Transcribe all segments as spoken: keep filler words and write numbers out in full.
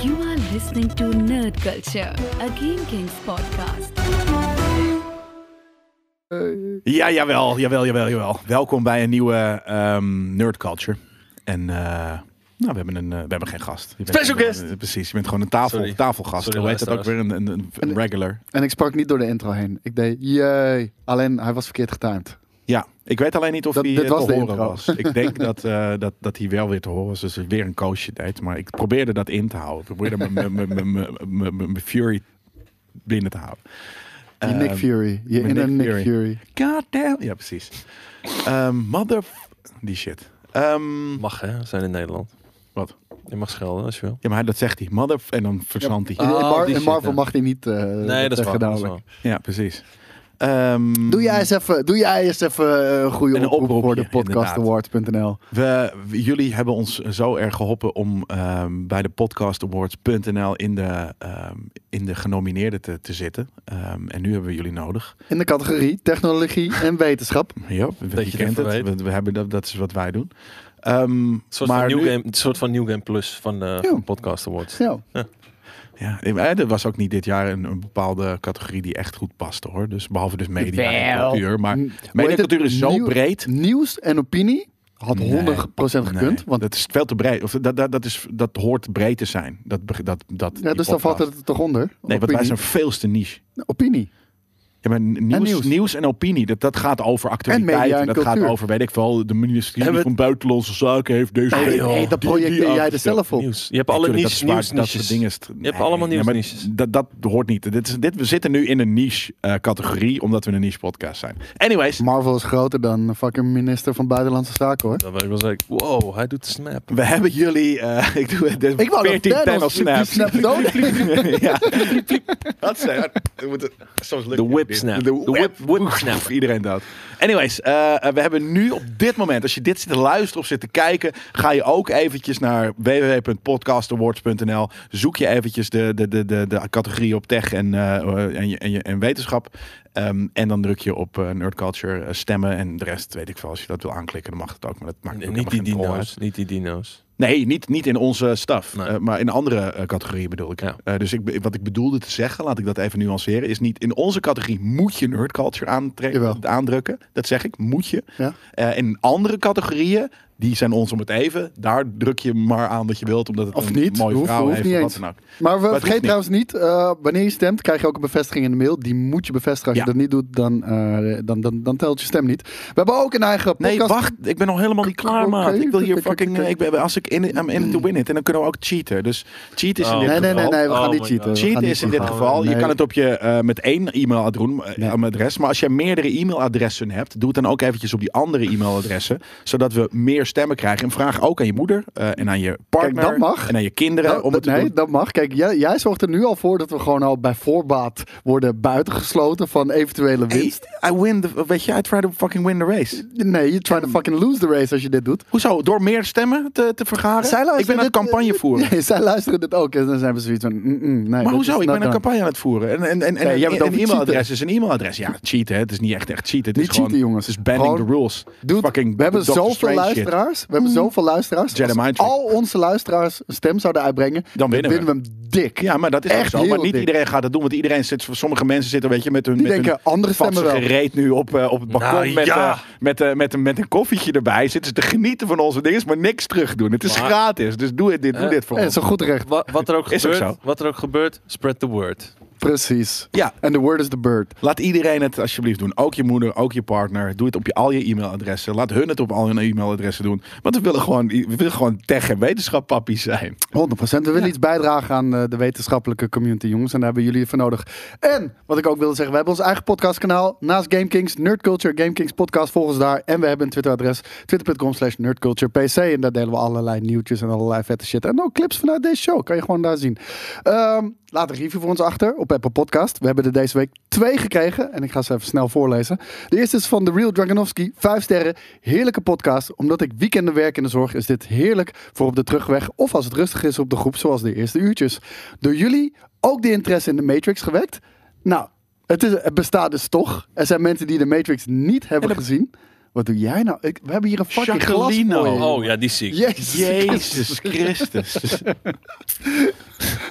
You are listening to Nerd Culture, a Game Kings podcast. Ja, jawel, jawel, jawel, jawel. Welkom bij een nieuwe um, Nerd Culture. En uh, nou, we hebben, een, uh, we hebben geen gast. Je bent, Special guest! Uh, precies, je bent gewoon een tafel, Sorry. tafelgast. Sorry, Hoe heet dat ook weer? Een, een, een, een regular. En ik sprak niet door de intro heen. Ik deed, jee. Alleen, hij was verkeerd getimed. Ja, ik weet alleen niet of Dat- hij dit uh, was te de horen intro. was. Ik denk dat, uh, dat, dat hij wel weer te horen was. Dus weer een coachje deed. Maar ik probeerde dat in te houden. Ik probeerde mijn- mijn- mijn- mijn- mijn- mijn mijn Fury binnen te houden. Je Um, Nick Fury. Je mijn inner Nick Nick Fury. Fury. God damn. Ja, precies. Um, mother... Die shit. Um, Mag hè, we zijn in Nederland. Wat? Je mag schelden als je wil. Ja, maar dat zegt hij. Mother... En dan verzandt hij. In, Oh, Mar- die in shit, Marvel ja. mag hij niet uh, Nee, dat is waar. zeggen Dat is dadelijk. waar. Ja, precies. Um, Doe jij eens even, doe jij eens even een goede Een oproep oproepje, voor de podcast inderdaad. awards punt n l. We, jullie hebben ons zo erg geholpen om um, bij de podcast awards punt n l in de, um, in de genomineerden te, te zitten. Um, en nu hebben we jullie nodig. In de categorie technologie en wetenschap. Ja, Dat je je het kent even het. weet. We, we hebben dat, dat is wat wij doen. Um, Een soort, maar van new nu- game, een soort van New Game Plus van de Ja. van Podcast Awards. Ja. Ja, er was ook niet dit jaar een, een bepaalde categorie die echt goed paste, hoor. Dus behalve dus media en Wel. cultuur. Maar Hoe media heet en het? cultuur is zo Nieuw- breed. Nieuws en opinie had Nee. honderd procent gekund. Nee, Want dat is veel te breed. Of dat, dat, dat, is, dat hoort breed te zijn. Dat, dat, dat, ja, die dus dan valt podcast. het er toch onder. Nee, want wij Opinie. zijn veel te niche. Opinie. Ja, maar nieuws, nieuws. nieuws en opinie, dat, dat gaat over actualiteit. media en dat gaat cultuur. over, weet ik wel, de ministerie En we- van Buitenlandse Zaken heeft deze... Nee, week- nee, dat die- die projecteer jij er afgesteld. zelf op. Nieuws. Je hebt alle Natuurlijk, niche, dat is nieuws, waar- dat soort dingen. is- Je hebt allemaal nee, maar nieuwsniches. Dat, dat hoort niet. Dit is, dit, we zitten nu in een niche uh, categorie, omdat we een niche podcast zijn. Anyways, Marvel is groter dan fucking minister van Buitenlandse Zaken, hoor. Dan weet ik wel zeker, wow, hij doet de snap. we hebben jullie... Uh, ik doe het. Dus Ik wou nog veertien Thanos, Thanos die- die snaps. snapt ook. Ja. Wat zei we moeten soms lukt De het whip niet. snap. De De whip, whip snap. Iedereen dood. Anyways, uh, uh, we hebben nu op dit moment, als je dit zit te luisteren of zit te kijken, ga je ook eventjes naar w w w punt podcast awards punt n l. Zoek je eventjes de, de, de, de, de categorie op tech en, uh, en, je, en, je, en wetenschap. Um, en dan druk je op uh, Nerd Culture uh, stemmen. En de rest weet ik veel. Als je dat wil aanklikken, dan mag het ook. Maar dat maakt Nee, ook niet die helemaal geen rol uit. dino's. Niet die dino's. Nee, niet, niet in onze stuff, Nee. uh, maar in andere uh, categorieën bedoel ik. Ja. Uh, dus ik, be- wat ik bedoelde te zeggen, laat ik dat even nuanceren, is niet in onze categorie moet je nerd culture aantre- Jawel. aandrukken. Dat zeg ik, moet je. Ja. Uh, in andere categorieën, die zijn ons om het even, daar druk je maar aan wat je wilt, omdat het Of een niet, mooie hoeft- vrouw hoeft heeft niet of wat eens. dan ook. Maar we het hoeft vergeet niet. trouwens niet, uh, wanneer je stemt, krijg je ook een bevestiging in de mail. Die moet je bevestigen. Als Ja. je dat niet doet, dan, uh, dan, dan, dan telt je stem niet. We hebben ook een eigen podcast. Nee, wacht, ik ben nog helemaal niet klaar, Oké, maat. Ik wil hier oké, fucking, oké. uh, ik ben, als ik in, I'm in it to win it, en dan kunnen we ook cheaten. Dus cheat is in Oh. dit Nee, nee, geval. nee, nee, we gaan Oh niet my cheaten. God. We gaan Cheat niet is in dit cheaten. geval, je Nee. kan het op je uh, met één e-mailadres, Nee. adres, maar als je meerdere e-mailadressen hebt, doe het dan ook eventjes op die andere e-mailadressen, zodat we meer stemmen krijgen. En vraag ook aan je moeder uh, en aan je partner dat mag. en aan je kinderen Dat- om het te nee, doen. dat mag. Kijk, jij, jij zorgt er nu al voor dat we gewoon al bij voorbaat worden buitengesloten van eventuele Hey, winst. I win the, weet je, I try to fucking win the race. Nee, je try to fucking lose the race als je dit doet. Hoezo? Door meer stemmen te, te vergaren? Ik ben aan het campagne voeren. Nee, zij luisteren dit ook. En dan zijn we zoiets van... mm, mm, nee, Maar dat hoezo? is Ik not ben een done. campagne aan het voeren. En, en, en, en, Nee, jij en bent een over e-mailadres cheaten. is een e-mailadres. Ja, cheaten. Hè. Het is niet echt echt cheaten. Het Niet is gewoon, cheaten, jongens. Het is bending Gewoon- the rules. Dude, Fucking we hebben Doctor zoveel Strange shit. luisteraars. We hebben zoveel luisteraars. Jedi Als mind trick. al onze luisteraars een stem zouden uitbrengen, Dan winnen we. we hem dik. Ja, maar dat is Echt echt zo. Maar heel niet dik. iedereen gaat dat doen. Want iedereen zit, sommige mensen zitten weet je, met hun, Die met denken, hun andere stemmen vatsige wel. reet nu op, uh, op het balkon Nou, met, ja. uh, met, uh, met, uh, met een koffietje erbij. Zitten ze te genieten van onze dingen, maar niks terug doen. Het is Maar- gratis. Dus doe, het, dit, doe Eh, dit voor Ja, ons. dat is een goed recht. Wat, wat, er ook Is ook gebeurt, zo. wat er ook gebeurt, spread the word. Precies. Ja. En the word is the bird. Laat iedereen het alsjeblieft doen. Ook je moeder, ook je partner. Doe het op je, al je e-mailadressen. Laat hun het op al hun e-mailadressen doen. Want we willen gewoon, we willen gewoon tech- en wetenschap-pappies zijn. honderd procent. We willen Ja. iets bijdragen aan uh, de wetenschappelijke community, jongens. En daar hebben jullie voor nodig. En, wat ik ook wilde zeggen, we hebben ons eigen podcastkanaal. Naast GameKings, Nerd Culture, GameKings podcast, volg ons daar. En we hebben een Twitteradres, twitter punt com slash nerdculturepc. En daar delen we allerlei nieuwtjes en allerlei vette shit. En ook clips vanuit deze show, kan je gewoon daar zien. Um, laat een review voor ons achter op Apple Podcast. We hebben er deze week twee gekregen. En ik ga ze even snel voorlezen. De eerste is van The Real Dragonovski. Vijf sterren. Heerlijke podcast. Omdat ik weekenden werk in de zorg, is dit heerlijk voor op de terugweg of als het rustig is op de groep, zoals de eerste uurtjes. Door jullie ook de interesse in de Matrix gewekt? Nou, het, is, het bestaat dus toch. Er zijn mensen die de Matrix niet hebben dat- gezien. Wat doe jij nou? Ik, we hebben hier een fucking glas Jacqueline. voor je. Oh ja, die zie ik. Jezus, Jezus Christus.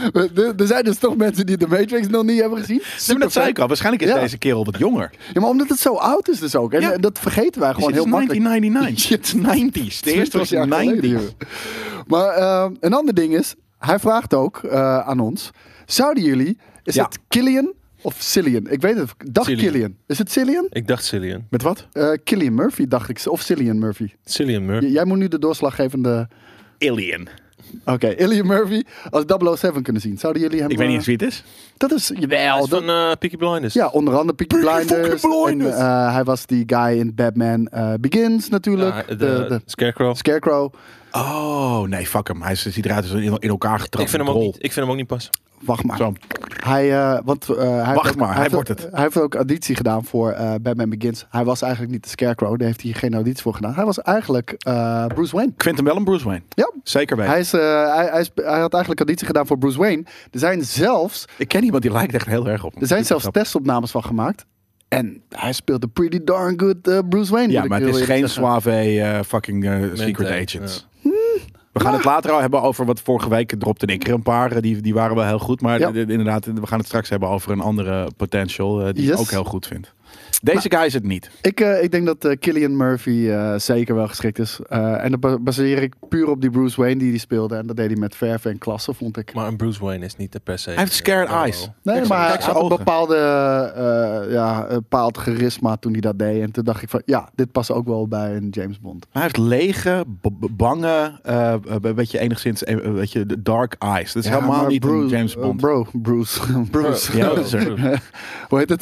er, er zijn dus toch mensen die de Matrix nog niet hebben gezien. Nee, maar dat zei ik al. Waarschijnlijk is Ja. deze kerel wat jonger. Ja, maar omdat het zo oud is dus ook. En Ja. eh, dat vergeten wij gewoon Dit heel is makkelijk. negentien negenennegentig. Het is nineties. De eerste was twintig jaar geleden, nineties. joh. Maar eh, een ander ding is, hij vraagt ook eh, aan ons, zouden jullie, is Ja. het Killian of Cillian? Ik weet het, ik dacht Cillian. Killian. Is het Cillian? Ik dacht Cillian. Met wat? Uh, Killian Murphy dacht ik, of Cillian Murphy. Cillian Murphy. J- jij moet nu de doorslaggevende... Alien. Oké, Cillian Murphy als double oh seven kunnen zien. Zouden jullie hem... Ik weet niet eh, eens wie het is. Dat is, Hij jawel, is dat, van eh Peaky Blinders. ja, onder andere Peaky Peaky Blinders. fucking Blinders. En, eh, hij was die guy in Batman eh, Begins natuurlijk. Ja, de, de, de Scarecrow. Scarecrow. Oh, nee, fuck hem. Hij ziet eruit als in, in elkaar getrapt. Ik vind, hem ook rol. niet, ik vind hem ook niet passen. Wacht maar. Zo. Hij, eh, want, eh, hij Wacht heeft ook- maar, hij heeft wordt ook- het. Hij heeft ook auditie gedaan voor eh, Batman Begins. Hij was eigenlijk niet de Scarecrow. Daar heeft hij geen auditie voor gedaan. Hij was eigenlijk eh, Bruce Wayne. Ik vind hem wel een Bruce Wayne. Ja. Zeker weten. Hij, is, eh, hij, hij, is, hij had eigenlijk auditie gedaan voor Bruce Wayne. Er zijn zelfs, Ik ken iemand die lijkt echt heel erg op hem. er zijn Super zelfs grappig. testopnames van gemaakt. En hij speelde pretty darn good eh, Bruce Wayne. Ja, moet ik maar het heel is eerlijk geen zeggen. suave eh, fucking eh, secret Mente, agents. We gaan het later al hebben over wat vorige week dropte ik er een paar. eh, Die, die waren wel heel goed. Maar Ja. d- d- inderdaad, we gaan het straks hebben over een andere potential. eh, die Yes. ik ook heel goed vind. Deze guy is het niet. Ik, eh, ik denk dat eh Cillian Murphy eh, zeker wel geschikt is. Eh, en dat ba- baseer ik puur op die Bruce Wayne die hij speelde. En dat deed hij met verf en klasse, vond ik. Maar een Bruce Wayne is niet de per se. Hij heeft scared Oh, eyes. oh. Nee, Kijk, maar hij kijk zijn had een ogen. bepaalde, eh, ja, een bepaald charisma toen hij dat deed. En toen dacht ik van, ja, dit past ook wel bij een James Bond. Maar hij heeft lege, b- b- bange, eh, een beetje enigszins, eh, een beetje de dark eyes. Dat is Ja, helemaal maar niet Bruce, een James eh, Bond. bro, Bruce. Bruce. Ja, dat is er. Hoe heet het?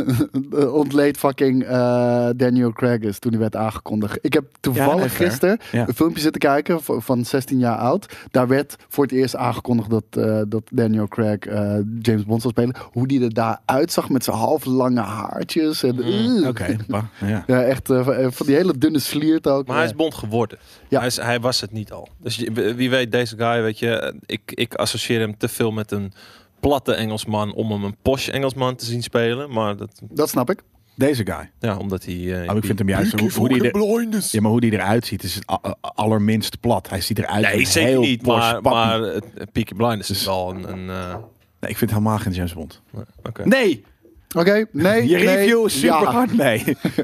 Ontleed fucking eh, Daniel Craig is toen hij werd aangekondigd. Ik heb Ja, toevallig nee, fair. gisteren Ja. een filmpje zitten kijken v- van zestien jaar oud. Daar werd voor het eerst aangekondigd dat, eh, dat Daniel Craig eh, James Bond zou spelen. Hoe die er daar uitzag met zijn half lange haartjes. En, Mm, Oké, bah, ja. Ja, echt eh, van van die hele dunne sliert ook. Maar hij is Bond geworden. Ja. Hij, is, hij was het niet al. Dus je- wie weet, deze guy, weet je, ik, ik associeer hem te veel met een platte Engelsman om hem een posh Engelsman te zien spelen. Maar dat, Dat snap ik. Deze guy. ja, omdat hij... eh, Oh, ik vind hem juist, hoe, hoe die er, ja, maar hoe die eruit ziet is het a- a- allerminst plat. Hij ziet eruit Nee, als zeker heel niet. Porsche Maar, papi. maar het- het Peaky Blinders is wel een... een eh, Nee, ik vind helemaal geen James Bond. oké. Nee! Oké, nee. Je nee, review is super ja. hard, nee.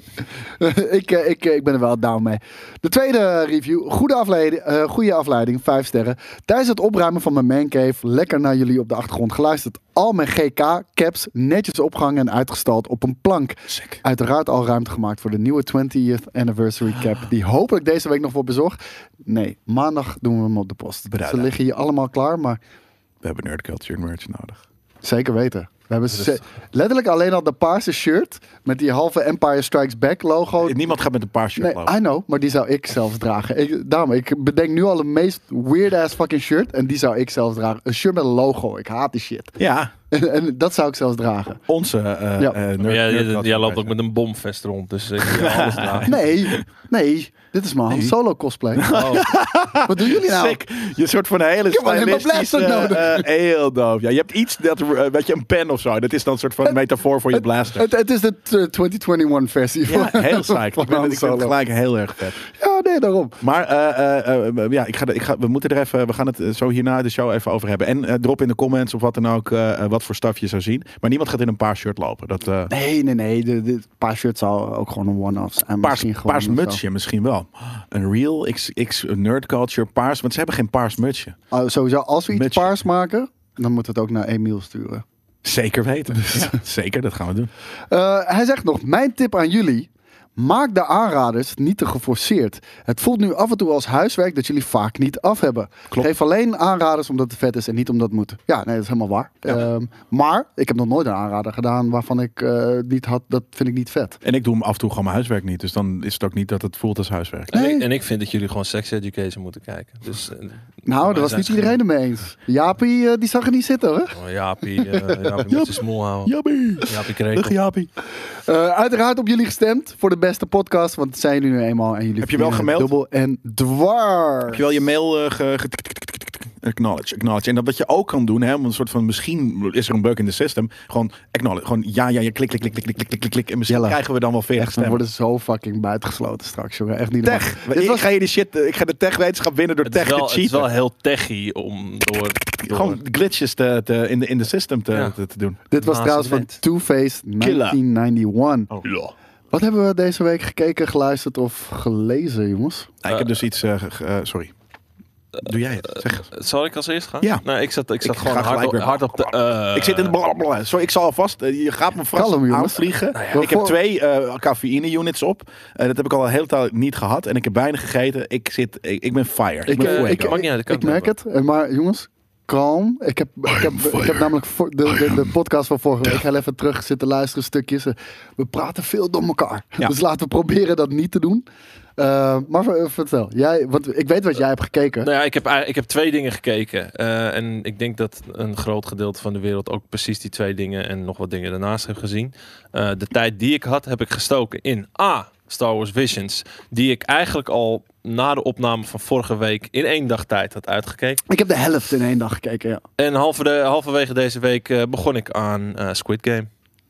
ik, eh, ik, eh, ik ben er wel down mee. De tweede review. Goede afleiding, eh, goede afleiding. Vijf sterren. Tijdens het opruimen van mijn mancave lekker naar jullie op de achtergrond geluisterd. Al mijn G K-caps netjes opgehangen en uitgestald op een plank. Sick. Uiteraard al ruimte gemaakt voor de nieuwe twentieth anniversary cap. Die hopelijk deze week nog wordt bezorgd. Nee, maandag doen we hem op de post. Beduiden. Ze liggen hier allemaal klaar, maar We hebben Nerd Culture merch nodig. zeker weten. We hebben ze- letterlijk alleen al de paarse shirt met die halve Empire Strikes Back logo. Niemand gaat met een paar shirt Nee, lopen. I know, maar die zou ik zelfs dragen. Ik, daarom, ik bedenk nu al de meest weird-ass fucking shirt en die zou ik zelfs dragen. Een shirt met een logo, ik haat die shit. Ja, En, en dat zou ik zelfs dragen. onze eh Ja. eh, nerd, Maar jij, Nerd jij- Culture jij loopt merch. ook met een bomvest rond, dus ik ga alles dragen. Nee, nee, dit is mijn Han Nee. Solo cosplay. Oh, Wat doen jullie nou? Sick. Je soort van een hele heb alleen maar stylistische, blaster nodig. eh, heel doof. Ja, je hebt iets dat, eh, weet je, een pen of zo. Dat is dan een soort van metafoor voor je blaster. Het, het is de t- twintig eenentwintig versie Ja, van, heel psyched. van Ik ben, Han ik vind het Solo. gelijk heel erg vet. Ja, nee, daarom. Maar eh, eh, eh, ja, ik ga, ik ga, we moeten er even, we gaan het eh, zo hierna de show even over hebben. En eh, drop in de comments of wat dan ook, eh, eh, wat voor staf je zou zien. Maar niemand gaat in een paar shirt lopen. Dat, eh Nee, nee, nee. De, de paar shirts zou ook gewoon een one-off zijn. paars, Misschien gewoon paars of zo. mutsje misschien wel. Een real X, X nerd culture paars, want ze hebben geen paars mutsje. Oh, sowieso, als we iets Mutsje. paars maken, dan moet het ook naar Emiel sturen. Zeker weten. Ja, zeker, dat gaan we doen. Uh, hij zegt nog, mijn tip aan jullie. Maak de aanraders niet te geforceerd. Het voelt nu af en toe als huiswerk dat jullie vaak niet af hebben. Klopt. Geef alleen aanraders omdat het vet is en niet omdat het moet. Ja, nee, dat is helemaal waar. Ja. Ehm, maar ik heb nog nooit een aanrader gedaan waarvan ik uh, niet had, dat vind ik niet vet. En ik doe hem af en toe gewoon mijn huiswerk niet. Dus dan is het ook niet dat het voelt als huiswerk. en, Nee. ik, en ik vind dat jullie gewoon sex education moeten kijken. Dus, eh, Nou, daar was zijn niet ze iedereen het mee eens. Jaapie, uh, die zag er niet zitten hoor. Oh, Jaapie, uh, Jaapie moet zijn smoel houden. Jappie. Jaapie Dag kreeg. Jaapie. Uh, uiteraard op jullie gestemd voor de beste podcast, want het zijn jullie nu eenmaal. En jullie Heb je wel verdienen gemaild? Dubbel en dwars. Heb je wel je mail eh, ge, ge- Acknowledge, acknowledge. En dat wat je ook kan doen, hè, om een soort van, misschien is er een bug in de system. Gewoon acknowledge. Gewoon ja, ja, ja, klik, klik, klik, klik, klik, klik, klik, klik. En misschien Jelle. krijgen we dan wel veertig Echt, we stemmen. worden zo fucking buitengesloten straks, jongen. Echt niet Tech. normaal. Ik ga je die shit, ik ga de tech-wetenschap winnen door Het is, tech te wel, het is cheaten. wel heel techy om door... door Gewoon glitches te, te, in, de, in de system te, Ja. te, te doen. Dit was Naast trouwens van net. Two-Face negentien eenennegentig. Ja. Wat hebben we deze week gekeken, geluisterd of gelezen, jongens? Nou, ik heb dus iets... Uh, ge- uh, sorry. Doe jij het? Zeg eens. Zal ik als eerst gaan? Ja. Nou, ik zat, ik zat Ik gewoon ga hard gelijk op, weer- hard op de... eh, Ik zit in de blablabla. Sorry, ik zal alvast... uh, je gaat me vast Kalm, jongens. aanvliegen. Nou ja, ik heb voor- twee uh, cafeïne units op. Uh, dat heb ik al een hele tijd niet gehad. En ik heb weinig gegeten. Ik zit... Ik, ik ben fire. Ik, Ik, ben eh, fuego. ik, Maakt niet uit, ik kan ik het merk hebben. het. Eh, Maar jongens, kalm. Ik heb, ik heb, ik heb namelijk voor de, de, de podcast van vorige week heel even terug zitten luisteren, stukjes. Eh, We praten veel door elkaar. Ja. Dus laten we proberen dat niet te doen. Uh, maar ver- vertel, jij, want ik weet wat jij hebt gekeken. Nou ja, ik heb, eigenlijk- ik heb twee dingen gekeken. Eh, en ik denk dat een groot gedeelte van de wereld ook precies die twee dingen en nog wat dingen daarnaast heeft gezien. Eh, de tijd die ik had, heb ik gestoken in A, Star Wars Visions. Die ik eigenlijk al na de opname van vorige week in één dag tijd had uitgekeken. Ik heb de helft in één dag gekeken, ja. En halve de, halverwege deze week eh, begon ik aan eh, Squid Game.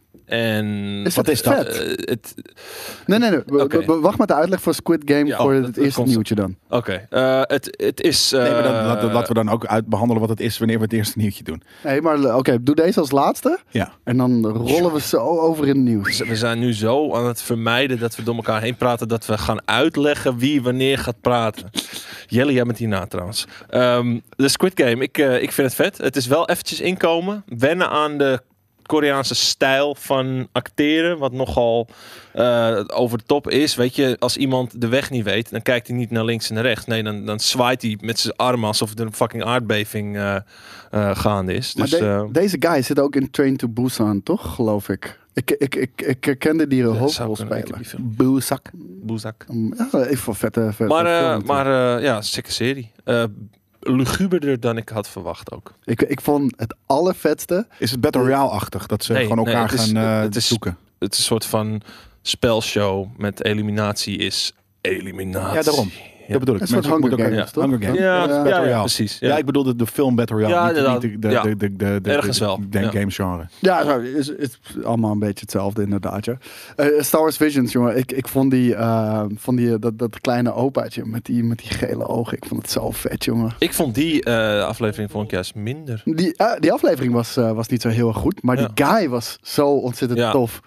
En Is Wat het is dat? vet? Eh, het, Nee, nee, nee. We- Oké. we- Wacht met de uitleg voor Squid Game Ja, voor oh, het dat- eerste dat nieuwtje dan. Oké, eh, het, het is... eh, Nee, maar dan, laten, laten we dan ook uit behandelen wat het is wanneer we het eerste nieuwtje doen. Nee, maar eh, oké, doe deze als laatste. Ja. En dan rollen we zo over in het nieuws. We zijn nu zo aan het vermijden dat we door elkaar heen praten, dat we gaan uitleggen wie wanneer gaat praten. Jelle, jij bent hierna trouwens. Ehm, de Squid Game, ik, eh, ik vind het vet. Het is wel eventjes inkomen. Wennen aan de Koreaanse stijl van acteren, wat nogal eh, over de top is. Weet je, als iemand de weg niet weet, dan kijkt hij niet naar links en naar rechts. Nee, dan, dan zwaait hij met zijn armen alsof er een fucking aardbeving eh, eh, gaande is. Maar Dus, de- eh, deze guy zit ook in Train to Busan, toch? Geloof ik. Ik, ik, ik, ik herkende die zou hoofdrolspeler. kunnen, ik heb die film. Boezak. boezak. Um, Ja, ik vond vette, vette Maar, film eh, natuurlijk. maar eh, ja, sikke serie. Eh luguberder dan ik had verwacht ook. ik, ik vond het allervetste. Is het Battle Royale-achtig? Dat ze Nee, gewoon nee, elkaar het is- gaan uh, het is- zoeken? Het is een soort van spelshow met eliminatie is eliminatie. Ja, daarom. Ja. Dat bedoel ik. Een soort Mensen Hunger moeten ook- Games, toch? Hunger Games. Ja, dat is ja, Battle ja, Royale. precies. Ja. Ja. ik bedoelde de film Battle Royale. Ja, niet, inderdaad. niet de, de, Ja. de, de, de, de, Ergens de- wel. de Ja. game genre. Ja, het is, het is allemaal een beetje hetzelfde inderdaad. Ja. Eh, Star Wars Visions, jongen. Ik, ik vond die, eh, vond die dat, dat kleine opaatje met die, met die gele ogen. Ik vond het zo vet, jongen. Ik vond die eh, aflevering vond ik juist minder. Die, eh, die aflevering was, eh, was niet zo heel erg goed. Maar Ja. die guy was zo ontzettend Ja. tof.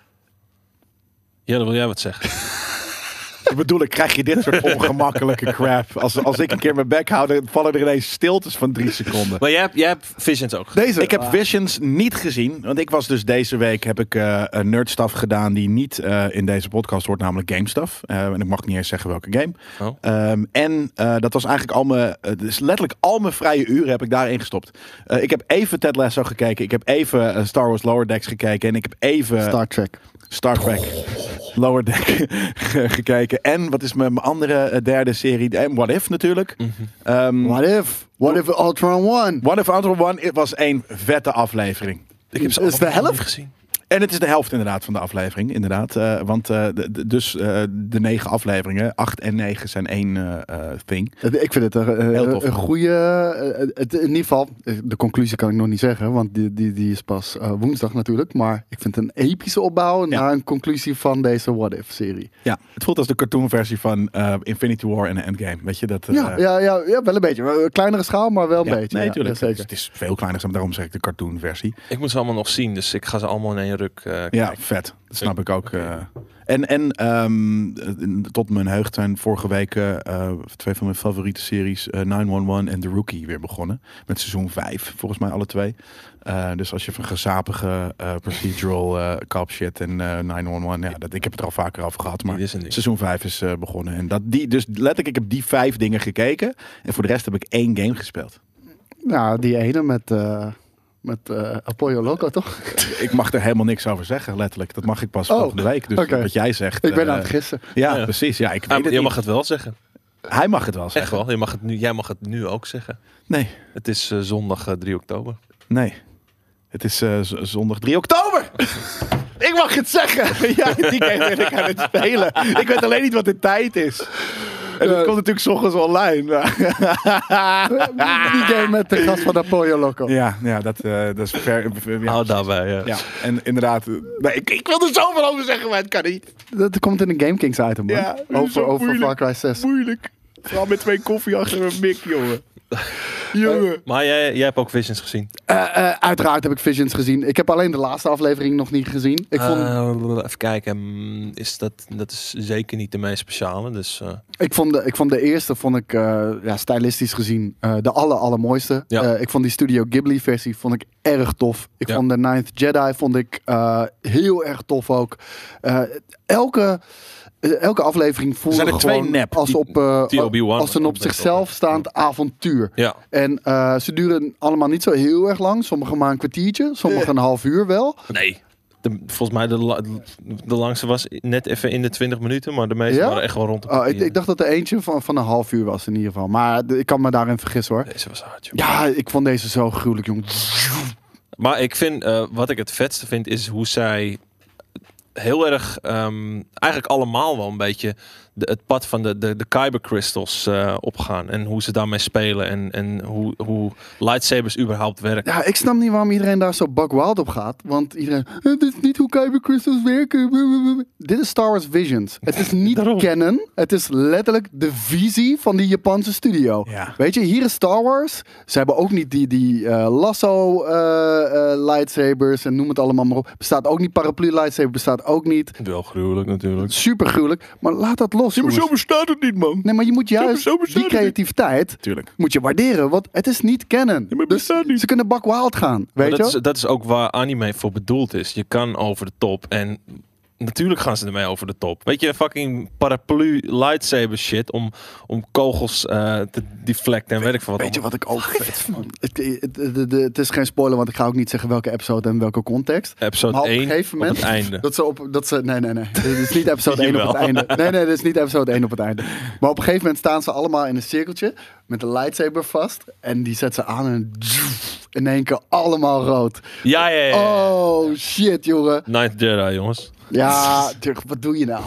Ja, dan wil jij wat zeggen. Ik bedoel, ik krijg je dit soort ongemakkelijke crap. Als, als ik een keer mijn bek hou, dan vallen er ineens stiltes van drie seconden. Maar jij hebt, jij hebt Visions ook gezien. Deze. Ik heb ah, Visions niet gezien, want ik was dus deze week heb ik eh, een nerdstuff gedaan die niet eh, in deze podcast hoort, namelijk game stuff. Eh, en ik mag niet eens zeggen welke game. Oh. Ehm, en eh, dat was eigenlijk al mijn, uh, dus letterlijk al mijn vrije uren heb ik daarin gestopt. Eh, ik heb even Ted Lasso gekeken, ik heb even eh, Star Wars Lower Decks gekeken en ik heb even Star Trek. Star Trek Lower Deck gekeken. En wat is mijn mijn andere eh, derde serie? En What If natuurlijk. Ehm, What if? What if Ultron won? What If Outer One, het was een vette aflevering. Ik heb ze Is de allemaal helft? niet gezien. En het is de helft inderdaad van de aflevering, inderdaad. Eh, want eh, de, de- dus eh, de negen afleveringen, acht en negen zijn één eh, eh, thing. Het- Ik vind het een, Heel een, tof. een goede... eh, het, in ieder geval, eh, de conclusie kan ik nog niet zeggen, want die, die, die is pas eh, woensdag natuurlijk. Maar ik vind het een epische opbouw Ja. naar een conclusie van deze What If-serie. Ja, het voelt als de cartoonversie van eh, Infinity War en Endgame. Weet je dat? eh, Ja, ja, ja, ja, wel een beetje. Wel een kleinere schaal, maar wel een ja, beetje. Nee, ja, natuurlijk. ja, zeker. Het is veel kleiner, maar daarom zeg ik de cartoonversie. Ik moet ze allemaal nog zien, dus ik ga ze allemaal in één ruk eh, Ja, kijken. vet. Dat snap ik ook. eh. En, en ehm, tot mijn heugd zijn vorige week eh, eh, twee van mijn favoriete series, eh negen een een en The Rookie, weer begonnen. Met seizoen vijf, volgens mij alle twee. Eh, dus als je van gezapige eh, procedural eh cop shit en eh negen een een, ja, dat, ik heb het er al vaker over gehad, maar Die is een ding. seizoen vijf is eh, begonnen. En dat, die, dus letterlijk, ik heb die vijf dingen gekeken. En voor de rest heb ik één game gespeeld. Nou, die ene met, eh met eh Apollo Loco, toch? Ik mag er helemaal niks over zeggen, letterlijk. Dat mag ik pas Oh, volgende week. Dus oké. wat jij zegt. Ik ben eh, aan het gissen. Ja, Ja. precies. Ja, ik weet Ah, het je niet. mag het wel zeggen. Hij mag het wel Echt zeggen. wel. Je mag het nu, jij mag het nu ook zeggen. Nee, Het is eh, zondag eh, drie oktober. nee. Het is eh, z- zondag drie oktober. Ik mag het zeggen. Ja, die game ben ik aan het spelen. Ik weet alleen niet wat de tijd is. En dat komt natuurlijk 's ochtends online. Die game met de gast van de Pollo Loco. ja, ja, dat, uh, dat is ver. ver ja, Hou daarbij, ja. ja, en inderdaad. Uh, nee, ik, ik wil er zoveel over zeggen, maar het kan niet. Dat komt in een GameKings item, man. Ja, dat is over zo over moeilijk. Far Cry zes. Moeilijk. Vooral met twee koffie achter een mik, jongen. Jongen. Maar jij, jij hebt ook Visions gezien. Uh, uh, uiteraard heb ik Visions gezien. Ik heb alleen de laatste aflevering nog niet gezien. Ik vond, Uh, even kijken. mm, Is dat, dat is zeker niet de meest speciale. Dus, uh, ik vond, de, ik vond de eerste, vond ik, uh, ja, stylistisch gezien, uh, de aller, allermooiste. Ja. Uh, ik vond die Studio Ghibli versie vond ik erg tof. Ik Ja. vond de Ninth Jedi vond ik uh, heel erg tof ook. Uh, elke... Uh, elke aflevering voelde Zijn er twee gewoon nep? als op, uh, Die Obi-Wan als een op ook best zichzelf wel. staand avontuur. ja. En uh, ze duren allemaal niet zo heel erg lang. Sommige maar een kwartiertje, sommige een half uur wel. Nee. De, volgens mij de, la- de langste was net even in de twintig minuten. Maar de meeste Ja? waren echt wel rond de Oh, ik, kwartier. ik dacht dat er eentje van, van een half uur was in ieder geval. Maar de- ik kan me daarin vergissen hoor. Deze was hard, joh. Ja, ik vond deze zo gruwelijk, jong. Maar ik vind, uh, wat ik het vetste vind, is hoe zij heel erg, um, eigenlijk allemaal wel een beetje de, het pad van de, de, de Kyber Crystals uh, opgaan. En hoe ze daarmee spelen en, en hoe, hoe lightsabers überhaupt werken. Ja, ik snap niet waarom iedereen daar zo buck wild op gaat. Want iedereen, het is niet hoe Kyber Crystals werken. Dit is Star Wars Visions. Het is niet Daarom. canon. Het is letterlijk de visie van die Japanse studio. Ja. Weet je, hier is Star Wars. Ze hebben ook niet die, die uh, lasso uh, uh, lightsabers en noem het allemaal maar op. Bestaat ook niet. Paraplu lightsaber bestaat ook niet. Wel gruwelijk natuurlijk. Super gruwelijk. Maar laat dat los. Ja, maar zo jongens. bestaat het niet, man. Nee, maar je moet juist zo bestaat die het niet. creativiteit Tuurlijk. moet je waarderen. Want het is niet canon. Ja, maar het dus bestaat niet. ze kunnen buck wild gaan. Maar Weet dat, je is, wel? dat is ook waar anime voor bedoeld is. Je kan over de top en natuurlijk gaan ze ermee over de top. Weet je, fucking paraplu lightsaber shit om, om kogels uh, te deflecten en weet ik veel wat. Weet je allemaal. wat ik ook vet vond? Het, het, het, het- het is geen spoiler, want ik ga ook niet zeggen welke episode en welke context. Episode Maar op een één gegeven moment- op het einde. Dat ze op dat ze nee nee nee. Dit is niet episode één op het Jawel. einde. Nee nee, dit is niet episode één op het einde. Maar op een gegeven moment staan ze allemaal in een cirkeltje met de lightsaber vast en die zet ze aan en in één keer allemaal rood. Ja, ja, ja. ja. Oh shit, jongen. Ninth Jedi, jongens. Ja, Dirk, wat doe je nou?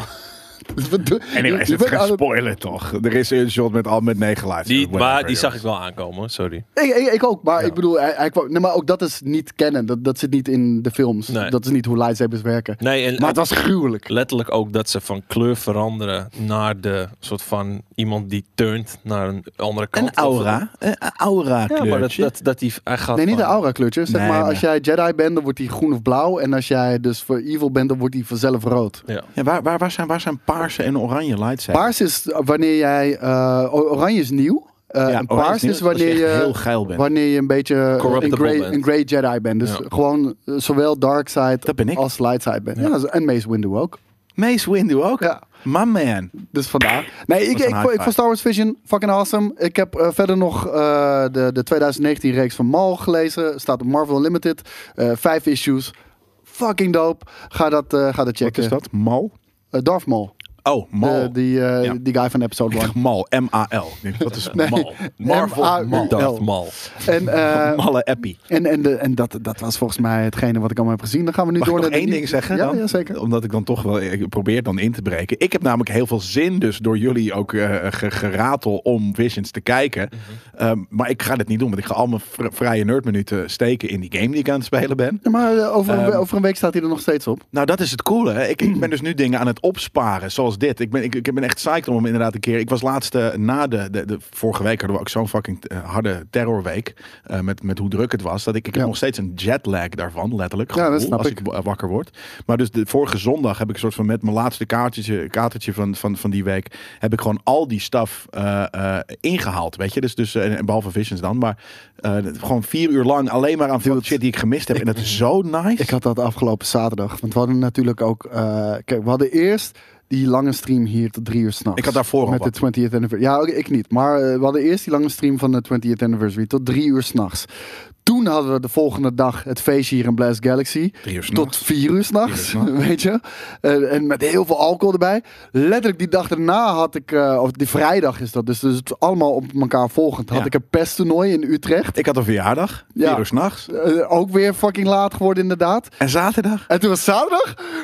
Wat doe- Anyways, je het bent gaat aan het- spoilen toch. Er is een shot met al met negen lives. Die, Whatever, maar die zag jongens. ik wel aankomen, sorry. Ik, ik, ik ook, maar Ja. ik bedoel, hij, hij kwam, nee, maar ook dat is niet kennen. Dat, dat zit niet in de films. Nee. Dat is niet hoe lightsabers werken. Nee, en Maar het was gruwelijk. letterlijk ook dat ze van kleur veranderen naar de soort van iemand die turnt naar een andere kant. Een aura. Een aura Ja, maar dat, kleurtje. dat, dat die, hij gaat Nee, niet de van- aura kleurtjes. Zeg Nee, maar, maar- als jij Jedi bent, dan wordt hij groen of blauw. En als jij dus voor evil bent, dan wordt hij vanzelf rood. Ja. Ja, waar, waar, waar, zijn, waar zijn paarse en oranje lightsabers? Paars is wanneer jij... eh, o- oranje is nieuw. Eh, Ja, en oranje paars nieuw, is als wanneer je echt je... heel geil bent. Wanneer je een beetje eh, een Corruptible grey, bent. een grey Jedi bent. Dus Ja. gewoon eh, zowel dark side Dat ben ik. als light side bent. Ja. en Mace Windu ook. Mace Windu ook? Ja. My man. Dus vandaar. Nee, ik, was een ik, high vond- ik five. vond Star Wars Vision fucking awesome. Ik heb uh, verder nog uh, de, de twintig negentien reeks van Maul gelezen. Staat op Marvel Unlimited. Uh, vijf issues. Fucking dope. Ga dat, uh, ga dat checken. Wat is dat? Mal? Uh, Darth Maul. Oh, Mal. Uh, die, uh, Ja. die guy van episode Ik one. dacht Mal. M A L. Ik denk, Wat is Nee. Mal? Marvel M A U L. Mal. Darth Maul. En, uh, Malle Appie. en, en, de, en dat, dat was volgens mij hetgene wat ik allemaal heb gezien. Dan gaan we nu Mag door ik nog naar de één nieuw- ding zeggen Ja, dan? ja, zeker. Omdat ik dan toch wel... Ik probeer dan in te breken. Ik heb namelijk heel veel zin dus door jullie ook eh, ge- geratel om Visions te kijken. Um, maar ik ga dit niet doen. Want ik ga al mijn vr- vrije nerdminuten steken in die game die ik aan het spelen ben. Ja, maar uh, over, een, Um, over een week staat hij er nog steeds op. Nou, dat is het coole. Hè? Ik, ik ben dus nu dingen aan het opsparen, zoals dit. Ik ben, ik, ik ben echt psyched om hem inderdaad een keer... Ik was laatst uh, na de, de, de... Vorige week hadden we ook zo'n fucking uh, harde terrorweek. Uh, met, met hoe druk het was. Dat ik, ik Ja. heb nog steeds een jetlag daarvan, letterlijk. Ja, dat gevoel, snap als ik. ik w- wakker word. Maar dus de vorige zondag heb ik een soort van... Met mijn laatste kaartje, kaartje van, van, van die week... Heb ik gewoon al die stuff uh, uh, ingehaald, weet je. Dus, dus uh, en behalve Visions dan. Maar uh, gewoon vier uur lang alleen maar aan veel shit die ik gemist heb. En dat is zo nice. Ik had dat afgelopen zaterdag. Want we hadden natuurlijk ook... Uh, kijk, we hadden eerst die lange stream hier tot drie uur s'nachts. Ik had daarvoor al Met wat. de twintieth anniversary. Ja, ook ik niet. Maar uh, we hadden eerst die lange stream van de twintieth anniversary tot drie uur s'nachts. Toen hadden we de volgende dag het feestje hier in Blast Galaxy. Drie uur Tot s'nachts. vier uur s'nachts, Vier uur s'nachts. weet je. Uh, en met heel veel alcohol erbij. Letterlijk die dag daarna had ik... Uh, of die vrijdag is dat. Dus, dus het allemaal op elkaar volgend. Had Ja. ik een pesttoernooi in Utrecht. Ik had een verjaardag. Vier Ja. uur s'nachts. Uh, ook weer fucking laat geworden inderdaad. En zaterdag? En toen was zaterdag.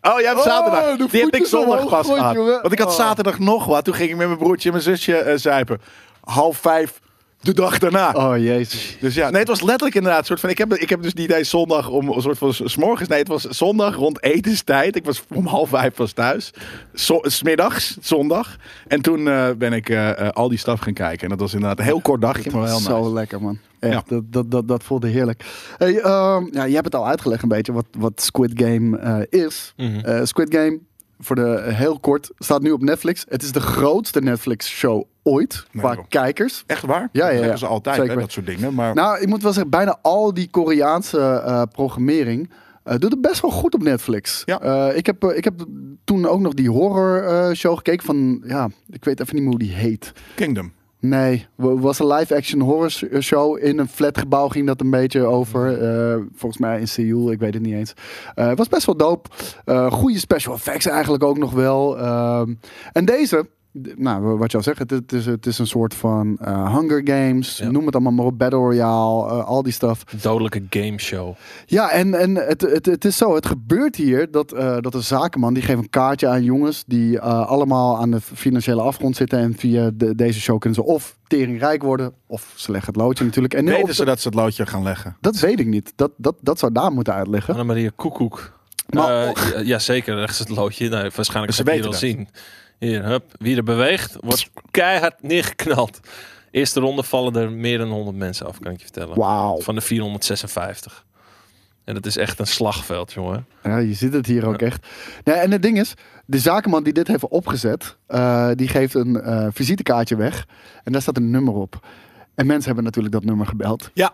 Oh, jij hebt Oh, zaterdag. de Die heb ik voetjes zondag omhoog pas gegooid, gehad. jongen. Want ik had Oh. zaterdag nog wat. Toen ging ik met mijn broertje en mijn zusje uh, zuipen. Half vijf de dag daarna. Oh, jezus. Dus ja, nee, het was letterlijk inderdaad een soort van... Ik heb, ik heb dus niet eens zondag om een soort van... 's morgens, nee, het was zondag rond etenstijd. Ik was om half vijf pas thuis. Zo, 's middags, zondag. En toen uh, ben ik uh, uh, al die staf gaan kijken. En dat was inderdaad een heel kort dagje, maar wel heel Zo nice. lekker, man. Echt, Ja. dat, dat, dat, dat voelde heerlijk. Hey, um, ja, je hebt het al uitgelegd een beetje wat, wat Squid Game uh, is. Mhm. Uh, Squid Game, voor de heel kort, staat nu op Netflix. Het is de grootste Netflix-show ooit Nee, qua joh. kijkers. Echt waar? Ja, ja, Dat ja. zeggen ze altijd, Zeker. hè, dat soort dingen. Maar Nou, ik moet wel zeggen, bijna al die Koreaanse uh, programmering uh, doet het best wel goed op Netflix. Ja. Uh, ik, heb, uh, ik heb toen ook nog die horror uh, show gekeken van, ja, ik weet even niet meer hoe die heet. Kingdom. Nee, het was een live-action horror show. In een flatgebouw ging dat een beetje over. Uh, volgens mij in Seoul, ik weet het niet eens. Uh, het was best wel dope. Uh, goede special effects eigenlijk ook nog wel. Uh, en deze, nou, wat je al zegt, het, het, is, het is een soort van uh, Hunger Games. Ja. Noem het allemaal maar op. Battle Royale, uh, al die stuff. Dodelijke gameshow. Ja, en, en het, het, het is zo. Het gebeurt hier dat, uh, dat een zakenman, die geeft een kaartje aan jongens die uh, allemaal aan de financiële afgrond zitten. En via de, deze show kunnen ze of teringrijk worden, of ze leggen het loodje natuurlijk. En Weten of- ze dat ze het loodje gaan leggen? Dat weet ik niet. Dat, dat, dat zou daar moeten uitleggen. Annemaria Koekoek. Maar- Uh, ja, ja, zeker. Rechts het loodje. Nou, waarschijnlijk Ze ga je hier weten al dat. zien. Hier, hup. Wie er beweegt, wordt keihard neergeknald. Eerste ronde vallen er meer dan honderd mensen af, kan ik je vertellen. Wauw. Van de vierhonderdzesenvijftig. En dat is echt een slagveld, jongen. Ja, je ziet het hier ook echt. Nee, en het ding is, de zakenman die dit heeft opgezet, uh, die geeft een uh, visitekaartje weg. En daar staat een nummer op. En mensen hebben natuurlijk dat nummer gebeld. Ja.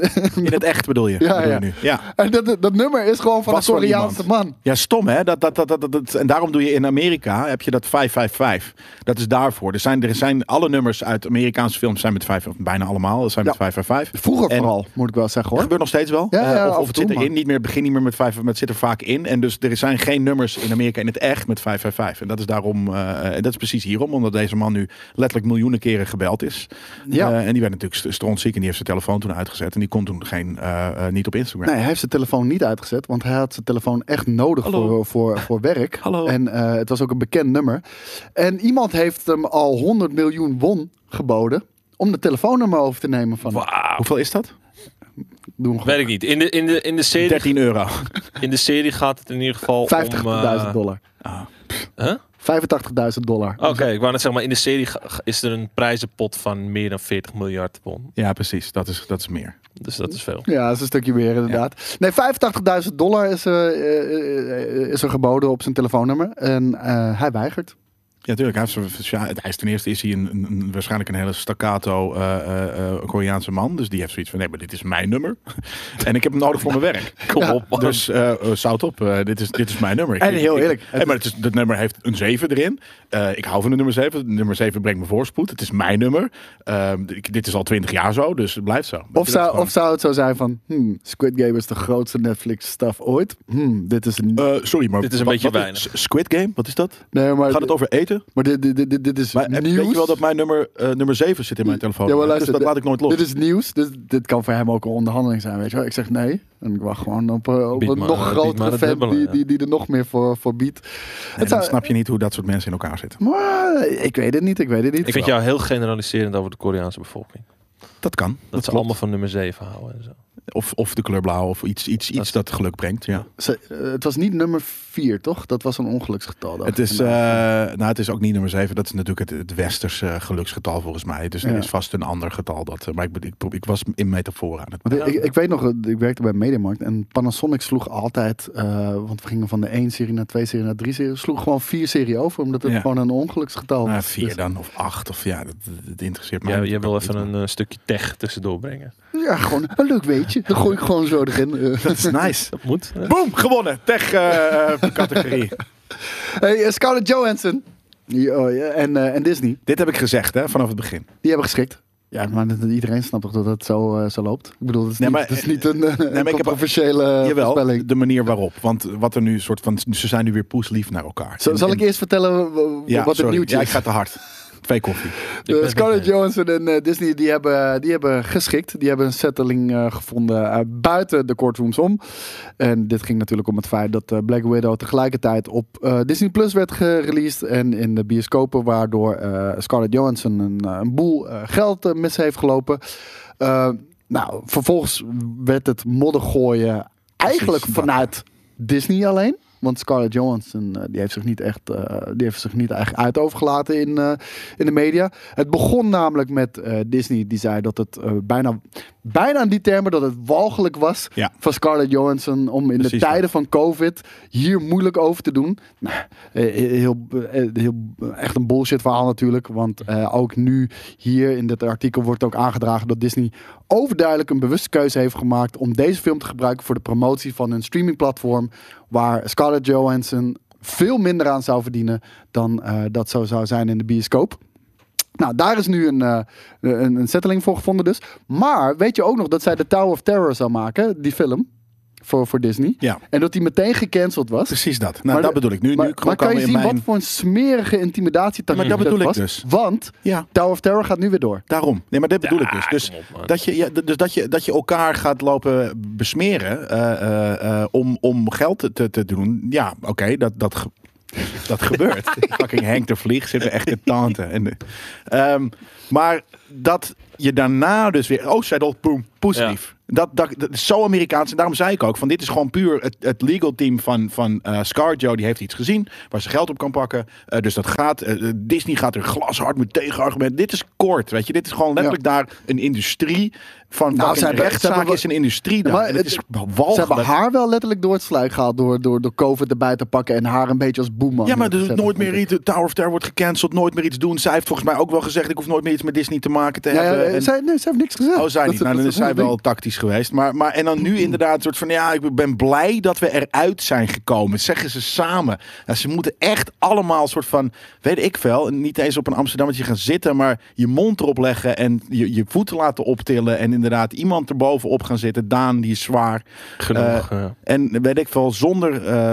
In het echt bedoel je? Ja, bedoel je ja. nu? Ja. En dat, dat nummer is gewoon van Was een van Koreaanse iemand. man. Ja, stom hè. Dat, dat, dat, dat, dat, dat- en daarom doe je in Amerika, heb je dat vijf vijf vijf. Dat is daarvoor. Er zijn, er zijn alle nummers uit Amerikaanse films zijn met vijf, of bijna allemaal, zijn met Ja. vijf vijf vijf. Vroeger En- vooral, moet ik wel zeggen Dat hoor. gebeurt nog steeds wel. Ja, ja, Eh, af of of en het toe, zit erin, maar. niet meer, begin niet meer met vijf, maar het zit er vaak in. En dus er zijn geen nummers in Amerika in het echt met vijf vijf vijf. En dat is daarom, eh, en dat is precies hierom, omdat deze man nu letterlijk miljoenen keren gebeld is. Ja. Eh, en die werd natuurlijk st- strontziek en die heeft zijn telefoon toen uitgezet. En die kon toen geen, eh, eh, niet op Instagram. Nee, hij heeft zijn telefoon niet uitgezet, want hij had zijn telefoon echt nodig Hallo. voor, voor, voor werk. Hallo. En uh, het was ook een bekend nummer. En iemand heeft hem al honderd miljoen won geboden om de telefoonnummer over te nemen van hem. Wauw. Hoeveel is dat? Doe hem Weet ik niet. In de, in, de, in, de serie, dertien euro. in de serie gaat het in ieder geval om... vijftigduizend eh, dollar. Ah. Huh? vijfentachtigduizend dollar. Oké, ik wou net zeggen, maar in de serie ga- is er een prijzenpot van meer dan veertig miljard won. Ja, precies. Dat is, dat is meer. Dus dat is veel. Ja, dat is een stukje meer inderdaad. Nee, vijfentachtigduizend dollar is, uh, uh, is er geboden op zijn telefoonnummer. En uh, hij weigert. Ja, natuurlijk. Hij, heeft zo- ja, het- hij is ten eerste is hij een, een, een- waarschijnlijk een hele staccato eh, eh, eh, Koreaanse man. Dus die heeft zoiets van, nee, maar dit is mijn nummer. En ik heb hem nodig voor mijn werk. Kom Ja, op, man. Dus uh, zout op, uh, dit, is, dit is mijn nummer. Ik- En heel ik- eerlijk, Ik, het hey, maar het is, dat nummer heeft een zeven erin. Uh, ik hou van de nummer zeven. Nummer zeven brengt me voorspoed. Het is mijn nummer. Uh, ik, dit is al twintig jaar zo, dus het blijft zo. Of Dat is zou, gewoon- of zou het zo zijn van, hmm, Squid Game is de grootste Netflix-stuff ooit. Hmm, dit is een... Uh, sorry, maar Dit is een wat- beetje wat weinig. Squid Game, wat is dat? nee, maar, Gaat het over eten? maar dit, dit, dit, dit is Maar, heb- nieuws. weet je wel dat mijn nummer, uh, nummer zeven zit in mijn telefoon? Ja, maar luister, dus dat laat ik nooit los. Dit is nieuws, dus dit kan voor hem ook een onderhandeling zijn, weet je wel. Ik zeg nee, en ik wacht gewoon op, uh, op Bied een maar- nog bied grotere maar het fan dubbele, die, ja. die, die er nog meer voor, voor biedt. Nee, Het dan zou- snap je niet hoe dat soort mensen in elkaar zitten. Maar, ik weet het niet, ik weet het niet. Ik vind jou heel generaliserend over de Koreaanse bevolking. Dat kan. Dat, Dat, ze klopt. allemaal van nummer zeven houden en zo. Of, of de kleur blauw of iets, iets, iets dat geluk brengt. Ja. Ze- uh, het was niet nummer vier, toch? Dat was een ongeluksgetal. dacht Het ik. is, uh, nou, het is ook niet nummer zeven. Dat is natuurlijk het, het westerse uh, geluksgetal volgens mij. Dus er Ja. is vast een ander getal. Dat, uh, maar ik, ik, ik, ik was in metafoor aan het. Want ik, ik weet nog, ik werkte bij Mediamarkt en Panasonic sloeg altijd, uh, want we gingen van de één serie naar twee serie naar drie serie, sloeg gewoon vier serie over, omdat het Ja. gewoon een ongeluksgetal Nou, was. vier Dus- dan of acht of ja, dat, dat, dat interesseert mij. Jij, niet. jij wil even een uh, stukje tech tussendoor brengen. Ja, gewoon een leuk weetje. Dan gooi ik gewoon zo erin. Uh. Dat is nice. Dat moet. hè? Boom, gewonnen. Tech uh, categorie. Hey, uh, Scarlett Johansson die, oh, ja, en, uh, en Disney, Dit heb ik gezegd hè, vanaf het begin. die hebben geschikt. Ja, maar dat- iedereen snapt toch dat het zo, uh, zo loopt? Ik bedoel, het is Nee, niet, maar- het is niet een, uh, maar een ik heb- controversiële Jawel, voorspelling. de manier waarop. Want wat er nu soort van, ze zijn nu weer poeslief naar elkaar. Zal, En- zal en- ik eerst vertellen w- w- ja, wat het sorry. nieuwtje Ja, is? ik ga te hard. Twee koffie. Uh, Scarlett Johansson en uh, Disney die hebben, die hebben geschikt. Die hebben een settling uh, gevonden uh, buiten de courtrooms om. En dit ging natuurlijk om het feit dat uh, Black Widow tegelijkertijd op uh, Disney Plus werd gereleased. En in de bioscopen, waardoor uh, Scarlett Johansson een, een boel uh, geld uh, mis heeft gelopen. Uh, nou, vervolgens werd het moddergooien eigenlijk Precies, vanuit Disney alleen. Want Scarlett Johansson uh, die heeft zich niet echt, uh, die heeft zich niet echt uit overgelaten in, uh, in de media. Het begon namelijk met uh, Disney die zei dat het uh, bijna, bijna in die termen dat het walgelijk was Ja. van Scarlett Johansson om in Precies, de tijden van COVID hier moeilijk over te doen. Nou, uh, heel, uh, heel, echt een bullshit verhaal natuurlijk. Want uh, ook nu hier in dit artikel wordt ook aangedragen dat Disney overduidelijk een bewuste keuze heeft gemaakt om deze film te gebruiken voor de promotie van een streamingplatform waar Scarlett Johansson veel minder aan zou verdienen dan uh, dat zo zou zijn in de bioscoop. Nou, daar is nu een, uh, een, een settling voor gevonden dus. Maar weet je ook nog dat zij de Tower of Terror zou maken, die film, voor, voor Disney. Ja. En dat die meteen gecanceld was. Precies dat. Nou, Maar dat de- bedoel ik. Nu, Maar, nu maar kan je in zien mijn... wat voor een smerige intimidatietactiek Maar dat bedoel ik was? dus. Want Ja, Tower of Terror gaat nu weer door. daarom. Nee, maar dat bedoel ik dus. Dus, kom op, man. dat je, ja, dus dat, je, dat je elkaar gaat lopen besmeren uh, uh, uh, om, om geld te, te doen. Ja, oké, okay, dat, dat, ge- dat gebeurt. Fucking Henk de Vlieg zitten echt te tanten. En, de- um, maar dat je daarna dus weer... Oh, zij doet boem, positief. Dat, dat, dat is zo Amerikaans. En daarom zei ik ook, van dit is gewoon puur het, het legal team van, van uh, ScarJo. Die heeft iets gezien waar ze geld op kan pakken. Uh, dus dat gaat... Uh, Disney gaat er glashard met tegenargumenten. Dit is kort, weet je. Dit is gewoon letterlijk daar een industrie van... Nou, Nou, ze hebben- ze rechtszaak hebben- is een industrie daar. Maar En het het- is Ze hebben walgelijk. haar wel letterlijk door het sluik gehaald door, door, door COVID erbij te pakken en haar een beetje als boeman. Ja, maar te dus zetten, nooit meer vond ik. iets. Tower of Terror wordt gecanceld, nooit meer iets doen. Zij heeft volgens mij ook wel gezegd, ik hoef nooit meer iets met Disney te maken te Ja, hebben. ja, En- zij, nee, ze heeft niks gezegd. Oh, zij Dat niet. is- Nou, dat dan is is zij een ding. wel tactisch geweest. Maar, maar en dan nu inderdaad een soort van, ja, ik ben blij dat we eruit zijn gekomen. Dat zeggen ze samen. Nou, ze moeten echt allemaal soort van, weet ik veel, niet eens op een Amsterdammetje gaan zitten, maar je mond erop leggen en je, je voeten laten optillen en inderdaad iemand erbovenop gaan zitten. Daan, die is zwaar. Genoeg. Uh, ja. En weet ik veel, zonder... Uh,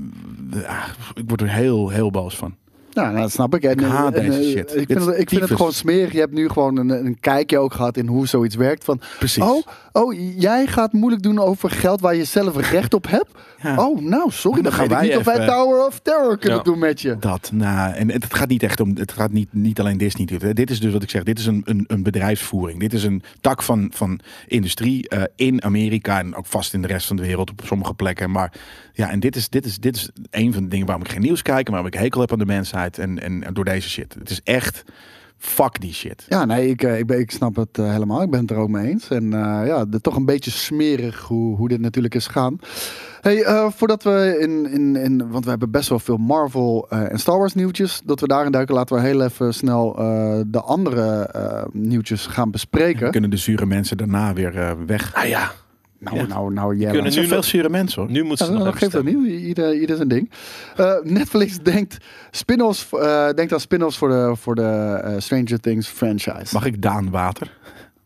ah, ik word er heel, heel boos van. Ja, nou, dat snap ik. En, Ik haat en, deze eh, shit. Ik vind, Dit het, is ik vind het tyfus. gewoon smerig. Je hebt nu gewoon een, een kijkje ook gehad in hoe zoiets werkt. Van, Precies. oh, oh, jij gaat moeilijk doen over geld waar je zelf recht op hebt. Ja. Oh, nou, sorry. Dan Dan gaan weet ik wij niet of wij even- Tower of Terror kunnen Ja. doen met je. Dat, nou, en het gaat niet echt om, het gaat niet, niet alleen Disney. Dit, dit is dus wat ik zeg, dit is een, een, een bedrijfsvoering. Dit is een tak van, van industrie uh, in Amerika en ook vast in de rest van de wereld op sommige plekken. Maar ja, en dit is, dit is, dit is een van de dingen waarom ik geen nieuws kijk en waarom ik hekel heb aan de mensheid en, en door deze shit. Het is echt, fuck die shit. Ja, nee, ik, eh, ik, ben, ik snap het eh, helemaal. Ik ben het er ook mee eens. En uh, ja, de, toch een beetje smerig hoe, hoe dit natuurlijk is gegaan. Hey, uh, voordat we in, in, in... Want we hebben best wel veel Marvel uh, en Star Wars nieuwtjes. Dat we daarin duiken, laten we heel even snel uh, de andere uh, nieuwtjes gaan bespreken. Dan kunnen de zure mensen daarna weer uh, weg. Ah ja, Nou, Ja. nou, nou, Jelle. kunnen Er zijn nu veel nog- zure mensen hoor. nu moet ze Ja, nog dat even geeft dat stemmen. niet. Ieder, ieder zijn ding. Uh, Netflix denkt, spin-offs, uh, denkt aan spin-offs voor de, voor de uh, Stranger Things franchise. Mag ik Daan Water?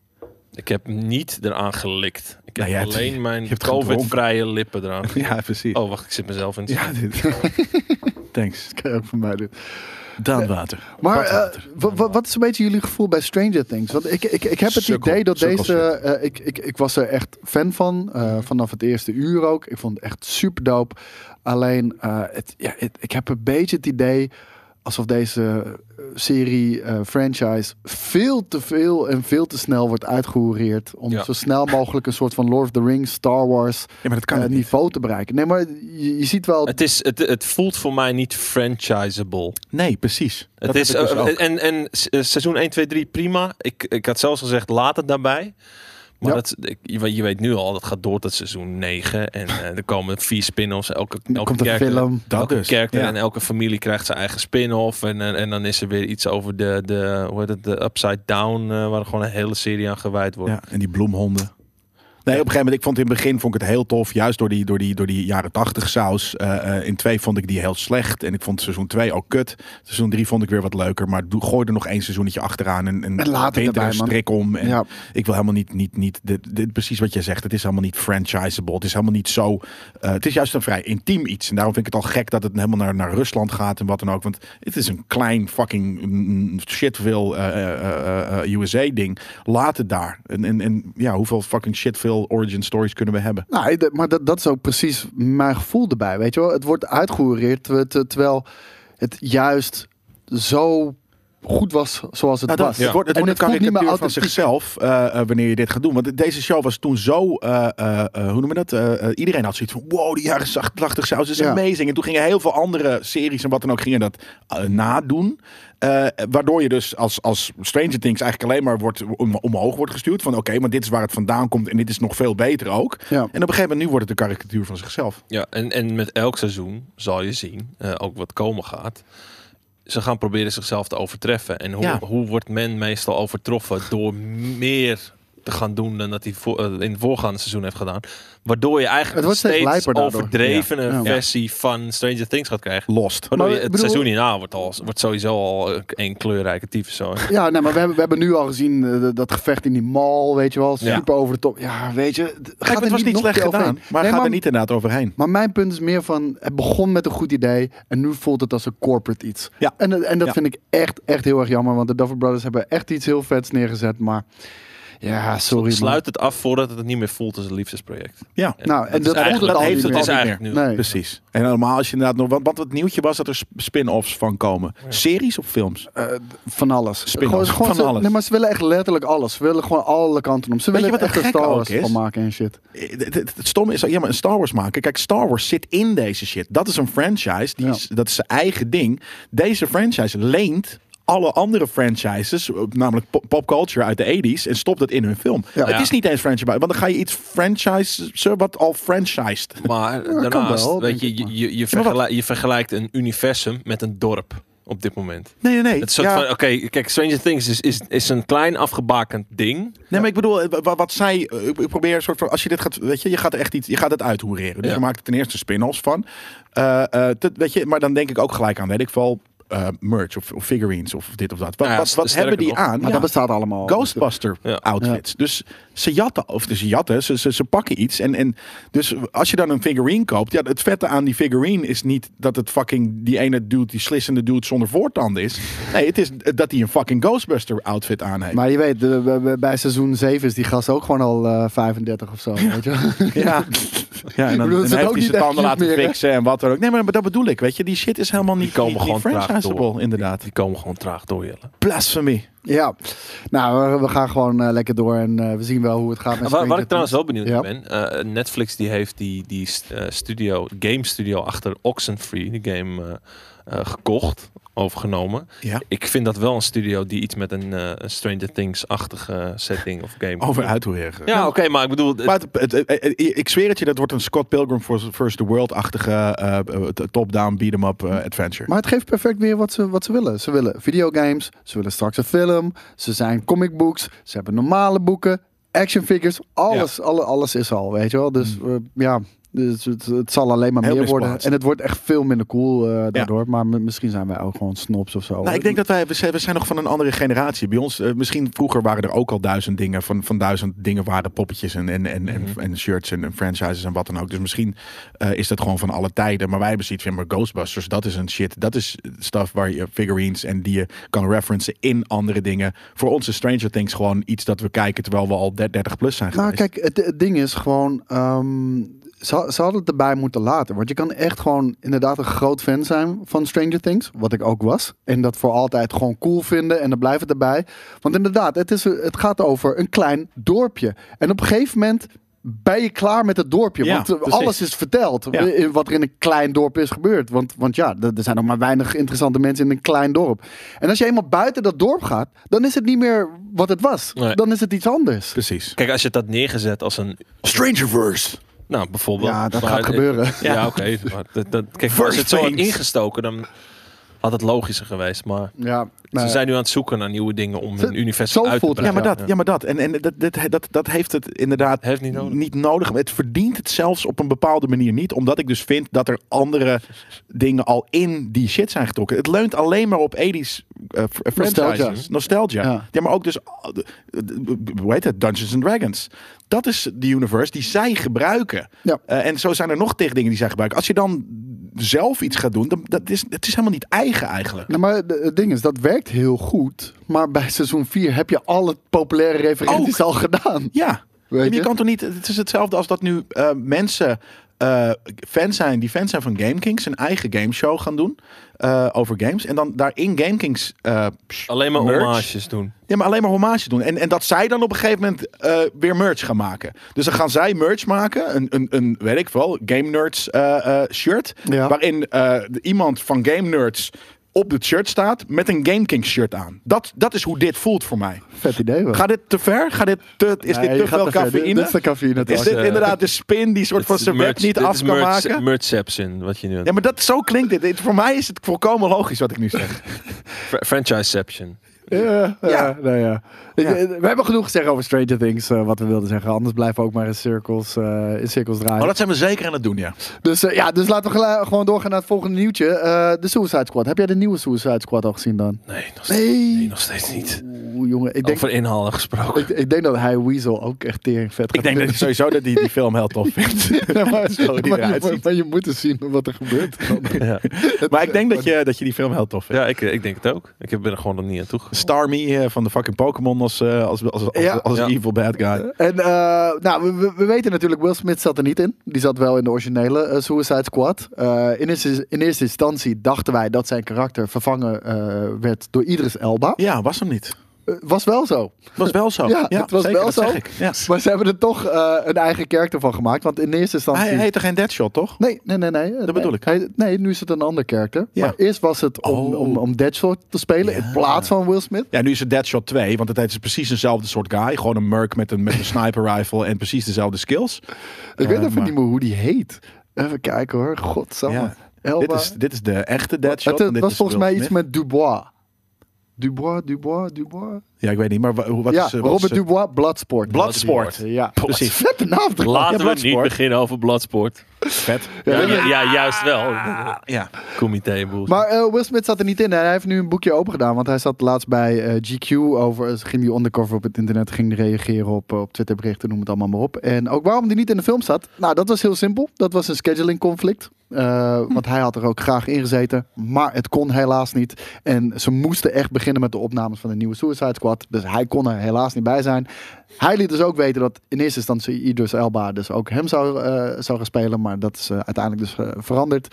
Ik heb niet eraan gelikt. Ik heb Nou, jij hebt- alleen mijn je hebt COVID-vrije lippen eraan. Ja, precies. Oh, wacht, ik zit mezelf in. Ja, dit. Thanks. Kan je ook van mij doen. Daan Water. Maar uh, Badwater. wa- wa- wat is een beetje jullie gevoel bij Stranger Things? Want ik, ik, ik heb het Sukkel. idee dat Sukkel deze... uh, ik, ik, ik was er echt fan van. uh, vanaf het eerste uur ook. Ik vond het echt super dope. Alleen, uh, het, ja, het, ik heb een beetje het idee... alsof deze uh, serie, uh, franchise... veel te veel en veel te snel wordt uitgehoereerd... om Ja. zo snel mogelijk een soort van Lord of the Rings, Star Wars... Ja, maar dat kan uh, het niet. niveau te bereiken. Nee, maar je, je ziet wel... Het, is, het, het voelt voor mij niet franchisable. Nee, precies. Het Dat is, heb ik dus uh, ook. en en s- uh, seizoen één, twee, drie, prima. Ik, ik had zelfs gezegd, laat het daarbij. Maar Ja. dat, ik, je, weet- je weet nu al, dat gaat door tot seizoen negen. En uh, er komen vier spin-offs. Elke, er elke komt een karakter- film. Dat elke dus. karakter Ja. en elke familie krijgt zijn eigen spin-off. En, en, en dan is er weer iets over de, de, hoe heet het, de Upside Down. Uh, waar gewoon een hele serie aan gewijd wordt. Ja, en die bloemhonden. Nee, op een gegeven moment, ik vond in het begin vond ik het heel tof. Juist door die, door die, door die jaren tachtig saus. Uh, uh, in twee vond ik die heel slecht. En ik vond seizoen twee ook kut. Seizoen drie vond ik weer wat leuker. Maar doe, gooi er nog één seizoenetje achteraan. En, en, En laat het wint er erbij, een man. strik om. En Ja. ik wil helemaal niet, niet, niet dit, dit, precies wat jij zegt. Het is helemaal niet franchisable. Het is helemaal niet zo. Uh, het is juist een vrij intiem iets. En daarom vind ik het al gek dat het helemaal naar, naar Rusland gaat en wat dan ook. Want het is een klein fucking mm, shitville uh, uh, uh, U S A ding. Laat het daar. En, en, en ja, hoeveel fucking shitville origin stories kunnen we hebben? Nou, d- maar dat, dat is ook precies mijn gevoel erbij, weet je wel. Het wordt uitgehoereerd, terwijl het, terwijl het juist zo goed was zoals het Nou, dat, was. het wordt, het En wordt een voelt niet meer karikatuur van authentiek. zichzelf uh, uh, wanneer je dit gaat doen. Want deze show was toen zo, uh, uh, uh, hoe noem je dat? Uh, uh, iedereen had zoiets van, wow, die jaren tachtig saus is Ja. amazing. En toen gingen heel veel andere series en wat dan ook gingen dat uh, nadoen. Uh, waardoor je dus als, als Stranger Things eigenlijk alleen maar wordt, om, omhoog wordt gestuurd. Van oké, okay, maar dit is waar het vandaan komt en dit is nog veel beter ook. Ja. En op een gegeven moment nu wordt het een karikatuur van zichzelf. Ja, en, en met elk seizoen zal je zien, uh, ook wat komen gaat. Ze gaan proberen zichzelf te overtreffen. En hoe, Ja. hoe wordt men meestal overtroffen door meer te gaan doen dan dat hij voor, uh, in het voorgaande seizoen heeft gedaan. Waardoor je eigenlijk Het wordt een steeds steeds lijper daardoor. overdrevene Ja. Ja. versie van Stranger Things gaat krijgen. Lost. Waardoor Maar je, het ik bedoel- seizoen hierna wordt, al, wordt sowieso al een kleurrijke tyfus. Zo. Ja, nee, maar we hebben, we hebben nu al gezien uh, dat gevecht in die mall, weet je wel, Ja. super over de top. Ja, weet je, het Kijk, gaat het was niet nog slecht een keer gedaan, overheen. maar Nee, gaat er niet inderdaad overheen. Maar mijn punt is meer van, het begon met een goed idee en nu voelt het als een corporate iets. Ja. En, en dat Ja. vind ik echt, echt heel erg jammer, want de Duffer Brothers hebben echt iets heel vets neergezet, maar ja, sorry man. Sluit het af voordat het niet meer voelt als een liefdesproject. Ja. Nou, en is dat voelt eigenlijk- het dat al heeft niet het meer. is al niet eigenlijk meer. nu. Nee. Precies. En normaal als je inderdaad nog... Want, want het nieuwtje was dat er sp- spin-offs van komen. Series of films? Uh, van alles. Spin-offs, Gewoon- van ze- alles. Nee, maar ze willen echt letterlijk alles. Ze willen gewoon alle kanten om. Ze Weet willen je er wat echt het een gekke Star Wars ook is? van maken en shit. Het, het, het stomme is, ja, maar een Star Wars maken. Kijk, Star Wars zit in deze shit. Dat is een franchise. Die Ja. is, dat is zijn eigen ding. Deze franchise leent alle andere franchises, namelijk pop, pop culture uit de tachtiger en stopt het in hun film. Ja. Het Ja. is niet eens franchise, want dan ga je iets franchise wat al franchised. Maar kan daarnaast, wel, weet denk je, ik je, je, je, vergelijk- je vergelijkt een universum met een dorp op dit moment. Nee, nee, nee. Het is een soort Ja. van, oké, kijk, Stranger Things is, is, is een klein afgebakend ding. Nee, maar ik bedoel, eh, wat, wat zij, eh, ik ik probeer een soort van, als je dit gaat, weet je, je gaat er echt iets, je gaat het uithoereren. Dus Ja. je maakt er ten eerste spin-offs van. Uh, uh, te- weet je, maar dan denk ik ook gelijk aan, weet ik wel, uh, merch of, of figurines of dit of dat. Wat, Nou ja, wat, wat sterker hebben die nog. aan? Maar Ja. dat bestaat allemaal. Ghostbuster Ja. outfits. Dus ze jatten, of ze jatten, ze, ze, ze pakken iets. En, en dus als je dan een figurine koopt, ja, het vette aan die figurine is niet dat het fucking die ene dude, die slissende dude zonder voortanden is. Nee, het is dat hij een fucking Ghostbuster outfit aan heeft. Maar je weet, de- bij- bij- bij seizoen zeven is die gast ook gewoon al uh, vijfendertig of zo. Weet je? Ja, ja en dan, bedoel, en het dan is ook heeft hij niet zijn echt tanden laten meer, hè? fixen en wat dan ook. Nee, maar dat bedoel ik, weet je. Die shit is helemaal niet, komen niet, gewoon niet traag franchisable, door. inderdaad. Die komen gewoon traag door, Jelle. Blasphemy. Ja, nou, we, we gaan gewoon uh, lekker door en uh, we zien wel hoe het gaat met Waar, waar Stranger ik trouwens wel Things. benieuwd Ja. naar ben. uh, Netflix die heeft die, die uh, studio, game studio achter Oxenfree, die game, uh, uh, gekocht, overgenomen. Ja. Ik vind dat wel een studio die iets met een uh, Stranger Things-achtige setting of game. Over uithoeren. Ja, oké, maar ik bedoel... Maar het, het, het- het- ik zweer het je, dat wordt een Scott Pilgrim versus the World-achtige uh, top-down beat-em-up uh, adventure. Maar het geeft perfect weer wat ze, wat ze willen. Ze willen videogames, ze willen straks een film, ze zijn comicbooks, ze hebben normale boeken, action figures, alles, alle, alles is al, weet je wel. Dus uh, ja, dus het, het zal alleen maar Heel meer worden. misplaatst. En het wordt echt veel minder cool uh, daardoor. Maar m- misschien zijn wij ook gewoon snobs of zo. Nou, ik denk dat wij, we zijn, we zijn nog van een andere generatie. Bij ons, uh, misschien vroeger waren er ook al duizend dingen. Van, van duizend dingen waren poppetjes en, en, en, en, en shirts en, en franchises en wat dan ook. Dus misschien uh, is dat gewoon van alle tijden. Maar wij hebben zoiets van, maar Ghostbusters, dat is een shit. Dat is stuff waar je figurines en die je kan referencen in andere dingen. Voor ons is Stranger Things gewoon iets dat we kijken terwijl we al dertig plus zijn Nou, geweest. kijk, het, het ding is gewoon... Um, ze, ze hadden het erbij moeten laten. Want je kan echt gewoon inderdaad een groot fan zijn van Stranger Things. Wat ik ook was. En dat voor altijd gewoon cool vinden. En dan blijft het erbij. Want inderdaad, het, is, het gaat over een klein dorpje. En op een gegeven moment ben je klaar met het dorpje. Ja, want uh, precies. alles is verteld. Ja. uh, Wat er in een klein dorp is gebeurd. Want, want ja, er er zijn nog maar weinig interessante mensen in een klein dorp. En als je eenmaal buiten dat dorp gaat, dan is het niet meer wat het was. Nee. Dan is het iets anders. Precies. Kijk, als je dat neergezet als een... Strangerverse. Nou, bijvoorbeeld. Ja, dat Maar gaat het- gebeuren. Ja, oké. maar dat, dat, kijk, als First het zo had things. ingestoken, dan... had het logischer geweest. Maar Ja, ze nou, zijn nu aan het zoeken naar nieuwe dingen om Ze- hun universum zo uit te voelt het. Ja, breiden. maar dat, ja, maar dat. En, en dat, dat, dat, dat heeft het inderdaad Heeft niet nodig. niet nodig. Het verdient het zelfs op een bepaalde manier niet. Omdat ik dus vind dat er andere dingen al in die shit zijn getrokken. Het leunt alleen maar op tachtiger uh, franchises. Nostalgia. Nostalgia. Ja. Ja. maar ook dus, uh, hoe heet het? Dungeons and Dragons. Dat is de universe die zij gebruiken. Ja. Uh, en zo zijn er nog tegen dingen die zij gebruiken. Als je dan zelf iets gaat doen, dan dat is het is helemaal niet eigen eigenlijk. Nou, maar de- het ding is, dat werkt heel goed. Maar bij seizoen vier heb je alle populaire referenties Ook. al gedaan. Ja. Weet je? je? kan toch niet. Het is hetzelfde als dat nu uh, mensen uh, fans zijn die fans zijn van GameKings een eigen gameshow gaan doen uh, over games en dan daar in GameKings uh, Alleen maar merch- hommages doen. Ja, maar alleen maar hommage doen. En, en dat zij dan op een gegeven moment uh, weer merch gaan maken. Dus dan gaan zij merch maken. Een, een, een weet ik wel, Game Nerds uh, uh, shirt. Ja. Waarin uh, de- iemand van Game Nerds op het shirt staat met een GameKings shirt aan. Dat, dat is hoe dit voelt voor mij. Vet idee wel. Gaat dit te ver? Gaat dit te, is Nee, dit je te gaat veel te ver. Dit- cafeïne? Dit is de cafeïne. Is toch? dit eh, inderdaad de spin die soort van Dit is zijn web merch- niet dit af is kan merch- maken? Merchception, wat je nu aan Ja, maar dat, zo klinkt dit. Dit- Voor mij is het volkomen logisch wat ik nu zeg. Fra- Franchiseception. Ja, ja, Ja. nou ja. Ja. We hebben genoeg gezegd over Stranger Things, uh, wat we wilden zeggen. Anders blijven we ook maar in cirkels, uh, in cirkels draaien. Oh, dat zijn we zeker aan het doen, ja. Dus, uh, ja, dus laten we gela- gewoon doorgaan naar het volgende nieuwtje. Uh, de Suicide Squad. Heb jij de nieuwe Suicide Squad al gezien dan? Nee, nog steeds, Nee. nee, nog steeds niet. Oeh, jongen. Ik denk, Over inhalen gesproken. ik, ik denk dat hij Weasel ook echt tering vet gaat Ik denk dat vinden. ik sowieso dat die, die film heel tof vindt. Ja, maar, Zo die maar, eruit je, ziet. maar je moet eens zien wat er gebeurt. Ja, Maar ik denk dat je, dat je die film heel tof vindt. ja ik, ik denk het ook. Ik ben er gewoon nog niet aan toegekomen. Starmie uh, van de fucking Pokémon als, uh, als, als, als, Ja. als Ja. evil bad guy. En uh, nou, we- we, we weten natuurlijk, Will Smith zat er niet in. Die zat wel in de originele uh, Suicide Squad. Uh, in, eerste, in eerste instantie dachten wij dat zijn karakter vervangen uh, werd door Idris Elba. Ja, was hem niet. Uh, was wel zo. Was wel zo. Ja, het was zeker, wel dat zo. zeg ik. Ja. Maar ze hebben er toch uh, een eigen karakter van gemaakt. Want in eerste instantie... Hij heette geen Deadshot, toch? Nee, nee, nee, nee. Dat bedoel ik. Hij, nee, nu is het een ander karakter. Ja. Maar eerst was het om, Oh. om, om Deadshot te spelen in plaats van Will Smith. Ja, nu is het Deadshot twee, want het is precies dezelfde soort guy. Gewoon een merc met een, met een sniper rifle en precies dezelfde skills. Ik weet Uh, even maar- niet meer hoe die heet. Even kijken hoor. Godsamme. Ja. Elba. Dit is, dit is de echte Deadshot. Het, en dit was is volgens Will mij iets Smith. met Dubois. Dubois, Dubois, Dubois. Ja, ik weet niet, maar wa- hoe- wat ja, is... uh, wat Robert is, uh, Dubois, Bloodsport. Bloodsport. Ja, Precies. Vette naam toch? Laten Ja, we Bloodsport. niet beginnen over Bloodsport. Vet. Ja, ja, ja, juist wel. Ja. Comité boel. Maar uh, Will Smith zat er niet in. Hij heeft nu een boekje open gedaan. Want hij zat laatst bij uh, G Q over. Ging die undercover op het internet. Ging die reageren op, uh, op Twitter berichten. Noem het allemaal maar op. En ook waarom die niet in de film zat. Nou, dat was heel simpel. Dat was een scheduling conflict. Uh, Want hij had er ook graag in gezeten. Maar het kon helaas niet. En ze moesten echt beginnen met de opnames van de nieuwe Suicide Squad. Dus hij kon er helaas niet bij zijn. Hij liet dus ook weten dat in eerste instantie Idris Elba dus ook hem zou, uh, zou gaan spelen. Maar dat is uh, uiteindelijk dus uh, veranderd.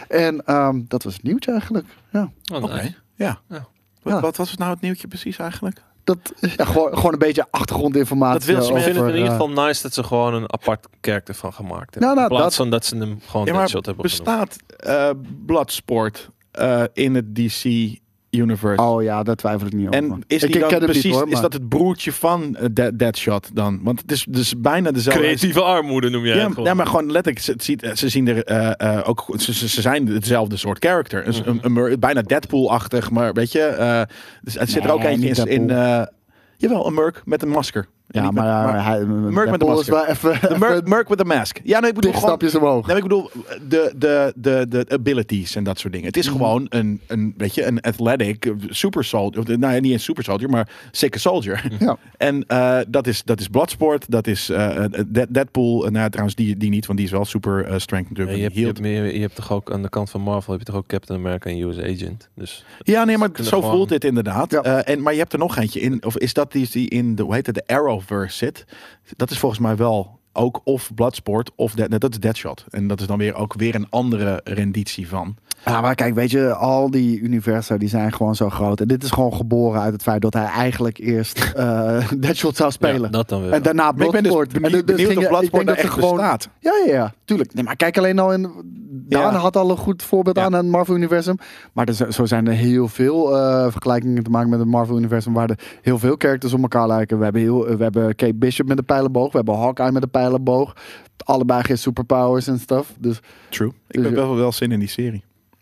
En um, dat was het nieuwtje eigenlijk. Ja. Oh, Oké. nee. Ja. Ja. Wat, Ja. wat was nou het nieuwtje precies eigenlijk? Dat, ja, gewoon, gewoon een beetje achtergrondinformatie. Dat wil ze Ik over, vind het in ieder uh, geval nice dat ze gewoon een apart karakter van gemaakt hebben. Nou, nou, in plaats dat- van dat ze hem gewoon Ja, maar Deadshot hebben genoemd. bestaat uh, Bloodsport uh, in het D C universe? Oh ja, daar twijfel ik niet over. En is, ik die dan ken hem precies, niet, hoor, is maar- dat het broertje van uh, De- Deadshot dan? Want het is dus bijna dezelfde... Creatieve armoede noem jij Ja, het gewoon. ja, maar gewoon letterlijk, ze, het ziet, ze zien er uh, uh, ook, ze, ze ze zijn hetzelfde soort character. Dus een, een, mer- bijna Deadpool-achtig, maar weet je, uh, dus het zit er ook Nee, eentje niet in, in Deadpool. uh, jawel, een merc met een masker. Ja, Niet maar, met- uh, hij, Merc met de Deadpool is wel even, de merc, merc with a mask. Ja, nee, ik bedoel tig gewoon... stapjes omhoog. Nee, ik bedoel de, de, de, de abilities en dat soort dingen. Het is gewoon een, een, weet je, een athletic uh, super soldier. Of, nou ja, niet een super soldier, maar sikke soldier. Ja. En uh, dat, is, dat is Bloodsport, dat is uh, Dead- Deadpool. Uh, nou, trouwens, die, die niet, want die is wel super uh, strength Ja, natuurlijk. je, Ja, hebt, je, hebt, meer- je hebt toch ook aan de kant van Marvel heb je toch ook Captain America en U S Agent. Dus ja, nee, maar kunnen zo gewoon- voelt dit inderdaad. Ja. Uh, en, maar je hebt er nog eentje in, of is dat die, die in de, hoe heet het, de Arrowverse zit? Dat is volgens mij wel ook of Bloodsport of Dead, nee, dat is Deadshot. En dat is dan weer ook weer een andere renditie van. Ja, maar kijk, weet je, al die universa die zijn gewoon zo groot. En dit is gewoon geboren uit het feit dat hij eigenlijk eerst uh, Deadshot zou spelen. ja, dat dan weer. En daarna Maar ik ben dus Bloodsport. En benieuwd, dus benieuwd ging of je- ik Bloodsport denk daar dat echt ze gewoon. bestaat. Ja, ja, ja, tuurlijk. Nee, maar kijk alleen al in. Daan Ja. had al een goed voorbeeld Ja. aan het Marvel-universum. Maar er, z- zo zijn er heel veel uh, vergelijkingen te maken met het Marvel-universum. Waar er heel veel characters op elkaar lijken. We hebben, heel, we hebben Kate Bishop met een pijlenboog. We hebben Hawkeye met een pijlenboog. Allebei geen superpowers en stuff. Dus True. Ik Dus heb je- wel wel zin in die serie.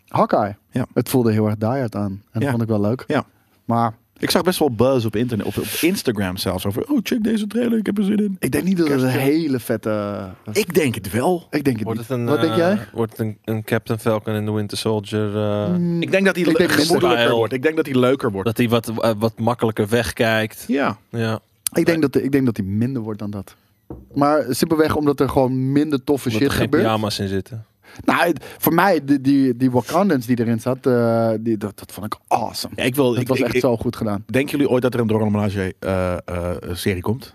Hawkeye. Ja. Het voelde heel erg Die Hard aan. En dat Ja. vond ik wel leuk. Ja. Maar Ik zag best wel buzz op internet, op, op Instagram zelfs, over, oh, check deze trailer, ik heb er zin in. ik denk niet dat het een Kerstfilm. hele vette... Ik denk het wel. Ik denk het Wordt niet. het een, Wat denk eh, jij? Wordt het een, een Captain Falcon en the Winter Soldier... eh, Mm, Ik denk dat hij ik denk gemoedelijker minder. wordt. Ik denk dat hij leuker wordt. Dat hij wat, eh, wat makkelijker wegkijkt. Ja. Ja. Ik denk, dat, ik denk dat hij minder wordt dan dat. Maar simpelweg omdat er gewoon minder toffe Omdat shit er geen gebeurt. pyjama's in zitten. Nou, het- voor mij, die, die, die Wakandans die erin zat, eh, die, dat, dat vond ik awesome. Ja, ik wil, Dat ik, was ik, echt ik- zo goed gedaan. Denken jullie ooit dat er een Dora Milaje uh, uh, serie komt?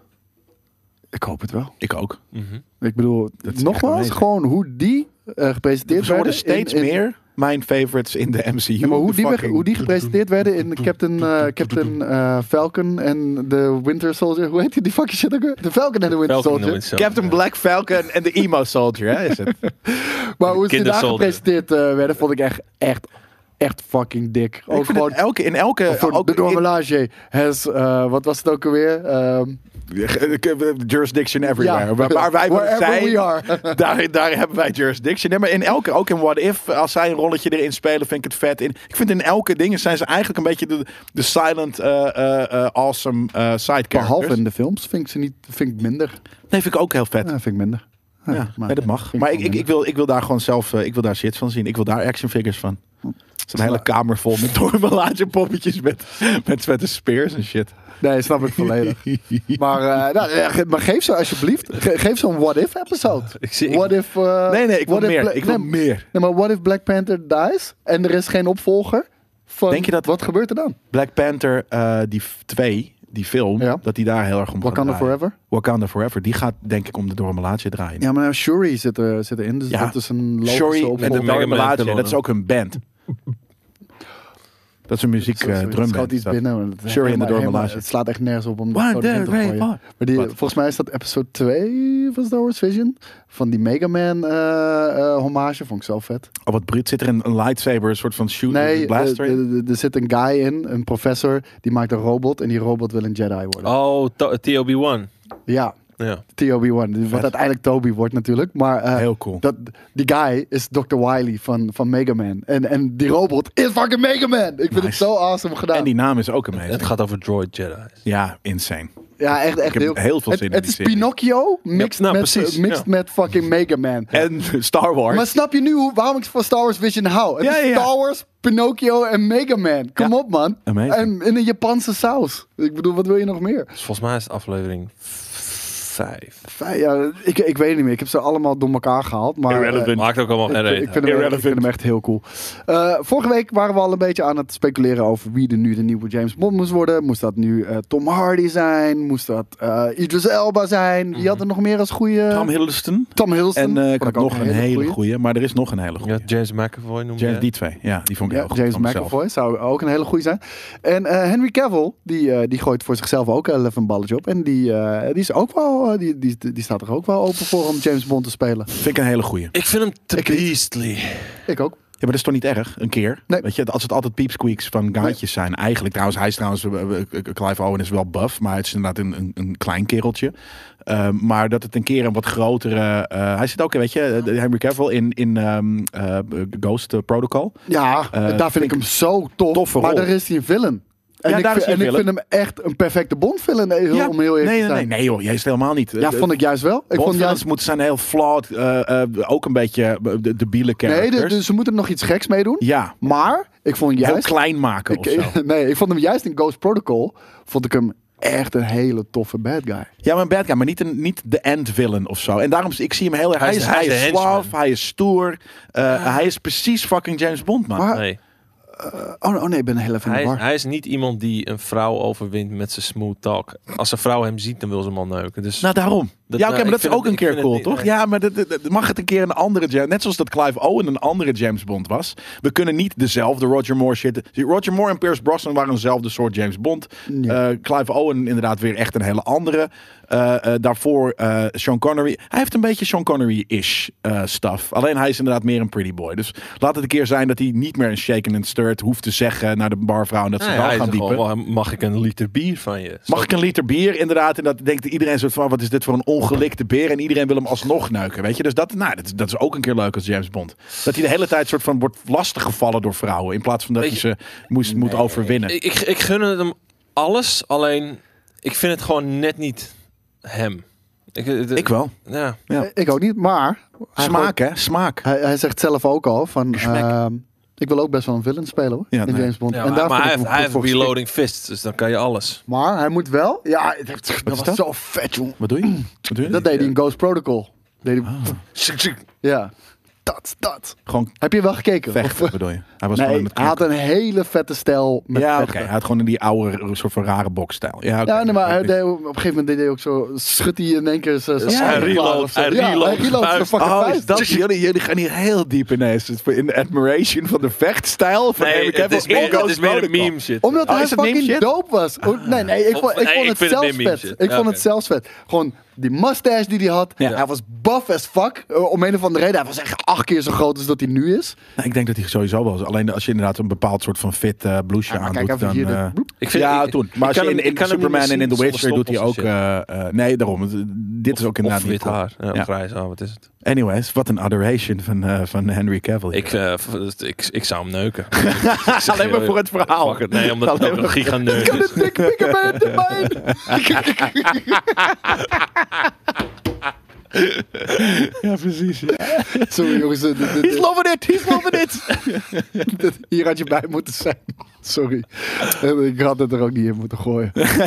Ik hoop het wel. Ik ook. Mhm. Ik bedoel, Dat is echt nogmaals, amazing. gewoon hoe die uh, gepresenteerd Ze worden werden. steeds in- in- meer mijn favorites in de M C U. Ja, maar hoe De die, weg- fucking- hoe die gepresenteerd werden in Captain, uh, Captain uh, Falcon en de Winter Soldier. Hoe heet die, die fucking shit ook weer? De Falcon en de Winter Falcon Soldier. en the Winter Captain Black Falcon en de Emo Soldier, hè, is het? Maar hoe ze Kinder daar Soldier. gepresenteerd uh, werden, vond ik echt, echt, echt fucking dik. Ik Ook vind gewoon het elke, in elke... voor ook de in- Dormelage has, uh, wat was het ook alweer? Um, jurisdiction everywhere. ja, waar, waar wij willen wherever zijn, we are. daar, daar hebben wij jurisdiction. Nee, maar in elke, ook in What If, als zij een rolletje erin spelen, vind ik het vet. In, ik vind in elke ding zijn ze eigenlijk een beetje de, de silent, uh, uh, uh, awesome uh, side characters. Behalve in de films vind ik ze niet, vind ik minder. Nee, vind ik ook heel vet. Ja, vind ik minder. Ja, Ja, nee, dat mag. vind ik Maar ik, gewoon ik, ik, wil, ik wil daar gewoon zelf, uh, ik wil daar shit van zien. Ik wil daar action figures van. Het is een hele kamer vol met Dormelage poppetjes met, met vette spears en shit. Nee, snap ik volledig. maar, uh, nou, ja, maar geef ze alsjeblieft. Ge- geef zo'n What If episode. Ik zie- ik- What if, uh, Nee, nee, ik wil what if meer. Bla- Ik wil nee, meer. nee, maar What If Black Panther dies en er is geen opvolger? Van, Denk je dat- Wat gebeurt er dan? Black Panther uh, die twee, die film, Ja. dat die daar heel erg om gaat Wakanda draaien. Forever? Wakanda Forever, die gaat denk ik om de Dormelage draaien. Ja, maar Shuri zit, er, zit erin, dus Ja. dat is een logische Shuri en opvolger. de Mega Man Dormelage, pillen. dat is ook een band. Dat is een muziek Sorry, uh, sorry, er drumband. schoot iets Dat- binnen. maar het- Shuri en de helemaal- Dormelage. helemaal- Het slaat echt nergens op om What zo erin the te Ray gooien. What? Maar die, Wat? volgens mij is dat episode twee van Star Wars Vision. Van die Mega Man uh, uh, hommage. Vond ik zo vet. Oh, wat bruut. Zit er een, een lightsaber, een soort van shoot Nee, blaster eh, in? eh, er zit een guy in, een professor. Die maakt een robot en die robot wil een Jedi worden. Oh, To- T O B one. Ja, Ja. T O B one. Wat uiteindelijk Toby wordt natuurlijk. Maar uh, Heel cool. dat, die guy is dokter Wily van, van Mega Man. En, en die robot is fucking Mega Man. Ik vind het Nice. zo awesome gedaan. En die naam is ook amazing. Het gaat over droid Jedi's. Ja, insane. Ja, echt, echt Ik heb heel, heel veel het, zin in het die is serie. Pinocchio mixed, nou, met, precies, mixed ja. met fucking Mega Man. En Star Wars. Maar snap je nu hoe, waarom ik van Star Wars Vision hou? Het Ja, is ja. Star Wars, Pinocchio en Mega Man. Kom Ja. op, man. Amazing. En in een Japanse saus. Ik bedoel, wat wil je nog meer? Dus volgens mij is het aflevering vijf. Vij- Ja, ik, ik weet het niet meer. Ik heb ze allemaal door elkaar gehaald. Maar, Irrelevant. eh, Maakt ook allemaal geen ik, reden. ik, vind hem, echt- ik vind hem echt heel cool. Eh, vorige week waren we al een beetje aan het speculeren over wie er nu de nieuwe James Bond moest worden. Moest dat nu eh, Tom Hardy zijn? Moest dat eh, Idris Elba zijn? Wie had er nog meer als goede? Tom Hiddleston. Tom Hiddleston. En uh, ik Vond had nog een hele goeie. goede, maar er is nog een hele goede. Ja, James McAvoy noem je. James, die twee. Ja, die vond ik Ja, heel goed. James van mezelf. McAvoy zou ook een hele goede zijn. En eh, Henry Cavill, die, eh, die gooit voor zichzelf ook wel even een balletje op. En die, eh, die is ook wel, eh, die, die, die staat er ook wel open voor om James Bond te spelen. Vind ik een hele goede. Ik vind hem te Ik niet. beastly. Ik ook. Ja, maar dat is toch niet erg? Een keer? Nee. Weet je, als het altijd peepsqueaks van gaatjes zijn. Eigenlijk, trouwens, hij is trouwens, uh, uh, Clive Owen is wel buff, maar het is inderdaad een, een, een klein kereltje. Um, maar dat het een keer een wat grotere... Uh, hij zit ook, weet je, uh, Henry Cavill in, in um, uh, Ghost uh, Protocol. Ja, Eh, daar vind vind ik hem zo tof. toffe maar rol. daar is hij een villain. En, Ja, ik, daar vind, is hij en een ik vind hem echt een perfecte Bond-villain, eh, heel- Ja, om heel eerlijk nee, te nee, zijn. nee, nee joh, jij is het helemaal niet. Ja, De- vond ik juist wel. Ik vond Bond-villains juist... moeten zijn heel flawed, uh, uh, ook een beetje uh, de debiele Nee, characters. de, de- ze moeten er nog iets geks mee doen. Ja, Maar ik vond heel juist... klein maken of zo. Ik, nee, ik vond hem juist in Ghost Protocol, vond ik hem echt een hele toffe bad guy. Ja, maar een bad guy, maar niet, een, niet de end villain of zo. En daarom, ik zie hem heel erg... Hij Hij is, is- hij hij is is de henchman. suave, hij is stoer. Uh, Hij is precies fucking James Bond, man. Maar- Nee. Oh, oh nee, ik ben heel even in de Hij, war. hij is niet iemand die een vrouw overwint met zijn smooth talk. Als een vrouw hem ziet, dan wil ze hem al neuken. Dus Nou, daarom. Dat- ja, oké, nou, maar dat ik is ook vind een het- keer ik vind cool, het toch? niet- Ja, maar dat, dat- dat- mag het een keer een andere James... Net zoals dat Clive Owen een andere James Bond was. We kunnen niet dezelfde Roger Moore shit... Roger Moore en Pierce Brosnan waren eenzelfde soort James Bond. Ja. Uh, Clive Owen inderdaad weer echt een hele andere. Uh, uh, daarvoor uh, Sean Connery. Hij heeft een beetje Sean Connery-ish uh, stuff. Alleen hij is inderdaad meer een pretty boy. Dus laat het een keer zijn dat hij niet meer een shaken and stir woord hoeft te zeggen naar de barvrouw en dat ze Nee, dan hij gaan zegt diepen. gewoon, mag ik een liter bier van je? Zo- Mag ik een liter bier? Inderdaad. En dat denkt iedereen soort van, wat is dit voor een ongelikte beer? En iedereen wil hem alsnog neuken, weet je? Dus dat, nou, dat, is- dat is ook een keer leuk als James Bond. Dat hij de hele tijd soort van wordt lastiggevallen door vrouwen. In plaats van dat Weet hij je- ze moest, moet overwinnen. Ik, ik, ik gun hem alles, alleen ik vind het gewoon net niet hem. Ik, de- Ik wel. Ja. Ja. Ik ook niet, maar... hij Smaak, hè? Smaak. Hij, hij zegt zelf ook al van... Smack. ehm, ik wil ook best wel een villain spelen hoor. Ja, in nee. James Bond. Ja, en maar daar maar vind hij ik heeft, hem hij goed heeft voor reloading fists, dus dan kan je alles. geschikt. Maar hij moet wel... Ja, dat, dat is was dat? zo vet, joh. Wat doe je? Wat doe je? Dat deed hij in Ghost Protocol. Deed hij, Ah. Ja. Dat, dat. Gewoon Heb je wel gekeken? vechten, Of- bedoel je? Hij was gewoon nee, met hij had een hele vette stijl met Ja, oké. vechten. Hij had gewoon in die oude soort van rare boksstijl. Ja, oké. Ja, nee, maar hij deed, op een gegeven moment deed hij ook zo... Schudt hij in één keer zijn zijn Ja, zwaard hij klaar reload- of zo. hij Ja, reload hij reload zijn vuist. fucking Oh, vuist. is dat, jullie, jullie gaan hier heel diep ineens. Het is in de admiration van de vechtstijl van Nee, Henry het Cavill is meer, in het Ghost is meer een Protocol. meme shit. Omdat Oh, hij is het meme fucking shit? dope was. Oh, nee, nee, ik, Of- vond, ik nee, vond ik het vind het zelfs meer meme vet. shit. Ik Ja, vond oké. het zelfs vet. Gewoon die mustache die hij had. Ja. Hij was buff as fuck. Uh, om een of andere reden. Hij was echt acht keer zo groot als dat hij nu is. Nou, ik denk dat hij sowieso wel is. Alleen als je inderdaad een bepaald soort van fit uh, blouseje Ja, maar aandoet, kijk even dan... hier. de- eh, bloep. Ik vind, ja, ik- toen. ik Maar als kan je hem- in, ik in kan hem niet Superman en in The meer zien Witcher doet hij ook... zonder stoppels uh, uh, nee, daarom. Het- Dit is ook en shit. inderdaad Of niet wit cool. haar. Ja, Ja. of grijs haar, wat is het? Anyways, wat een adoration van, uh, van Henry Cavill. hier. Ik, uh, v- ik, ik zou hem neuken. Alleen maar voor het verhaal. Fuck it. Nee, omdat het Alleen ook een maar- giganeuk is. Dikke pikken bij het termijn. Ja, precies. Ja. Sorry jongens. dit- dit- dit- He's loving it, he's loving it. dit- Hier had je bij moeten zijn. Sorry. Ik had het er ook niet in moeten gooien.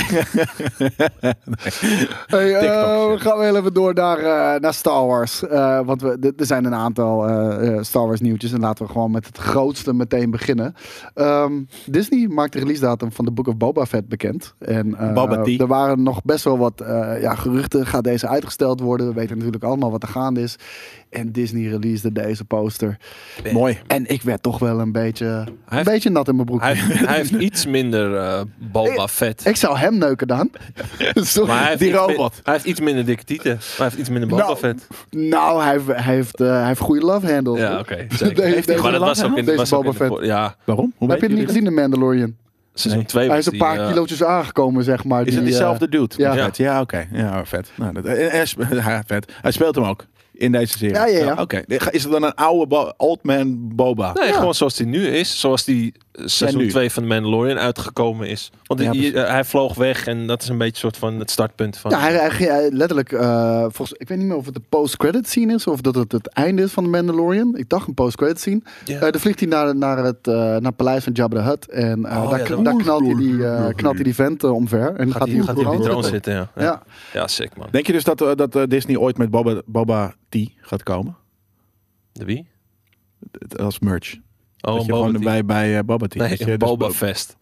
Hey, eh, TikTok we gaan wel even door naar, eh, naar Star Wars. Eh, want we, d- er zijn een aantal eh, eh, Star Wars nieuwtjes. En laten we gewoon met het grootste meteen beginnen. Ehm, Disney maakt de release datum van The Book of Boba Fett bekend. En eh, Boba Tea. er waren nog best wel wat eh, ja, geruchten. Gaat deze uitgesteld worden? We weten natuurlijk allemaal wat er gaande is. En Disney releasede deze poster. Mooi. En ik werd toch wel een beetje, een heeft- beetje nat in mijn broek. Hij, hij heeft iets minder uh, Boba Fett. Ik zou hem neuken dan. Sorry. Maar hij heeft, die iets robot. min- hij heeft iets minder dikke tieten. Maar hij heeft iets minder Boba Nou, Fett. Nou, hij heeft, hij heeft, eh, hij heeft goede love handles. Ja, hoor. oké. Deze- zeker. deze Maar dat was ook in, Deze was ook in Boba de Fett. voor- Ja, Waarom? Hoe Heb je het niet gezien, de Mandalorian? seizoen Nee. twee Hij was is een die, paar uh, kilootjes aangekomen, zeg maar. Is die, het eh, diezelfde dude? ja. Ja, vet. Ja, oké. Ja, vet. Nou, dat, en- en- ja, vet. Hij speelt hem ook in deze serie. Ja, ja, ja. Oké. Is het dan een oude Bo- old man Boba? Nee, Ja. gewoon zoals die nu is. Zoals die uh, seizoen nu. twee van The Mandalorian uitgekomen is. Want Ja, die- precies. uh, hij vloog weg en dat is een beetje soort van het startpunt van... Ja, hij, hij, hij- letterlijk, eh, volgens, ik weet niet meer of het de post-credit scene is of dat het het einde is van de Mandalorian. Ik dacht een post-credit scene. Ja. Eh, dan vliegt hij naar, naar, het, eh, naar het paleis van Jabba the Hutt. En eh, Oh, daar, ja, kn- dat- daar knalt, hij die, eh, knalt hij die vent eh, omver. En gaat, hij, op gaat hij op die troon troon zitten. zitten, ja. Ja, Ja. ja sick man. Denk je dus dat, eh, dat eh, Disney ooit met Boba, Boba Tea gaat komen? De wie? Het- Als merch. Oh, dat een je gewoon Boba Tea. bij, bij eh, Boba Tea. Nee, dat je een dus Boba Bo- Fest.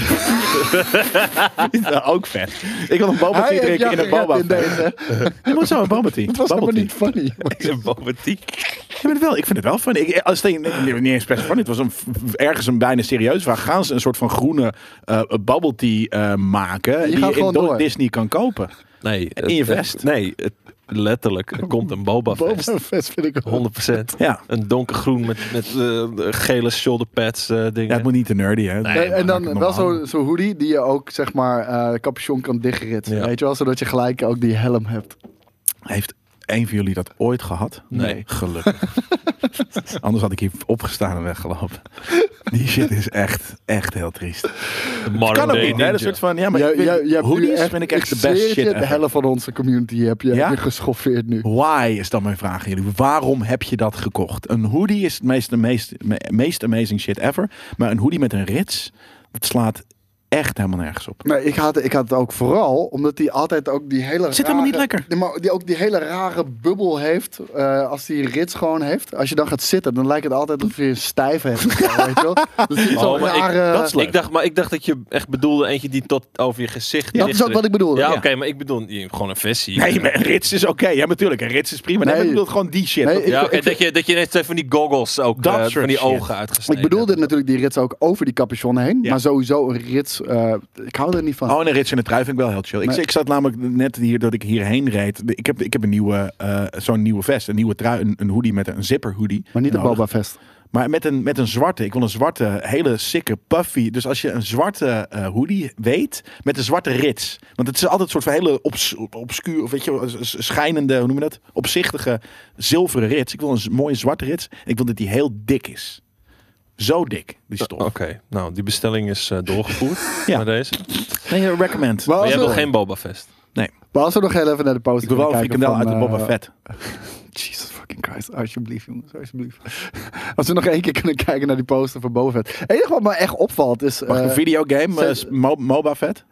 Ja, ook vet. Ik wil een Boba Hij Tea heeft drinken in een jou Boba gered in Fest. deze. Je moet zo een Boba Tea. Het was Bubble helemaal tea. niet funny. Een Boba Tea. Ik vind het wel, ik vind het wel fun. Ik, als het niet, niet eens best fun. Het was een, ergens een bijna serieus vraag. Gaan ze een soort van groene uh, bubble tea uh, maken die gaat je gewoon in door. Disney kan kopen? Nee. In je het- vest. het- Nee, het, letterlijk. Er komt een Boba Fest. Boba Fett vind ik wel. honderd procent. Ja. Een donkergroen met, met uh, gele shoulder pads uh, dingen. Ja, het moet niet te nerdy, hè? Nee, Nee, en maak het dan wel normaal. zo'n zo hoodie die je ook, zeg maar, eh capuchon kan dichtritsen. Ja. Weet je wel, zodat je gelijk ook die helm hebt. Heeft een van jullie dat ooit gehad? Nee. Gelukkig. Anders had ik hier opgestaan en weggelopen. Die shit is echt, echt heel triest. De modern Kan ook day niet, hè? ninja. Dat soort van, ja, maar Jij- ik vind- jij- jij hebt nu hoodies echt- vind ik echt de zweer best het shit je, De ever. helft van onze community heb je, Ja? heb je geschoffeerd nu. Why is dan mijn vraag aan jullie. Waarom heb je dat gekocht? Een hoodie is het meest, de meest, me- meest amazing shit ever. Maar een hoodie met een rits, dat slaat echt helemaal nergens op. Nee, ik had, ik had het ook vooral omdat hij altijd ook die hele Zit helemaal niet rare- lekker. Nee, maar die ook die hele rare bubbel heeft. eh, als die rits gewoon heeft. Als je dan gaat zitten, dan lijkt het altijd alsof je een stijf hebt. of zo, weet je wel? Dus die zo'n Oh, maar ik- rare... dat is leuk. Ik dacht, maar ik dacht dat je echt bedoelde eentje die tot over je gezicht dat ligt. is ook wat ik bedoelde. Ja, Ja. oké, maar ik bedoel je- gewoon een versie. Nee, maar een rits is oké. Ja, natuurlijk. Een rits is prima. Nee, Nee. maar ik bedoel gewoon die shit. Nee, Dat- ik- Ja, oké, ik- dat, je, dat je net twee van die goggles ook, Dat eh, soort van die shit. ogen uitgesneden Ik bedoelde hebt. natuurlijk die rits ook over die capuchon heen. Ja. Maar sowieso een rits... eh, ik hou er niet van. Oh, en een rits in de trui vind ik wel heel chill. Ik, Nee. ik zat namelijk net hier dat ik hierheen reed. Ik heb, ik heb een nieuwe, eh, zo'n nieuwe vest, een nieuwe trui, een, een hoodie met een zipper hoodie. maar niet de nodig. Boba Fest. Maar met een, met een zwarte. Ik wil een zwarte, hele sikke, puffy. Dus als je een zwarte uh, hoodie weet, met een zwarte rits. Want het is altijd een soort van hele obs, obscuur, of weet je, schijnende, hoe noem je dat? Opzichtige zilveren rits. Ik wil een mooie zwarte rits. En ik wil dat die heel dik is. Zo dik, die stof. Oké, okay. Nou, die bestelling is uh, doorgevoerd. Ja. Naar deze. Nee, recommend. Maar, maar jij we... wil geen Boba Fest? Nee. Maar als we nog heel even naar de poster Ik wil wel een frikandel uit de Boba uh, Fett. Jesus fucking Christ, alsjeblieft jongens, alsjeblieft. Als we nog één keer kunnen kijken naar die poster van Boba Fett. Het enige wat me echt opvalt is... Mag uh, een videogame, uh, Mo Moba Fett?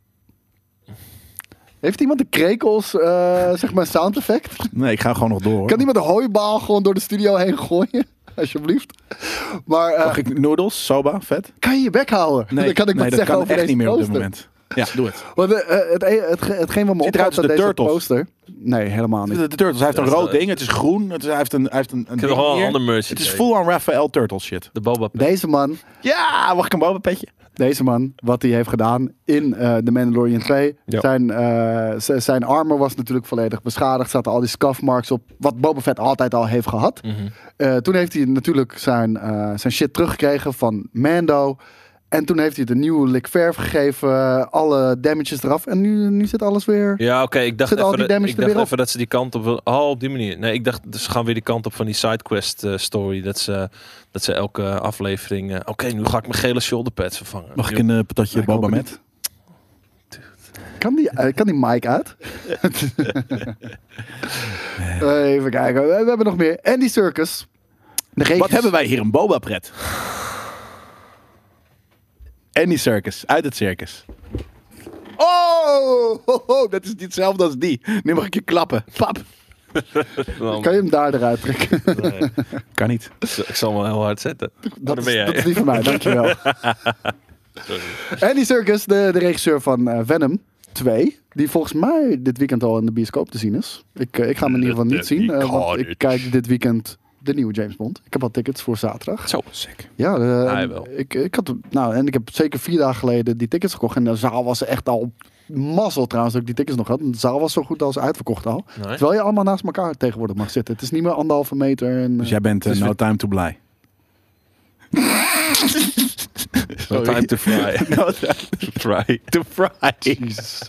Heeft iemand de krekels, uh, zeg maar, sound effect? Nee, ik ga gewoon nog door. Hoor. Kan iemand een hooibaal gewoon door de studio heen gooien? Alsjeblieft. Maar, uh, Mag ik noodles, soba, vet? Kan je je bek houden? Nee, Dan kan ik nee, wat dat zeggen kan over echt deze niet meer poster. op dit moment. Ja, doe het. Want, uh, het, het, hetgeen wat me Ziet eruit opvalt als aan de deze Turtles. poster... Nee, helemaal niet. De, de Turtles, hij heeft Ja, een rood dat- ding, het is groen, het is, hij heeft een, hij heeft een, een Ik heb ding nog wel een hier. ander merch. Het is full on Raphael Turtle shit. De Boba Fett. Deze man, Ja, mag ik een Boba petje? deze man, wat hij heeft gedaan in uh, The Mandalorian twee. Ja. Zijn, uh, z- zijn armor was natuurlijk volledig beschadigd. Zaten al die scuff marks op. Wat Boba Fett altijd al heeft gehad. Mm-hmm. Uh, toen heeft hij natuurlijk zijn, uh, zijn shit teruggekregen van Mando. En toen heeft hij het een nieuwe lik verf gegeven. uh, alle damages eraf. En nu, nu zit alles weer... Ja, oké. Ik dacht, Zit al even, die dat, damage ik er dacht weer op? even dat ze die kant op wil. Oh, op die manier. Nee, ik dacht, dus ze gaan weer die kant op van die sidequest uh, story. Dat ze, dat ze elke aflevering... Uh, oké, okay, nu ga ik mijn gele shoulderpads vervangen. Mag ik een uh, patatje Ik hoop Boba het met? Kan die, uh, kan die mic uit? uh, even kijken. We, we hebben nog meer. Andy Serkis. De regis- Wat hebben wij hier? Een Boba pret. Andy Circus, uit het circus. Oh, ho, ho, dat is niet hetzelfde als die. Nu mag ik je klappen. Pap. Kan je hem daar eruit trekken? Nee, Kan niet. ik zal hem wel heel hard zetten. Dat, daar is, ben jij. dat is niet van mij, dankjewel. Sorry. Andy Serkis, de, de regisseur van uh, Venom twee. Die volgens mij dit weekend al in de bioscoop te zien is. Ik, uh, ik ga hem in ieder geval niet zien. Uh, want ik kijk dit weekend de nieuwe James Bond. Ik heb al tickets voor zaterdag. Zo, sick. Ja, uh, Hij wel. Ik, ik had, nou, en ik heb zeker vier dagen geleden die tickets gekocht. En de zaal was echt al mazzel trouwens dat ik die tickets nog had. De zaal was zo goed als uitverkocht al. Nee. Terwijl je allemaal naast elkaar tegenwoordig mag zitten. Het is niet meer anderhalve meter. En, Dus jij bent uh, Dus no we- time to blij. No time to fry. No time to fry. To fry. Jezus.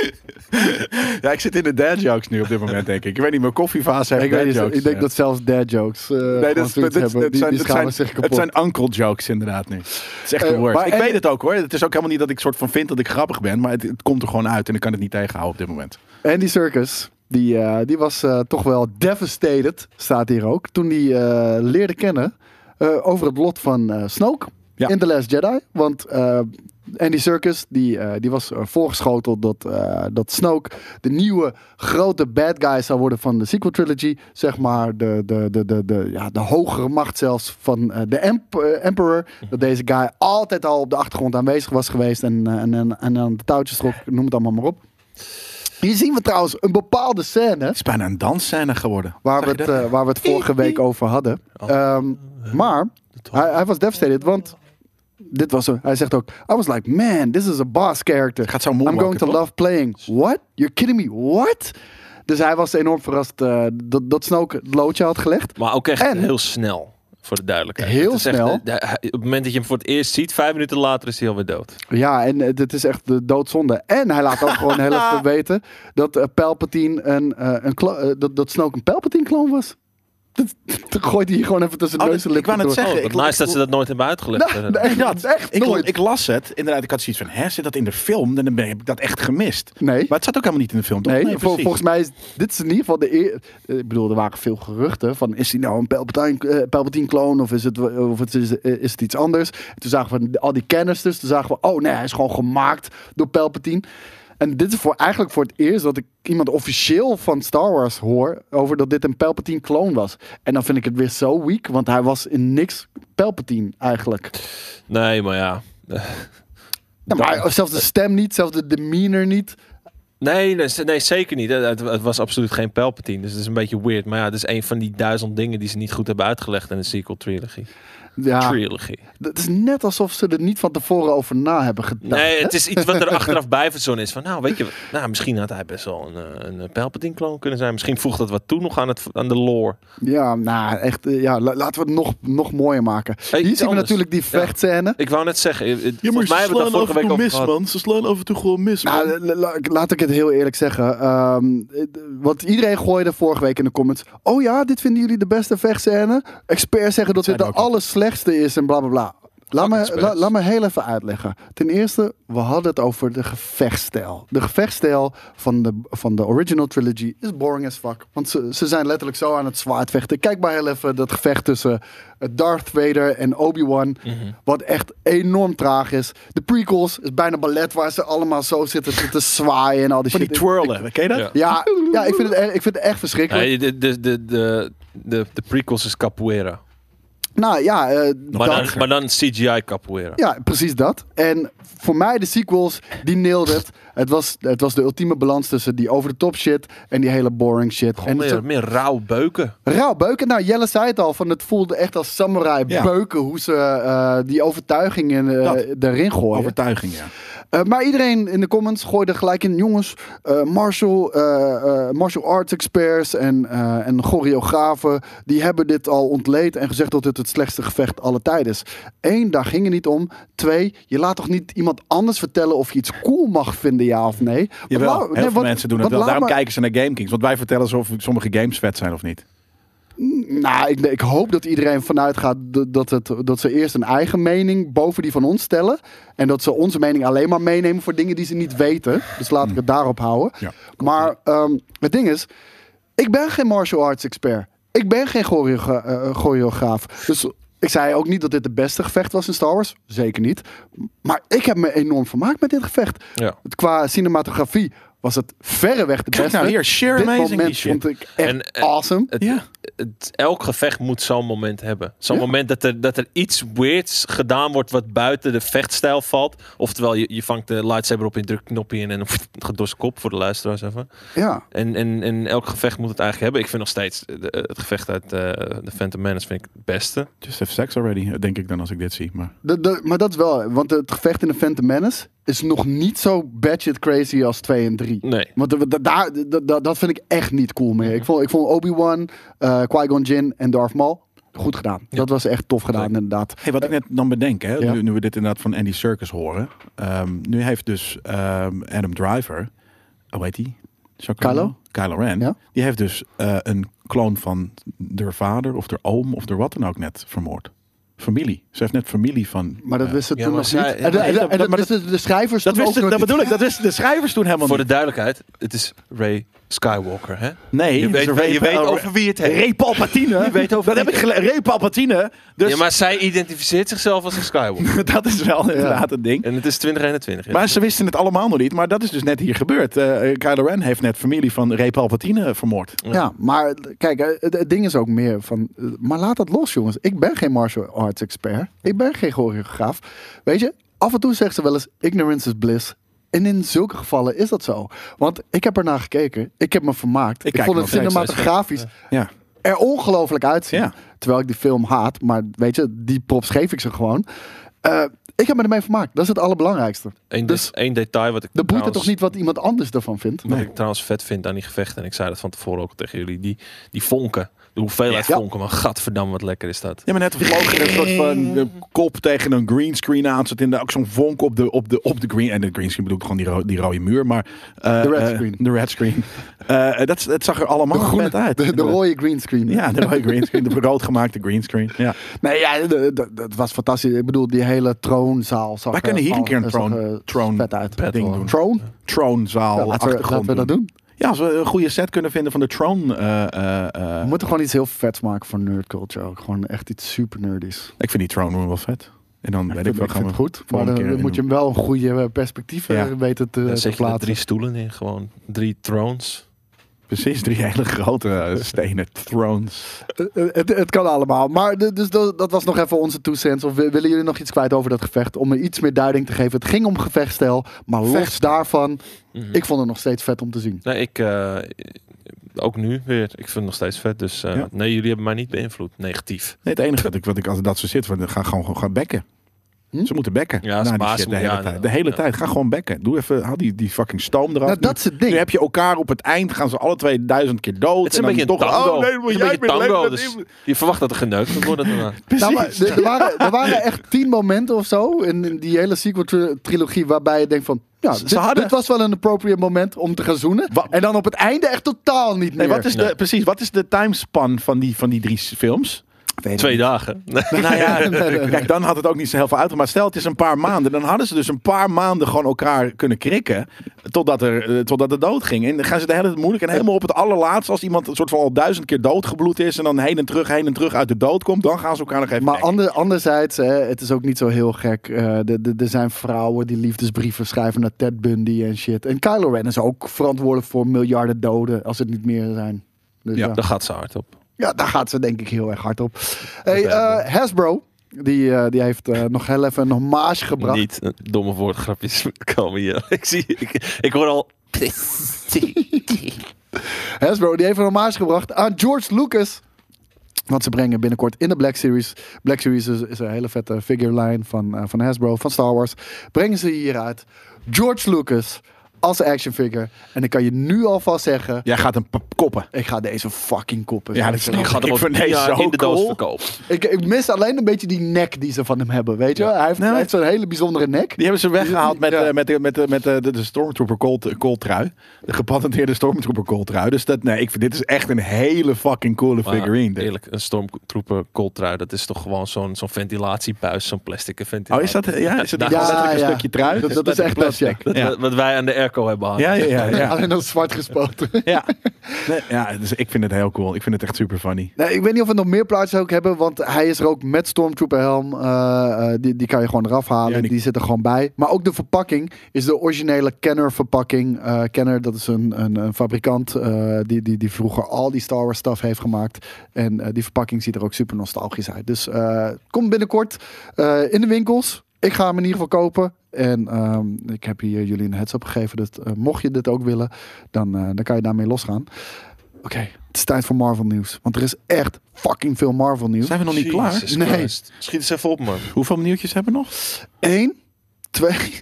Ja, ik zit in de dad jokes nu op dit moment, denk ik. Ik weet niet, mijn koffiefase heeft Ik, dad weet niet, jokes. ik denk ja. dat zelfs dad jokes uh, Nee, dat, is, dat, dat, hebben. dat Die, zijn, die dat, schamen zijn, zich kapot. het zijn uncle jokes inderdaad nu. Het is echt Eh, de worst. maar Ik en- weet het ook hoor. Het is ook helemaal niet dat ik soort van vind dat ik grappig ben. Maar het, het komt er gewoon uit en ik kan het niet tegenhouden op dit moment. Andy Serkis, die, uh, die was uh, toch wel devastated, staat hier ook. Toen hij uh, leerde kennen uh, over het lot van uh, Snoke Ja. in The Last Jedi. Want uh, Andy Serkis, die, uh, die was uh, voorgeschoteld dat, uh, dat Snoke de nieuwe grote bad guy zou worden van de sequel trilogy. Zeg maar de, de, de, de, de, ja, de hogere macht zelfs van uh, de emp uh, Emperor. Dat deze guy altijd al op de achtergrond aanwezig was geweest en, uh, en, en, en aan de touwtjes trok, noem het allemaal maar op. Hier zien we trouwens een bepaalde scène Het is bijna een dansscène geworden. waar we, Zag je het, dat? uh, waar we het vorige week over hadden. Um, maar hij, hij was devastated, want dit was een, hij zegt ook, I was like, man, this is a boss character. Het gaat zo I'm moonwalken, going to toch? love playing. What? You're kidding me? What? Dus hij was enorm verrast uh, dat, dat Snoke het loodje had gelegd. Maar ook echt En- heel snel. Voor de duidelijkheid. Heel Het is echt, snel. eh, de- hij- op het moment dat je hem voor het eerst ziet, vijf minuten later is hij alweer dood. Ja, en uh, dit is echt de doodzonde. En hij laat ook gewoon heel even weten dat uh, Palpatine een, uh, een klo- uh, dat, dat Snoke een Palpatine-kloon was. Dat, dat gooit hij hier gewoon even tussen Oh, neus en ik wou lippen net door. zeggen. Oh, ik- wat nice ik- dat ze dat nooit hebben uitgelegd. Nou, verder. nee, Dat, echt ik, nooit. ik las het. Inderdaad, ik had zoiets van, hè, zit dat in de film? Dan ben- heb ik dat echt gemist. Nee. Maar het zat ook helemaal niet in de film, toch? Nee, Nee, vol- precies. volgens mij is dit is in ieder geval de eer, ik bedoel, er waren veel geruchten van is hij nou een Palpatine, uh, Palpatine clone of is het of het is, is het iets anders? En toen zagen we al die canisters, toen zagen we oh nee, hij is gewoon gemaakt door Palpatine. En dit is voor eigenlijk voor het eerst dat ik iemand officieel van Star Wars hoor over dat dit een Palpatine clone was. En dan vind ik het weer zo weak, want hij was in niks Palpatine eigenlijk. Nee, maar ja. Ja, maar zelfs de stem niet, zelfs de demeanor niet. Nee, nee, nee, zeker niet. Het, het was absoluut geen Palpatine. Dus het is een beetje weird. Maar ja, het is een van die duizend dingen die ze niet goed hebben uitgelegd in de sequel trilogy. Ja, trilogy. het is net alsof ze er niet van tevoren over na hebben gedacht. Nee, het is iets wat er achteraf bij verzonnen is. Van, nou, weet je, wat, nou, misschien had hij best wel een, een, een Palpatine-kloon kunnen zijn. Misschien voegt dat wat toe nog aan, het, aan de lore. Ja, nou, echt. eh, Ja, la- laten we het nog, nog mooier maken. Hey, Hier iets zien we anders. natuurlijk die vechtscène. Ik wou net zeggen, eh, volgens mij hebben we het daar vorige week over gehad. man. Ze slaan af en toe gewoon mis, Nou, la- la- laat ik het heel eerlijk zeggen. Ehm, want iedereen gooide vorige week in de comments. Oh ja, dit vinden jullie de beste vechtscène? Experts zeggen dat dit de Zeiden ook niet. allerslechtste is en bla bla bla. Laat me, experts. la- laat me heel even uitleggen. Ten eerste, we hadden het over de gevechtstijl. De gevechtstijl van de, van de original trilogy is boring as fuck. Want ze, ze zijn letterlijk zo aan het zwaard vechten. Kijk maar heel even dat gevecht tussen eh, Darth Vader en Obi-Wan. Mhm. Wat echt enorm traag is. De prequels is bijna ballet waar ze allemaal zo zitten te, te zwaaien en al die Van die shit. twirlen, ken je dat? Ja. Ja, ja ik, vind het, echt- ik vind het echt verschrikkelijk. Nee, de, de, de, de, de, de prequels is capoeira. Nou ja, eh, Maar dat- dan, maar dan C G I capoeira. Ja, precies dat. En voor mij de sequels, die nailed het. Het was, het was de ultieme balans tussen die over-the-top shit en die hele boring shit. Gewoon En meer, zo- meer rauw beuken. rauw beuken. Nou, Jelle zei het al, van het voelde echt als samurai Ja. beuken. Hoe ze eh, die overtuiging in, eh, Dat. erin gooien. Overtuiging, ja. Eh, maar iedereen in de comments gooide gelijk in, jongens, eh, martial, eh, eh, martial arts experts en, eh, en choreografen, die hebben dit al ontleed en gezegd dat dit het slechtste gevecht alle tijden is. Eén, daar ging het niet om. Twee, je laat toch niet iemand anders vertellen of je iets cool mag vinden, ja of nee? Want Jawel, la- heel nee, veel wat- mensen doen het want wel. laat Daarom maar- kijken ze naar GameKings. Want wij vertellen ze of sommige games vet zijn of niet. Nou, ik, ik hoop dat iedereen vanuit gaat dat, dat, het, dat ze eerst een eigen mening boven die van ons stellen. En dat ze onze mening alleen maar meenemen voor dingen die ze niet weten. Dus laat ik het daarop houden. Ja. Maar ehm, het ding is, ik ben geen martial arts expert. Ik ben geen choreo- eh, choreograaf. Dus ik zei ook niet dat dit het beste gevecht was in Star Wars. Zeker niet. Maar ik heb me enorm vermaakt met dit gevecht. Ja. Qua cinematografie was het verreweg de Kijk beste. nou hier, sheer Dit amazing moment die shit. vond ik echt En, eh, awesome. Het, Ja. het, elk gevecht moet zo'n moment hebben. Zo'n Ja. moment dat er, dat er iets weirds gedaan wordt wat buiten de vechtstijl valt. Oftewel, je, je vangt de lightsaber op, je drukt een knopje in en dan gaat door zijn kop voor de luisteraars even. Ja. En, en, en elk gevecht moet het eigenlijk hebben. Ik vind nog steeds de, het gevecht uit uh, The Phantom Menace vind ik het beste. Just have sex already, denk ik dan als ik dit zie. Maar De, de, maar dat is wel, want het gevecht in de Phantom Menace is nog niet zo batshit crazy als twee en drie. Nee. Want de- de- daar, de- de- dat vind ik echt niet cool meer. Ik vond, ik vond Obi-Wan, eh Qui-Gon Jinn en Darth Maul goed gedaan. Dat was echt tof gedaan, inderdaad. hey, wat ik net dan bedenk, hè, Ja. nu, nu we dit inderdaad van Andy Serkis horen. Ehm, nu heeft dus ehm, Adam Driver, hoe heet die? Kylo? Kylo Ren. Ja. Die heeft dus eh, een kloon van de vader of de oom of de wat dan ook net vermoord. Familie. Ze heeft net familie van... Maar dat eh, wisten ja, toen maar nog zij- niet. En, de- nee, en de- dat- en dat maar wisten de schrijvers dat, toen wisten, ook dat nog bedoel niet. ik, dat wisten de schrijvers toen helemaal Voor de niet. duidelijkheid, het is Rey Skywalker, hè? Nee, Je weet, het is Ray- je weet uh, over wie het heeft. Ray Palpatine. Je weet over dat heb wie ik gele- Ray Palpatine. Dus Ja, maar zij identificeert zichzelf als een Skywalker. dat is wel inderdaad een ding. En het is twintig eenentwintig. Ja. Maar ze wisten het allemaal nog niet. Maar dat is dus net hier gebeurd. Eh Kylo Ren heeft net familie van Ray Palpatine vermoord. Ja, maar kijk, eh, het, het ding is ook meer van... eh, Maar laat dat los, jongens. Ik ben geen martial arts expert. Ik ben geen choreograaf. Weet je, af en toe zegt ze wel eens... Ignorance is bliss. En in zulke gevallen is dat zo. Want ik heb ernaar gekeken. Ik heb me vermaakt. Ik Ik, kijk vond nog het steeds. cinematografisch Ja. er ongelooflijk uitzien. Ja. Terwijl ik die film haat. Maar weet je, die props geef ik ze gewoon. Eh, ik heb me ermee vermaakt. Dat is het allerbelangrijkste. Eén Dus één detail wat ik dan boeit het trouwens- toch niet wat iemand anders ervan vindt? Wat ik trouwens vet vind aan die gevechten, en ik zei dat van tevoren ook tegen jullie, die, die vonken. De hoeveelheid Ja. vonken, maar gadverdamme wat lekker is dat. Ja, maar net vloog er een soort van eh, kop tegen een greenscreen aan. Zat in de, ook zo'n vonk op de, op de, op de green. En de greenscreen bedoel ik gewoon die, ro- die rode muur. Maar, eh, De red eh, screen. de red screen. Eh, dat, dat zag er allemaal vet uit. De, de rode greenscreen. Ja, de rode greenscreen. De rood gemaakte greenscreen. Ja. Nee, ja, de- de- dat was fantastisch. Ik bedoel, die hele troonzaal zag Wij kunnen er hier een al- keer een er zag, troon- eh, troon- vet uit. Vet ding hoor. doen. Troon? Troonzaal. Ja, laten, we, achtergrond laten we dat doen. Ja, als we een goede set kunnen vinden van de Throne. eh, eh, eh, We moeten gewoon iets heel vets maken voor nerd culture ook. Gewoon echt iets super nerdies. ik vind die Throne Room wel vet. En dan Ik weet vind, ik wel, ik gaan vind we het goed. Maar volgende dan, keer dan in moet je doen. hem wel een goede eh, perspectief eh, Ja. weten te, Dan te zet je er plaatsen. drie stoelen in, gewoon drie thrones. Precies, drie hele grote eh, stenen thrones. Eh, eh, Het, het kan allemaal. Maar de- dus dat, dat was nog even onze two cents. Of wi- willen jullie nog iets kwijt over dat gevecht? Om er iets meer duiding te geven. Het ging om gevechtstijl. Maar los Vechtstijl. daarvan, Mhm. ik vond het nog steeds vet om te zien. Nee, ik, eh, Ook nu weer. Ik vind het nog steeds vet. Dus uh, Ja. nee, jullie hebben mij niet beïnvloed. Negatief. Nee, het enige wat ik, wat ik als dat zo zit, van, ga gewoon, gewoon gaan bekken. Hm? Ze moeten bekken. Ja, na ze die baas shit, de moet- hele ja, tijd. ja. De hele Ja. tijd. Ga gewoon bekken. Doe even, haal die, die fucking stoom eraf. Nou, dat is het ding. Nu heb je elkaar op het eind, gaan ze alle twee duizend keer dood. Het is een en beetje dan een toch, tango. oh nee, Het maar is een jij beetje bent tango, lekker. dus je verwacht dat er geneukt moet worden daarna. Nou, maar, Precies. er, er waren, er waren echt tien momenten of zo in, in die hele sequel-trilogie waarbij je denkt van... Ja, Ze dit, hadden- dit was wel een appropriate moment om te gaan zoenen. Wa- En dan op het einde echt totaal niet Nee, meer. wat is de, Nee. precies, wat is de timespan van die, van die drie films? Twee dagen. Nou ja, Nee, nee, nee. kijk, dan had het ook niet zo heel veel uit. Maar stel, het is een paar maanden. Dan hadden ze dus een paar maanden gewoon elkaar kunnen krikken. Totdat er, eh, totdat het dood ging. En dan gaan ze de hele tijd moeilijk. En helemaal op het allerlaatste, als iemand een soort van al duizend keer doodgebloed is. En dan heen en terug, heen en terug uit de dood komt. Dan gaan ze elkaar nog even Maar trekken. ander, anderzijds, hè, het is ook niet zo heel gek. Eh, de- de- Er zijn vrouwen die liefdesbrieven schrijven naar Ted Bundy en shit. En Kylo Ren is ook verantwoordelijk voor miljarden doden, als het niet meer zijn. Dus Ja. ja, Daar gaat ze hard op. ja, daar gaat ze denk ik heel erg hard op. Hey, eh, Hasbro, die, eh, die heeft eh, nog heel even een hommage gebracht. Niet uh, domme woordgrapjes komen hier. Ik zie, ik, ik hoor al... Hasbro die heeft een hommage gebracht aan George Lucas. Want ze brengen binnenkort in de Black Series. Black Series is, is een hele vette figure line van, uh, van Hasbro, van Star Wars. Brengen ze hieruit George Lucas als action figure. En ik kan je nu alvast zeggen, Jij gaat hem p- koppen. ik ga deze fucking koppen. Ja, dat zetten. snap Ik ga hem Ik over vind tien deze jaar zo in de doos cool. verkopen. ik, ik mis alleen een beetje die nek die ze van hem hebben, weet je? Ja. Hij heeft, Nee. hij heeft zo'n hele bijzondere nek. Die hebben ze weggehaald met, Ja. eh, met, de, met, de, met de, de, de Stormtrooper Colt, Colt trui. De gepatenteerde Stormtrooper Colt trui. Dus dat, nee, ik vind dit is echt een hele fucking coole Maar figurine. dit. eerlijk, een stormtrooper kooltrui, dat is toch gewoon zo'n zo'n ventilatiebuis, zo'n plastic ventilatie. Oh, is dat, ja, is het Ja, niet letterlijk een ja. stukje trui? Dat- is dat is echt letterlijk dat, ja. plastic. Dat, Wat wij aan de airco hebben hangen. Ja, ja, ja. ja. Alleen dat zwart gespoten. Ja, nee, ja dus ik vind het heel cool. Ik vind het echt super funny. Nee, ik weet niet of we nog meer plaatjes ook hebben, want hij is er ook met Stormtrooper helm. Eh, eh, die, die kan je gewoon eraf halen. Ja, die... die- zit er gewoon bij. Maar ook de verpakking is de originele Kenner verpakking. Eh Kenner, dat is een, een, een fabrikant eh, die, die, die vroeger al die Star Wars stuff heeft gemaakt. En eh, die verpakking ziet er ook super nostalgisch uit. Dus eh komt binnenkort eh, in de winkels. Ik ga hem in ieder geval kopen. En ehm, ik heb hier jullie een heads up gegeven. Dat eh, mocht je dit ook willen, dan, eh, dan kan je daarmee losgaan. Oké, het is tijd voor Marvel nieuws. Want er is echt fucking veel Marvel nieuws. Zijn we nog niet klaar? Jezus Nee. Christ. Schiet eens even op, man. Hoeveel nieuwtjes hebben we nog? Eén, twee,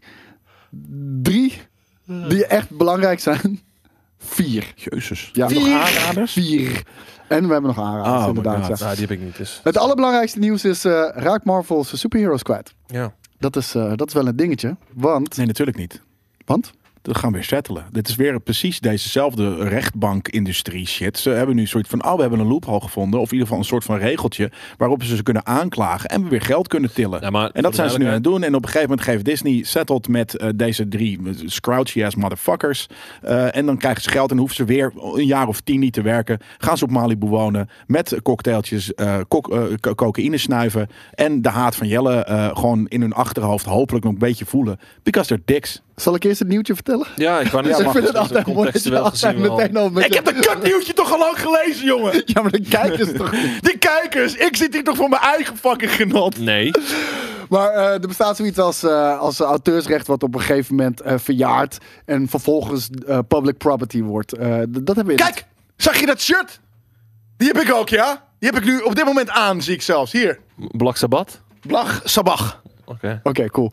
drie, die echt belangrijk zijn. Vier. Jezus. Ja, Nog vier. aanraders? Vier. En we hebben nog aanraders, Oh my inderdaad. God. Ja. Nou, die heb ik niet, dus. Het allerbelangrijkste nieuws is, eh raakt Marvel zijn superheroes kwijt. Ja. Dat is, eh, dat is wel een dingetje. Want, Nee, natuurlijk niet. want? We gaan weer settelen. Dit is weer precies dezezelfde rechtbankindustrie shit. Ze hebben nu soort van, oh, we hebben een loophole gevonden. Of in ieder geval een soort van regeltje waarop ze ze kunnen aanklagen en we weer geld kunnen tillen. Ja, maar En dat zijn ze nu aan het doen. doen. En op een gegeven moment geeft Disney settled met uh, deze drie scrouchy ass motherfuckers. Uh, en dan krijgen ze geld en hoeven ze weer een jaar of tien niet te werken. Gaan ze op Malibu wonen met cocktailtjes, uh, kok, uh, co- cocaïne snuiven. En de haat van Jelle uh, gewoon in hun achterhoofd hopelijk nog een beetje voelen. Because they're dicks. Zal ik eerst het nieuwtje vertellen? Ja, ik wou net Ja, ik zeggen, vind het dat is altijd mooi. dat je contextueel altijd gezien wel. meteen al met Ik je- heb dat kutnieuwtje toch al lang gelezen, jongen. Ja, maar de kijkers toch niet. Die kijkers, ik zit hier toch voor mijn eigen fucking genot. Nee. Maar eh, er bestaat zoiets als, eh, als auteursrecht wat op een gegeven moment eh, verjaart en vervolgens eh, public property wordt. Eh, d- dat hebben we in Kijk, zag je dat shirt? Die heb ik ook, ja? Die heb ik nu op dit moment aan, zie ik zelfs. Hier. Blak Sabbat? Blag Sabach. Oké. Oké, cool.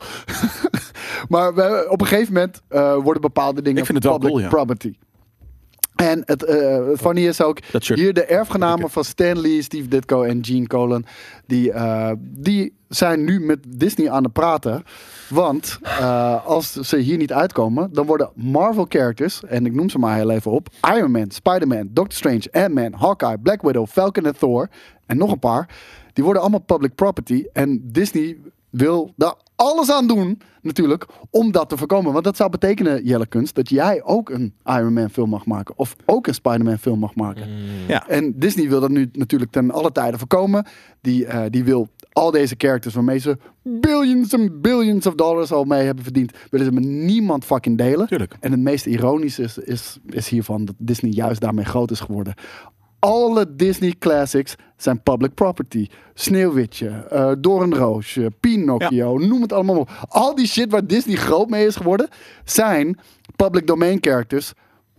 Maar we, op een gegeven moment eh, worden bepaalde dingen Ik vind het wel public cool, ja. property. En het, eh het funny is ook, Dat shirt. hier de erfgenamen van Stan Lee, Steve Ditko en Gene Colan, die, eh, die zijn nu met Disney aan het praten. Want eh, als ze hier niet uitkomen, dan worden Marvel characters, en ik noem ze maar heel even op, Iron Man, Spider-Man, Doctor Strange, Ant-Man, Hawkeye, Black Widow, Falcon en Thor, en nog een paar, die worden allemaal public property. En Disney wil daar alles aan doen, natuurlijk, om dat te voorkomen. Want dat zou betekenen, Jelle Kunst, dat jij ook een Iron Man film mag maken. Of ook een Spider-Man film mag maken. Ja. En Disney wil dat nu natuurlijk ten alle tijden voorkomen. Die, eh, die wil al deze characters waarmee ze billions en billions of dollars al mee hebben verdiend, willen ze met niemand fucking delen. Tuurlijk. En het meest ironische is, is, is hiervan dat Disney juist daarmee groot is geworden. Alle Disney classics zijn public property. Sneeuwwitje, uh, Doornroosje, Pinocchio, noem het allemaal op. Al die shit waar Disney groot mee is geworden, zijn public domain characters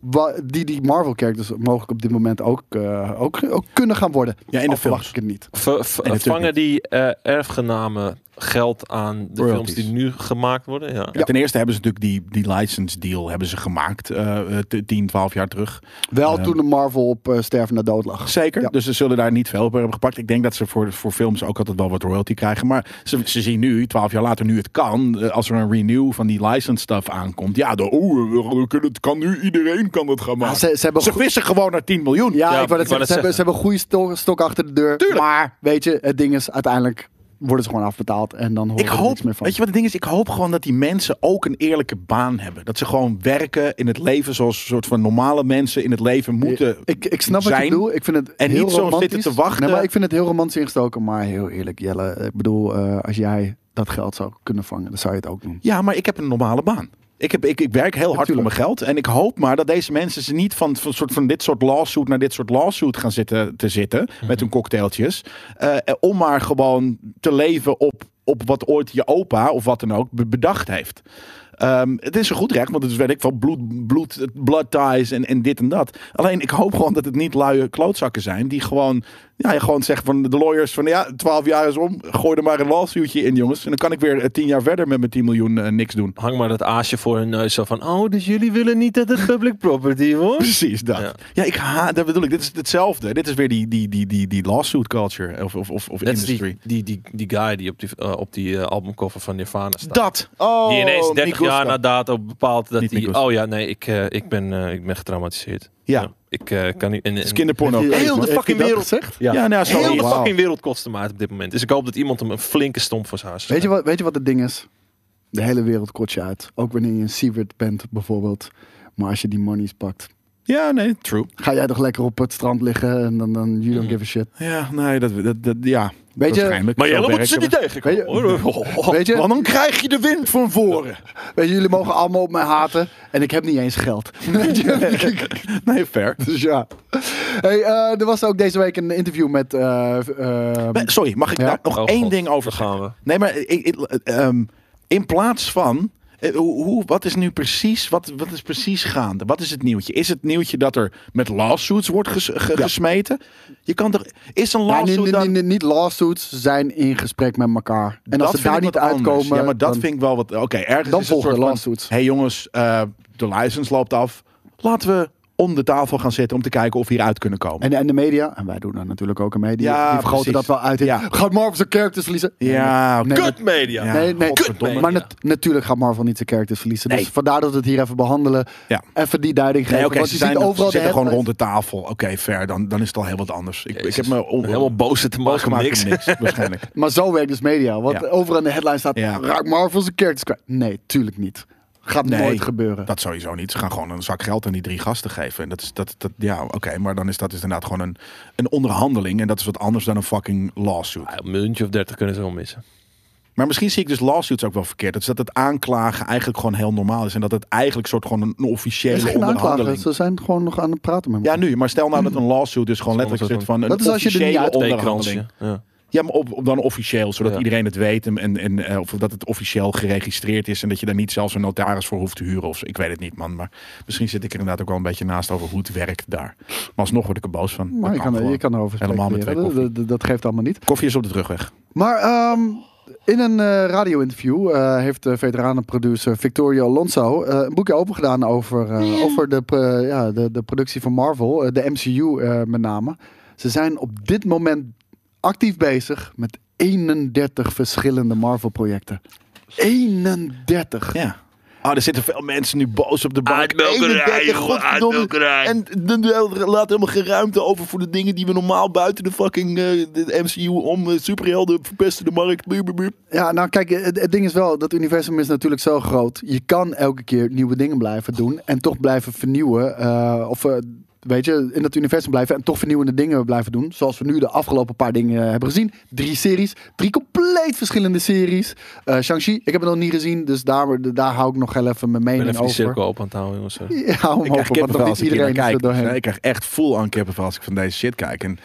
wa- die die Marvel-characters mogelijk op dit moment ook, uh, ook, ook kunnen gaan worden. Ja, in de Al verwacht films. ik het niet. Ver, ver- Nee, natuurlijk vangen die uh, erfgenamen geld aan de Royalties. films die nu gemaakt worden? Ja. Ja, ten eerste hebben ze natuurlijk die, die license deal hebben ze gemaakt uh, tien, twaalf jaar terug. Wel Um, toen de Marvel op uh, sterven naar dood lag. Zeker, Ja. dus ze zullen daar niet veel op hebben gepakt. Ik denk dat ze voor, voor films ook altijd wel wat royalty krijgen. Maar ze, ze zien nu, twaalf jaar later, nu het kan. uh, Als er een renew van die license stuff aankomt. Ja, de, oh, we- we kunnen, het kan nu iedereen kan dat gaan Ja, maken. ze, ze hebben Ze go- vissen gewoon naar tien miljoen. ja, Ja, ik wou net ik wou zeggen, net ze, hebben, ze zeggen. hebben een goede stok, stok achter de deur. Tuurlijk. Maar weet je, het ding is uiteindelijk worden ze gewoon afbetaald en dan horen Ik we er hoop, niks meer van. weet je wat het ding is? Ik hoop gewoon dat die mensen ook een eerlijke baan hebben. Dat ze gewoon werken in het leven zoals een soort van normale mensen in het leven moeten ik, ik snap wat je zijn. bedoelt. Ik vind het En heel niet zo romantisch. zitten te wachten. Nee, maar ik vind het heel romantisch ingestoken. Maar heel eerlijk, Jelle. Ik bedoel, uh, als jij dat geld zou kunnen vangen, dan zou je het ook doen. Ja, maar ik heb een normale baan. Ik, heb, ik, ik werk heel hard voor Natuurlijk. mijn geld. En ik hoop maar dat deze mensen ze niet van, van, soort van dit soort lawsuit naar dit soort lawsuit gaan zitten, te zitten. Met hun cocktailtjes. Uh, om maar gewoon te leven op, op wat ooit je opa of wat dan ook be- bedacht heeft. Um, het is een goed recht, want het is weet ik van bloed, bloed, blood ties en, en dit en dat. Alleen ik hoop gewoon dat het niet luie klootzakken zijn die gewoon, ja, je gewoon zeggen van de lawyers van ja, twaalf jaar is om, gooi er maar een lawsuitje in, jongens. En dan kan ik weer uh, tien jaar verder met mijn tien miljoen uh, niks doen. Hang maar dat aasje voor hun neus zo van, oh, dus jullie willen niet dat het public property wordt? Precies dat. Ja, Ja. ik haat, dat bedoel ik. Dit is hetzelfde. Dit is weer die, die, die, die, die lawsuit culture of, of, of, of Net als industry. die, die, die, die guy die op die, uh, op die uh, albumcover van Nirvana staat. Dat. Oh, Die ineens dertig Nick Gustav. jaar na dato bepaalt dat Niet hij... Nick Gustav. Oh ja, nee, ik, uh, ik, ben, uh, ik ben getraumatiseerd. Ja. Ik uh, kan niet... En, Het en, is kinderporno. Heeft hij- Heel de heeft hij fucking dat wereld. gezegd? ja, Ja, nou, zo. heel de Wauw. fucking wereld kost hem uit op dit moment. Dus ik hoop dat iemand hem een flinke stomp voor zijn huis Weet je, wat, weet je wat het ding is? De hele wereld kost je uit. Ook wanneer je een Seaward bent bijvoorbeeld. Maar als je die monies pakt. Ja, nee, true. Ga jij toch lekker op het strand liggen en dan, dan you don't Mhm. give a shit. Ja, nee, dat, dat, dat ja. Weet je, Waarschijnlijk. Maar Zo jij moet werkt ze het. niet tegenkomen. Weet hoor. weet je, Want dan krijg je de wind van voren. weet je, jullie mogen allemaal op mij haten. En ik heb niet eens geld. Weet je? Nee, fair. Dus ja. Hey, uh, er was ook deze week een interview met... uh, uh, Nee, sorry, mag ik Ja. daar nog Oh, één God, ding over daar gaan we. Nee, maar ik, ik, um, in plaats van... eh, Hoe, hoe, wat is nu precies, wat, wat is precies gaande? Wat is het nieuwtje? Is het nieuwtje dat er met lawsuits wordt ges, ge- Ja. gesmeten? Je kan toch... Is een ja, lawsuit niet, dan... niet, niet, niet lawsuits, ze zijn in gesprek met elkaar. En als Dat ze daar vind ik niet wat anders. uitkomen... Ja, maar dat dan, vind ik wel wat... Oké, ergens dan is het volgen soort van... lawsuits. Hé hey jongens, uh, de license loopt af. Laten we om de tafel gaan zitten om te kijken of we hieruit kunnen komen. En, en de media, en wij doen dat natuurlijk ook in media, Ja, die vergroten precies. dat wel uit. in, Ja. Gaat Marvel zijn characters verliezen? Ja, nee, Kut media. Ja. Nee, nee, godverdomme. maar nat- natuurlijk gaat Marvel niet zijn characters verliezen. Dus Nee. vandaar dat we het hier even behandelen. Ja. Even die duiding geven. Nee, oké, want ze, je zijn, ziet ze overal de zitten gewoon headlines. rond de tafel. Oké, fair. Dan, dan is het al heel wat anders. Ik, ik Jezus. heb me on- Helemaal boos te boos maken gemaakt niks. om niks, waarschijnlijk. Maar zo werkt dus media. Want Ja. overal in de headline staat, Ja. raakt Marvel zijn characters kwijt? Nee, tuurlijk niet. Gaat Nee, nooit gebeuren. Dat sowieso niet. Ze gaan gewoon een zak geld aan die drie gasten geven. En dat is dat, dat ja, oké, maar dan is dat is inderdaad gewoon een, een onderhandeling. En dat is wat anders dan een fucking lawsuit. Ah, een muntje of dertig kunnen ze wel missen. Maar misschien zie ik dus lawsuits ook wel verkeerd. Dat is dat het aanklagen eigenlijk gewoon heel normaal is. En dat het eigenlijk soort gewoon een, een Er officiële is geen aanklager. onderhandeling. Ze zijn gewoon nog aan het praten met Ja, elkaar. nu. Maar stel nou dat een lawsuit dus gewoon Dat is letterlijk zit van een Dat is als je er niet officiële uit- onderhandeling. Ja. Ja, maar op, op dan officieel, zodat Ja. iedereen het weet en, en, en eh, of dat het officieel geregistreerd is en dat je daar niet zelfs een notaris voor hoeft te huren. Of zo. Ik weet het niet, man. Maar misschien zit ik er inderdaad ook wel een beetje naast over hoe het werkt daar. Maar alsnog word ik er boos van. Maar Dat je kan, gewoon. je kan erover Helemaal met speculeren. twee koffie. Dat, dat, dat geeft allemaal niet. Koffie is op de terugweg. Maar ehm, in een uh, radio-interview uh, heeft de veteranenproducer Victoria Alonso uh, een boekje opengedaan over, uh, over de, uh, ja, de, de productie van Marvel, uh, de M C U uh, met name. Ze zijn op dit moment actief bezig met eenendertig verschillende Marvel-projecten. eenendertig. Ja. Oh, er zitten veel mensen nu boos op de bank. Uitmelkerij, eenendertig, joh, godverdomme. uitmelkerij. En de- de- laat helemaal geen ruimte over voor de dingen die we normaal buiten de fucking uh, de M C U om uh, superhelden verpesten de markt. Buur, buur, buur. Ja, nou kijk, het, het ding is wel, dat universum is natuurlijk zo groot. Je kan elke keer nieuwe dingen blijven doen en toch blijven vernieuwen. Uh, of uh, weet je, in dat universum blijven en toch vernieuwende dingen blijven doen. Zoals we nu de afgelopen paar dingen hebben gezien. Drie series, drie compleet verschillende series. Uh, Shang-Chi, ik heb het nog niet gezien, dus daar, daar hou ik nog heel even mijn Ik ben mening even die over. cirkel op aan het houden, jongens. Ja, hou hem Ik krijg open, want kippenvel nog als niet ik hier naar iedereen is kijk. er doorheen. Nee, ik krijg echt full aan kippenvel als ik van deze shit kijk. En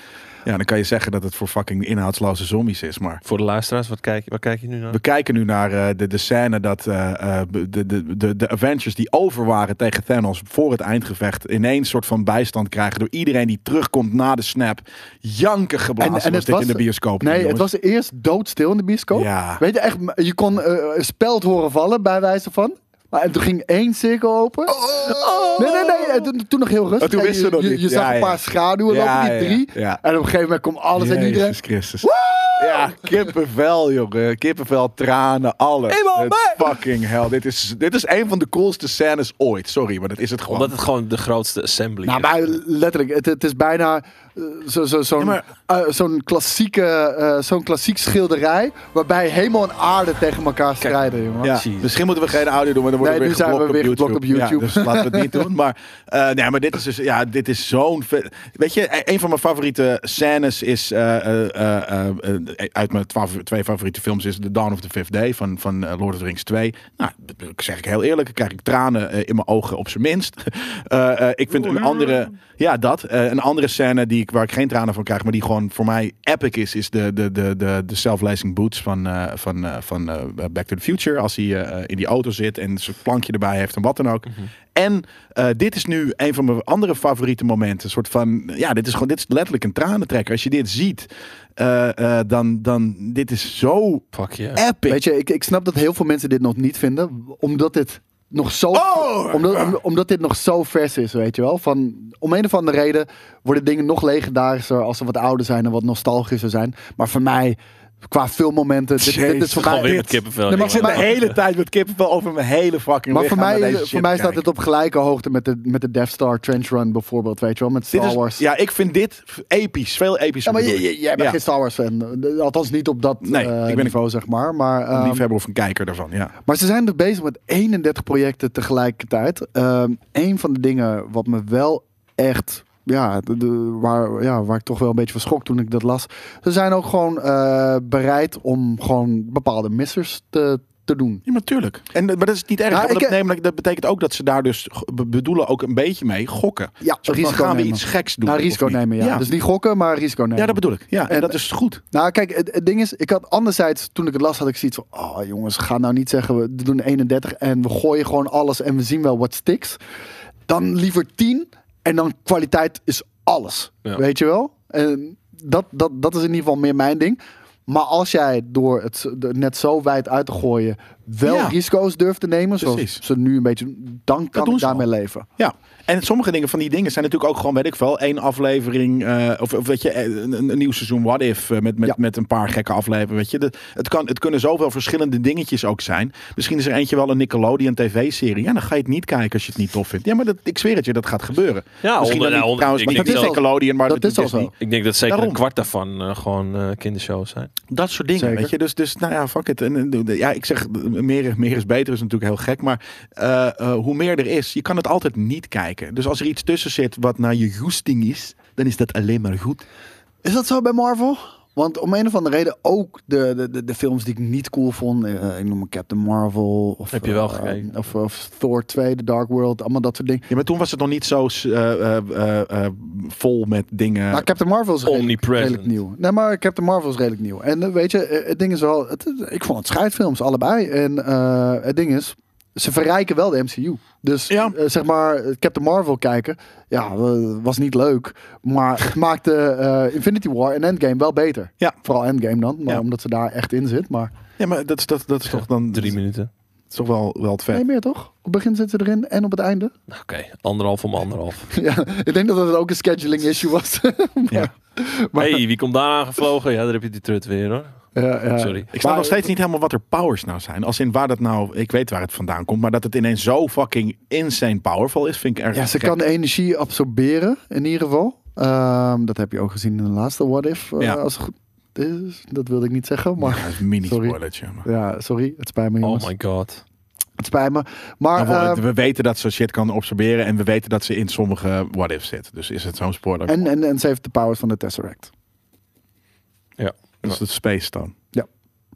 Ja, dan kan je zeggen dat het voor fucking inhoudsloze zombies is, maar... Voor de luisteraars, wat kijk je, wat kijk je nu naar? We kijken nu naar uh, de, de scène dat uh, uh, de, de, de, de Avengers die over waren tegen Thanos voor het eindgevecht ineens soort van bijstand krijgen door iedereen die terugkomt na de snap. Janken geblazen En- en was het dit was- in de bioscoop. Nee, jongens. het was eerst doodstil in de bioscoop. Ja. Weet je, echt, je kon uh, een speld horen vallen bij wijze van. Maar en toen ging één cirkel open. Nee, nee, nee. En toen, toen nog heel rustig. Oh, toen En wisten je, we nog je, niet. je zag Ja, een ja. paar schaduwen Ja, lopen, ja, die drie. ja. En op een gegeven moment komt alles en iedereen. Jezus Christus. Ja, kippenvel, jongen. Kippenvel, tranen, alles. Eenmaal Het fucking hell. Dit is, dit is een van de coolste scènes ooit. Sorry, maar dat is het gewoon. Omdat het gewoon de grootste assembly Nou, is. maar letterlijk, het, het is bijna uh, zo, zo, zo'n Ja, maar- uh, zo'n klassieke, uh, zo'n klassiek schilderij waarbij hemel en aarde tegen elkaar strijden, jongen. Ja, Jeez. misschien moeten we geen audio doen, maar dan worden Nee, we nu weer zijn we geblokt weer op geblokt YouTube. op YouTube. Ja, dus laten we het niet doen. Maar, uh, nee, maar dit is dus, ja, dit is zo'n... ve- Weet je, e- een van mijn favoriete scènes is, uh, uh, uh, uh, uh, uit mijn twa- twee favoriete films is The Dawn of the Fifth Day van, van uh, Lord of the Rings twee. Nou, dat zeg ik heel eerlijk, dan krijg ik tranen uh, in mijn ogen op zijn minst. Uh, uh, ik vind een andere... Ja, dat. Uh, een andere scène die ik, waar ik geen tranen van krijg, maar die gewoon voor mij epic is, is de, de, de, de, de self-lacing boots van, uh, van, uh, van uh, Back to the Future. Als hij uh, in die auto zit en zijn plankje erbij heeft en wat dan ook. Mm-hmm. En uh, dit is nu een van mijn andere favoriete momenten. Een soort van, ja, dit is gewoon, dit is letterlijk een tranentrekker. Als je dit ziet, uh, uh, dan, dan, dit is zo Fuck yeah. epic. Weet je, ik, ik snap dat heel veel mensen dit nog niet vinden, omdat dit nog zo, Oh! omdat, om- omdat dit nog zo vers is, weet je wel. Van, om een of andere reden worden dingen nog legendarischer als ze wat ouder zijn en wat nostalgischer zijn. Maar voor mij, qua filmmomenten, dit, dit is voor Gewoon mij... weer met kippenvel. Nee, maar ik zit de hele tijd met kippenvel over mijn hele fucking Maar voor lichaam naar mij, deze voor shit mij te staat kijken. het op gelijke hoogte met de, met de Death Star Trench Run bijvoorbeeld, weet je wel, met Star Dit is, Wars. ja, ik vind dit episch. Veel epischer. Ja, maar bedoel je- ik. je- jij bent Ja. geen Star Wars fan. Althans niet op dat Nee, eh, ik ben niveau, zeg maar. Maar, Een ehm, liefhebber of een kijker daarvan, ja. maar ze zijn er bezig met eenendertig projecten tegelijkertijd. Ehm een van de dingen wat me wel echt... Ja, de, de- waar, ja, waar ik toch wel een beetje van schrok toen ik dat las. Ze zijn ook gewoon eh, bereid om gewoon bepaalde missers te, te doen. Ja, natuurlijk. En maar dat is niet erg. Ja, want ik- dat, namelijk, dat betekent ook dat ze daar dus be- bedoelen ook een beetje mee gokken. Ja, Zo van, risico gaan we nemen. iets geks doen? Nou, of risico niet? nemen, ja. Ja. Dus niet gokken, maar risico nemen. Ja, dat bedoel ik. Ja, en, En- dat is goed. Nou, kijk, het, het ding is, ik had anderzijds, toen ik het las, had ik zoiets van, oh jongens, ga nou niet zeggen, we doen eenendertig en we gooien gewoon alles en we zien wel wat sticks. Dan liever tien en dan kwaliteit is alles. Ja. Weet je wel? En dat, dat, dat is in ieder geval meer mijn ding. Maar als jij door het de- net zo wijd uit te gooien wel Ja. risico's durft te nemen, zoals Precies. ze nu een beetje doen, dan kan doen ik ze daarmee al. leven. Ja. En sommige dingen van die dingen zijn natuurlijk ook gewoon, weet ik veel, één aflevering. uh, of, of weet je, een, een, een nieuw seizoen What If. uh, met, met, Ja. met een paar gekke afleveringen. Weet je. De, het, kan, het kunnen zoveel verschillende dingetjes ook zijn. Misschien is er eentje wel een Nickelodeon tv-serie. Ja, dan ga je het niet kijken als je het niet tof vindt. Ja, maar dat, ik zweer het je, dat gaat gebeuren. Ja, Misschien onder, dan niet, onder, trouwens, ik, maar denk dat is al- Nickelodeon, maar dat dat is al Disney. zo. ik denk dat zeker Daarom. een kwart daarvan uh, gewoon uh, kindershows zijn. Dat soort dingen, Zeker. weet je. Dus, dus nou ja, fuck it. En, en, ja, ik zeg, meer, meer is beter is natuurlijk heel gek. Maar uh, uh, hoe meer er is, je kan het altijd niet kijken. Dus als er iets tussen zit wat naar je goesting is, dan is dat alleen maar goed. Is dat zo bij Marvel? Want om een of andere reden ook de, de, de, de films die ik niet cool vond. Uh, ik noem me Captain Marvel. Of, Heb je wel uh, gekeken? Of, of Thor twee, The Dark World. Allemaal dat soort dingen. Ja, maar toen was het nog niet zo uh, uh, uh, uh, vol met dingen. Maar Captain Marvel is redelijk, Omnipresent. redelijk nieuw. Nee, maar Captain Marvel is redelijk nieuw. En uh, weet je, uh, het ding is wel... Het, ik vond het scheidfilms, allebei. En uh, het ding is... Ze verrijken wel de M C U. Dus Ja. uh, zeg maar, Captain Marvel kijken, ja, uh, was niet leuk. Maar het maakte uh, Infinity War en Endgame wel beter. Ja. Vooral Endgame dan, maar Ja. omdat ze daar echt in zit. Maar Ja, maar dat is, dat, dat is toch dan Drie minuten. Dat is toch wel, wel het vet. nee, meer toch? Op het begin zitten ze erin en op het einde. Oké, okay, anderhalf om anderhalf. Ja, ik denk dat het ook een scheduling issue was. Ja. Maar- Hey, wie komt daar aangevlogen? Ja, daar heb je die trut weer hoor. Ja, ja. Sorry. Ik snap Maar- nog steeds niet helemaal wat er powers nou zijn. Als in waar dat nou... Ik weet waar het vandaan komt. Maar dat het ineens zo fucking insane powerful is, vind ik erg Ja, ze gek. kan energie absorberen, in ieder geval. Ehm, dat heb je ook gezien in de laatste What If. eh, Ja. als het goed is. Dat wilde ik niet zeggen, maar... Ja, dat is een mini Sorry. spoilertje. Maar. Ja, sorry. Het spijt me, jongens. Oh my god. Het spijt me. Maar Nou, we, ehm, we weten dat ze shit kan absorberen. En we weten dat ze in sommige what-ifs zit. Dus is het zo'n spoiler. en, en, en ze heeft de powers van de Tesseract. Ja. Dat is de Space Stone. Ja.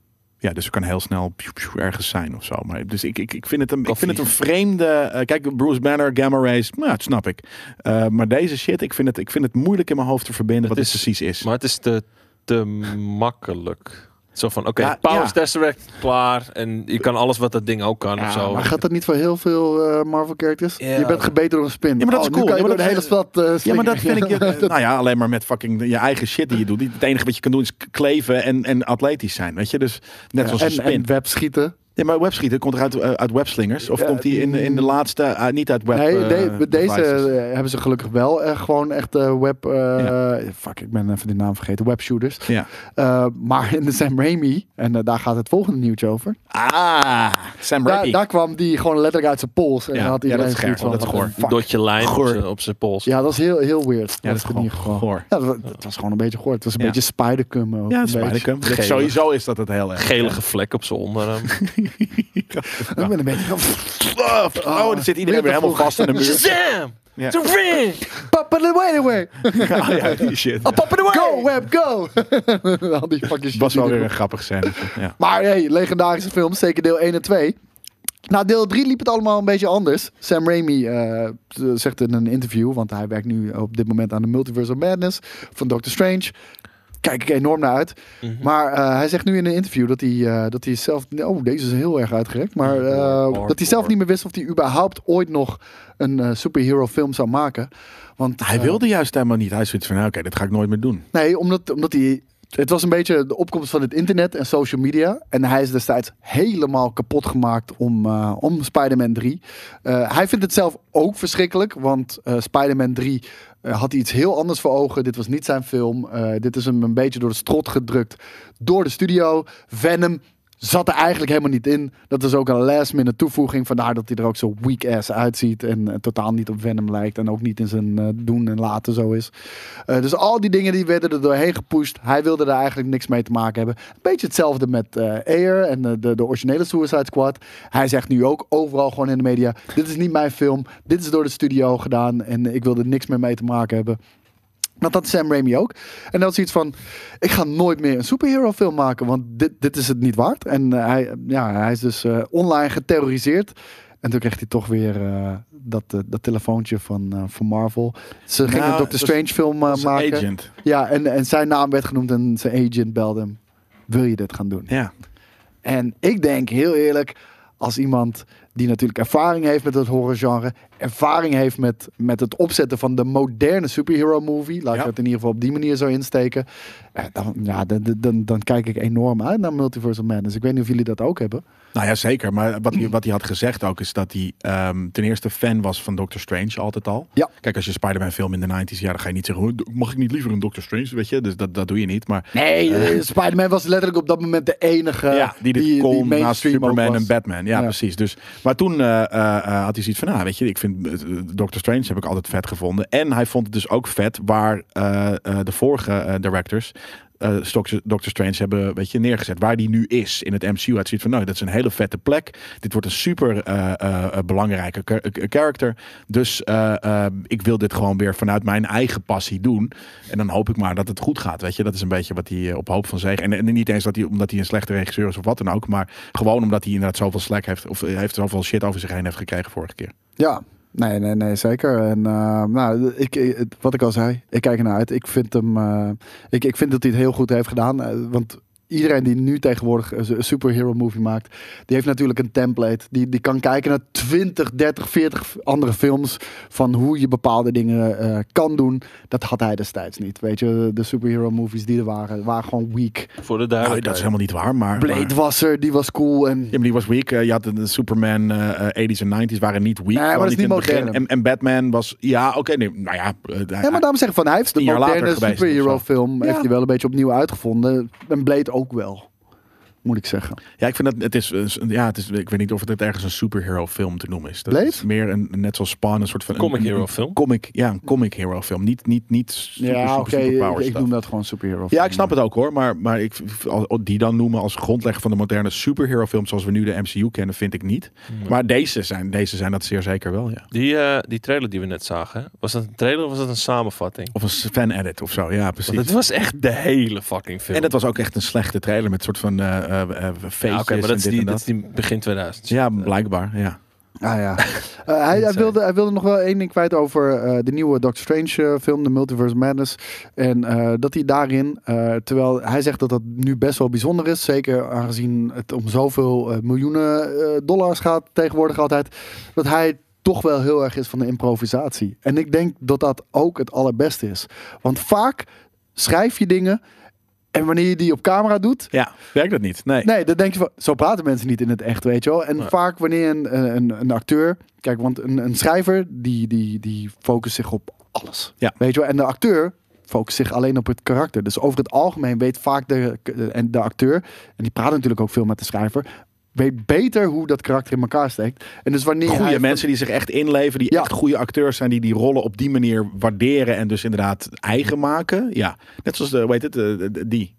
Ja, dus het kan heel snel pjoe, pjoe, ergens zijn of zo. Maar dus ik, ik, ik, vind, het een, ik Koffie. vind het een vreemde... Uh, kijk, Bruce Banner, Gamma Rays, nou, dat snap ik. Uh, maar deze shit, ik vind, het, ik vind het moeilijk in mijn hoofd te verbinden Het wat is- het precies is. Maar het is te, te makkelijk. Zo van, oké, Ja, Powers ja. Tesseract, klaar. En je kan alles wat dat ding ook kan of Ja, zo. maar gaat dat niet voor heel veel uh, Marvel characters? Ja. Je bent gebeten door een spin. Ja, maar dat is oh, cool. Nu kan je Ja, maar door de hele dat- stad uh, Ja, maar dat vind ik... slingeren. Je, nou ja, alleen maar met fucking je eigen shit die je doet. Het enige wat je kan doen is k- kleven en, en atletisch zijn, weet je. Dus net zoals een en, spin. en webschieten. Ja, maar webschieten komt er uit, uh, uit webslingers? Of Ja, komt die in, in de laatste... Uh, niet uit web Nee, uh, de- deze devices? uh, hebben ze gelukkig wel uh, gewoon echt uh, web... Uh, Ja. Fuck, ik ben even de naam vergeten. Webshooters. Ja. Uh, maar in de Sam Raimi, en uh, daar gaat het volgende nieuwtje over. Ah, Sam Daar, Raimi. daar kwam die gewoon letterlijk uit zijn pols. En Ja, dan had ja, iedereen dat is zoiets goor, van, dat is what goor. the fuck. Dotje lijn op Goor. zijn- op zijn pols. Ja, dat is heel, heel weird. Ja, dat is in gewoon ieder geval. goor. Ja, dat, dat was gewoon een beetje goor. Het was een Ja. beetje Spider-Cum. ook, Ja, een Spider-Cam. beetje. Gele. Sowieso is dat het heel erg. Gelige vlek op zijn onderarm. Ik ben een beetje van... Oh, dan zit iedereen weer helemaal vast in de muur. Shazam! Ja. The ring! Papa the way away! Oh ja, die shit. Pop it away! Go, web, go! Al die fucking shit. Was wel die weer er- een grappig scène. Ja. Maar hey, legendarische films, zeker deel één en twee. Na deel drie liep het allemaal een beetje anders. Sam Raimi eh, zegt in een interview, want hij werkt nu op dit moment aan de Multiverse of Madness van Doctor Strange. Kijk ik enorm naar uit. Mhm. Maar uh, hij zegt nu in een interview dat hij, uh, dat hij zelf... Oh, deze is heel erg uitgerekt. Maar uh, Hardcore. dat hij zelf niet meer wist of hij überhaupt ooit nog een uh, superhero film zou maken. Want, Hij uh, wilde juist helemaal niet. Hij zoiets van, nou, oké, dit ga ik nooit meer doen. Nee, omdat, omdat hij... Het was een beetje de opkomst van het internet en social media. En hij is destijds helemaal kapot gemaakt om, uh, om Spider-Man drie. Uh, hij vindt het zelf ook verschrikkelijk. Want uh, Spider-Man drie uh, had hij iets heel anders voor ogen. Dit was niet zijn film. Uh, dit is hem een beetje door de strot gedrukt door de studio. Venom zat er eigenlijk helemaal niet in. Dat is ook een last minute toevoeging. Vandaar dat hij er ook zo weak ass uitziet. En uh, totaal niet op Venom lijkt. En ook niet in zijn uh, doen en laten zo is. Uh, dus al die dingen die werden er doorheen gepusht. Hij wilde er eigenlijk niks mee te maken hebben. Een beetje hetzelfde met uh, Ayer en uh, de, de originele Suicide Squad. Hij zegt nu ook overal gewoon in de media. Dit is niet mijn film. Dit is door de studio gedaan. En ik wil er niks meer mee te maken hebben. Dat had Sam Raimi ook. En dat was iets van, ik ga nooit meer een superhero film maken, want dit, dit is het niet waard. En uh, hij, ja, hij is dus uh, online geterroriseerd. En toen kreeg hij toch weer uh, dat, uh, dat telefoontje van, uh, van Marvel. Ze gingen Nou, een Doctor dat Strange film uh, Dat is een maken. agent. Ja, en, en zijn naam werd genoemd en zijn agent belde hem. Wil je dit gaan doen? Ja. En ik denk heel eerlijk, als iemand die natuurlijk ervaring heeft met het horrorgenre, ervaring heeft met, met het opzetten van de moderne superhero movie, laat ik Ja. het in ieder geval op die manier zo insteken, eh, dan, ja, dan, dan, dan kijk ik enorm uit naar Multiverse of Madness. Ik weet niet of jullie dat ook hebben. Nou ja, zeker. Maar wat hij, wat hij had gezegd ook is dat hij um, ten eerste fan was van Doctor Strange altijd al. Ja. Kijk, als je Spider-Man film in de negentig, ja, dan ga je niet zeggen, "Oh, mag ik niet liever een Doctor Strange, weet je? Dus dat, dat doe je niet. Maar Nee, eh, Spider-Man was letterlijk op dat moment de enige ja, die dit die, kon die naast mainstream ook Superman was. en Batman. Ja, Ja. precies. Dus, maar toen uh, uh, uh, had hij zoiets van, nou, weet je, ik vind uh, Doctor Strange heb ik altijd vet gevonden. En hij vond het dus ook vet waar uh, uh, de vorige uh, directors Uh, Doctor Strange hebben, weet je, neergezet. Waar die nu is in het M C U. Het ziet van, nou, dat is een hele vette plek. Dit wordt een super uh, uh, belangrijke char- character. Dus uh, uh, ik wil dit gewoon weer vanuit mijn eigen passie doen. En dan hoop ik maar dat het goed gaat, weet je. Dat is een beetje wat hij uh, op hoop van zegen. En, en niet eens dat hij, omdat hij een slechte regisseur is of wat dan ook. Maar gewoon omdat hij inderdaad zoveel slack heeft. Of uh, heeft zoveel shit over zich heen heeft gekregen vorige keer. Ja, nee, nee, nee, zeker. En uh, nou, ik, ik, wat ik al zei, ik kijk ernaar uit. Ik vind hem, uh, ik, ik vind dat hij het heel goed heeft gedaan. Uh, want iedereen die nu tegenwoordig een superhero movie maakt, die heeft natuurlijk een template. Die, die kan kijken naar twintig, dertig, veertig andere films van hoe je bepaalde dingen uh, kan doen. Dat had hij destijds niet. Weet je, de superhero movies die er waren, waren gewoon weak. Voor de Nou, duidelijkheid. dat is helemaal niet waar, maar... Blade maar... was er, die was cool. En Ja, maar die was weak. Uh, je had de, de Superman uh, tachtiger en negentiger waren niet weak. Nee, maar Wel dat is niet in het begin. modern. En, en Batman was... Ja, oké. Okay, nee, nou ja. Uh, Ja, maar daarom zeg ik van, hij heeft de tien jaar later moderne geweest superhero of zo. film Ja. heeft hij wel een beetje opnieuw uitgevonden. En Blade ook wel, moet ik zeggen. Ja, ik vind dat het is, uh, ja, het is, ik weet niet of het ergens een superhero film te noemen is. Dat Blade? is meer een, net zoals Spawn, een soort van... Comic een, hero een film. Comic, ja, een comic hero film. Niet, niet, niet super, Ja, super, oké, super ik, power ik stuff. noem dat gewoon superhero Ja, film. ik snap het ook hoor. Maar, maar ik, als, die dan noemen als grondlegger van de moderne superhero film zoals we nu de M C U kennen, vind ik niet. Nee. Maar deze zijn, deze zijn dat zeer zeker wel, ja. Die, uh, die trailer die we net zagen, was dat een trailer of was dat een samenvatting? Of een fan-edit of zo, ja, precies. Want het was echt de hele fucking film. En dat was ook echt een slechte trailer met een soort van uh, uh, uh, feestjes. Ja, Oké, maar dat is, en dit die, en dat is die begin tweeduizend. Ja, blijkbaar, ja. Ah ja. Uh, hij, hij, wilde, hij wilde nog wel één ding kwijt over uh, de nieuwe Doctor Strange uh, film, The Multiverse Madness. En uh, dat hij daarin, uh, terwijl hij zegt dat dat nu best wel bijzonder is, zeker aangezien het om zoveel uh, miljoenen uh, dollars gaat tegenwoordig altijd, dat hij toch wel heel erg is van de improvisatie. En ik denk dat dat ook het allerbeste is. Want vaak schrijf je dingen en wanneer je die op camera doet, Ja, werkt dat niet. Nee. nee, dan denk je van, zo praten mensen niet in het echt, weet je wel. En Nee. vaak wanneer een, een, een acteur, kijk, want een, een schrijver, die, die, die focust zich op alles. Ja. Weet je wel, en de acteur focust zich alleen op het karakter. Dus over het algemeen weet vaak de, de, de acteur, en die praat natuurlijk ook veel met de schrijver, weet beter hoe dat karakter in elkaar steekt. En dus wanneer Goede hij- mensen die zich echt inleven, die Ja. echt goede acteurs zijn, die die rollen op die manier waarderen en dus inderdaad eigen maken. Ja, net zoals de, hoe heet het, de, de- die.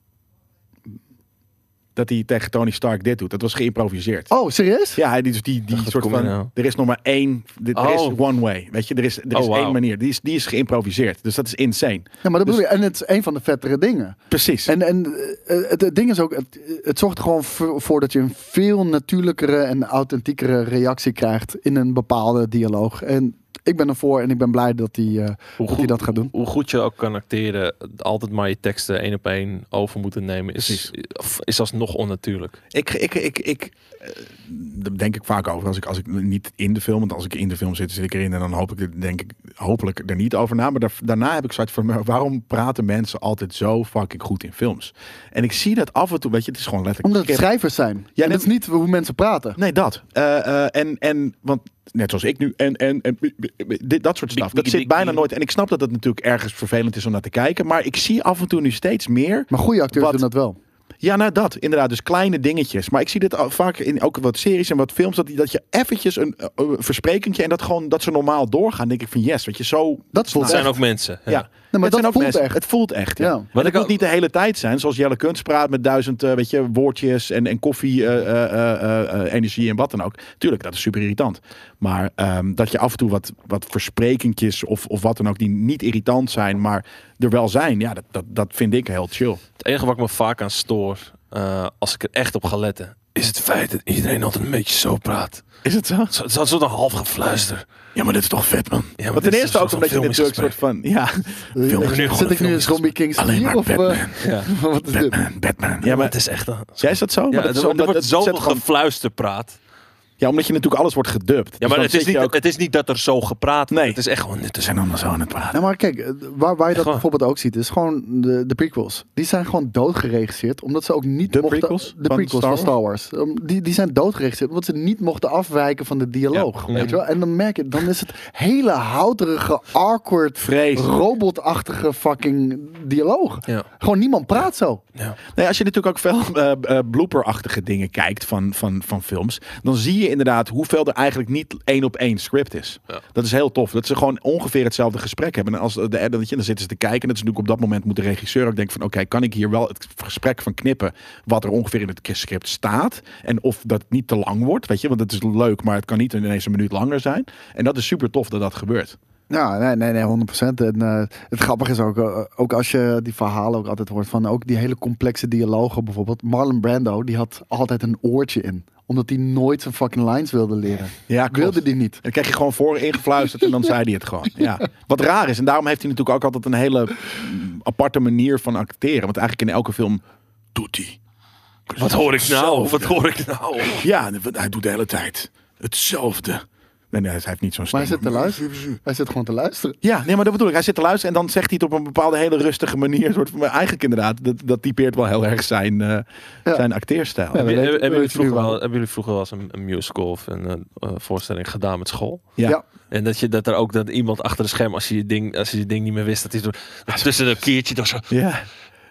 Dat hij tegen Tony Stark dit doet. Dat was geïmproviseerd. Oh, serieus? Ja, hij die, dus die, die Wat soort kom van. je nou? Er is nog maar één. dit- Er is Oh. one way. Weet je, er is, er is Oh, wauw. één manier. Die is, die is geïmproviseerd. Dus dat is insane. Ja, maar dat Dus- bedoel je. En het is een van de vettere dingen. Precies. En, en eh, het, het ding is ook, het, het zorgt er gewoon voor, voor dat je een veel natuurlijkere en authentiekere reactie krijgt in een bepaalde dialoog. En ik ben ervoor en ik ben blij dat hij eh, Hoe dat hij dat gaat doen. Hoe goed je ook kan acteren, altijd maar je teksten één op één over moeten nemen, is, is alsnog onnatuurlijk. Ik, ik, ik, ik, eh, daar denk ik vaak over als ik, als ik niet in de film, want als ik in de film zit, zit ik erin en dan hoop ik er, denk ik, hopelijk er niet over na. Maar daar, daarna heb ik zoiets van, maar waarom praten mensen altijd zo fucking goed in films? En ik zie dat af en toe, weet je, het is gewoon letterlijk. Omdat het schrijvers zijn. Ja, Ja, en nee, dat is niet hoe mensen praten. Nee, dat. Eh, eh, en, en, want net zoals ik nu, en, en, en dit, dat soort stuff. Dat zit bijna nooit. En ik snap dat het natuurlijk ergens vervelend is om naar te kijken. Maar ik zie af en toe nu steeds meer. Maar goede acteurs Wat- doen dat wel. Ja, nou dat, inderdaad. Dus kleine dingetjes. Maar ik zie dit al vaak in ook wat series en wat films. Dat, die- dat je eventjes een uh, uh, versprekentje en dat gewoon dat ze normaal doorgaan. Dan denk ik van yes, weet je, zo. Dat voelt Het zijn echt. ook mensen. Ja. Ja. Nee, maar Het dat zijn ook voelt mensen. echt. Het voelt echt. Ja. Ja. Maar Wat dat ik moet ook- niet de hele tijd zijn. Zoals Jelle Kunst praat met duizend uh, weet je, woordjes en, en koffie, uh, uh, uh, uh, energie en wat dan ook. Tuurlijk, dat is super irritant. Maar um, dat je af en toe wat, wat versprekentjes of, of wat dan ook die niet irritant zijn, maar er wel zijn. Ja, dat, dat, dat vind ik heel chill. Het enige wat ik me vaak aan stoor, uh, als ik er echt op ga letten, is het feit dat iedereen altijd een beetje zo praat. Is het zo? Zo- Het is zo'n half gefluister. Ja, maar dit is toch vet, man. Ja, maar Want dit ten is eerste een ook soort omdat je van natuurlijk soort van... Ja, Eh, Film- nu gewoon Zit een ik nu in film Zombie Kings Alleen vier maar of... eh, Batman. Ja. wat is dit? Batman, Batman. Ja, Maar maar het is echt een... ja, is dat zo? Ja, Maar dat er, is er omdat wordt het zoveel zet gewoon- gefluister praat. Ja, omdat je natuurlijk alles wordt gedubt. Ja, Dus maar dan het is, zit je niet, ook- het is niet dat er zo gepraat wordt. Nee. Het is echt gewoon... Het Ze is zijn allemaal zo aan het praten. Nou, maar kijk, eh, waar, waar je dat Gewoon. bijvoorbeeld ook ziet, is gewoon de, de prequels. Die zijn gewoon doodgeregisseerd, omdat ze ook niet De mochten... prequels De van prequels Star van Star Wars. Um, Die, die zijn doodgeregisseerd, omdat ze niet mochten afwijken van de dialoog. Ja. Weet je wel? En dan merk je, dan is het hele houterige, awkward, Vreselijk. robotachtige fucking dialoog. Ja. Gewoon niemand praat zo. Ja. Nee, als je natuurlijk ook veel eh uh, blooper-achtige dingen kijkt van, van, van films, dan zie je inderdaad hoeveel er eigenlijk niet één op één script is. Ja. Dat is heel tof. Dat ze gewoon ongeveer hetzelfde gesprek hebben. En als de, de, dan zitten ze te kijken. En dat is natuurlijk op dat moment moet de regisseur ook denken van oké, kan ik hier wel het gesprek van knippen wat er ongeveer in het script staat. En of dat niet te lang wordt, weet je. Want het is leuk, maar het kan niet ineens een minuut langer zijn. En dat is super tof dat dat gebeurt. Ja, nee, nee, nee, honderd procent. En uh, het grappige is ook, uh, ook als je die verhalen ook altijd hoort van ook die hele complexe dialogen bijvoorbeeld. Marlon Brando, die had altijd een oortje in. Omdat hij nooit zijn fucking lines wilde leren. Ja, klopt. Wilde die niet. Dan krijg je gewoon voor ingefluisterd en dan zei hij het gewoon. Ja. Wat raar is. En daarom heeft hij natuurlijk ook altijd een hele mm, aparte manier van acteren. Want eigenlijk in elke film doet hij. Wat hoor ik nou? Wat hoor ik nou? Ja, hij doet de hele tijd hetzelfde. Nee, nee, hij heeft niet zo'n stem. Maar hij zit te luisteren. Hij zit gewoon te luisteren. Ja, nee, maar dat bedoel ik. Hij zit te luisteren en dan zegt hij het op een bepaalde hele rustige manier. Soort van, maar eigenlijk inderdaad, dat, dat typeert wel heel erg zijn, uh, Ja. zijn acteerstijl. Ja, Hebben, weet- hebben, weet jullie je nu vroeger wel. wel, hebben jullie vroeger wel eens een, een musical of een uh, voorstelling gedaan met school? Ja. Ja. En dat je dat er ook dat iemand achter de scherm, als je je ding, als je je ding niet meer wist, dat hij door dat tussen een keertje door zo. Ja.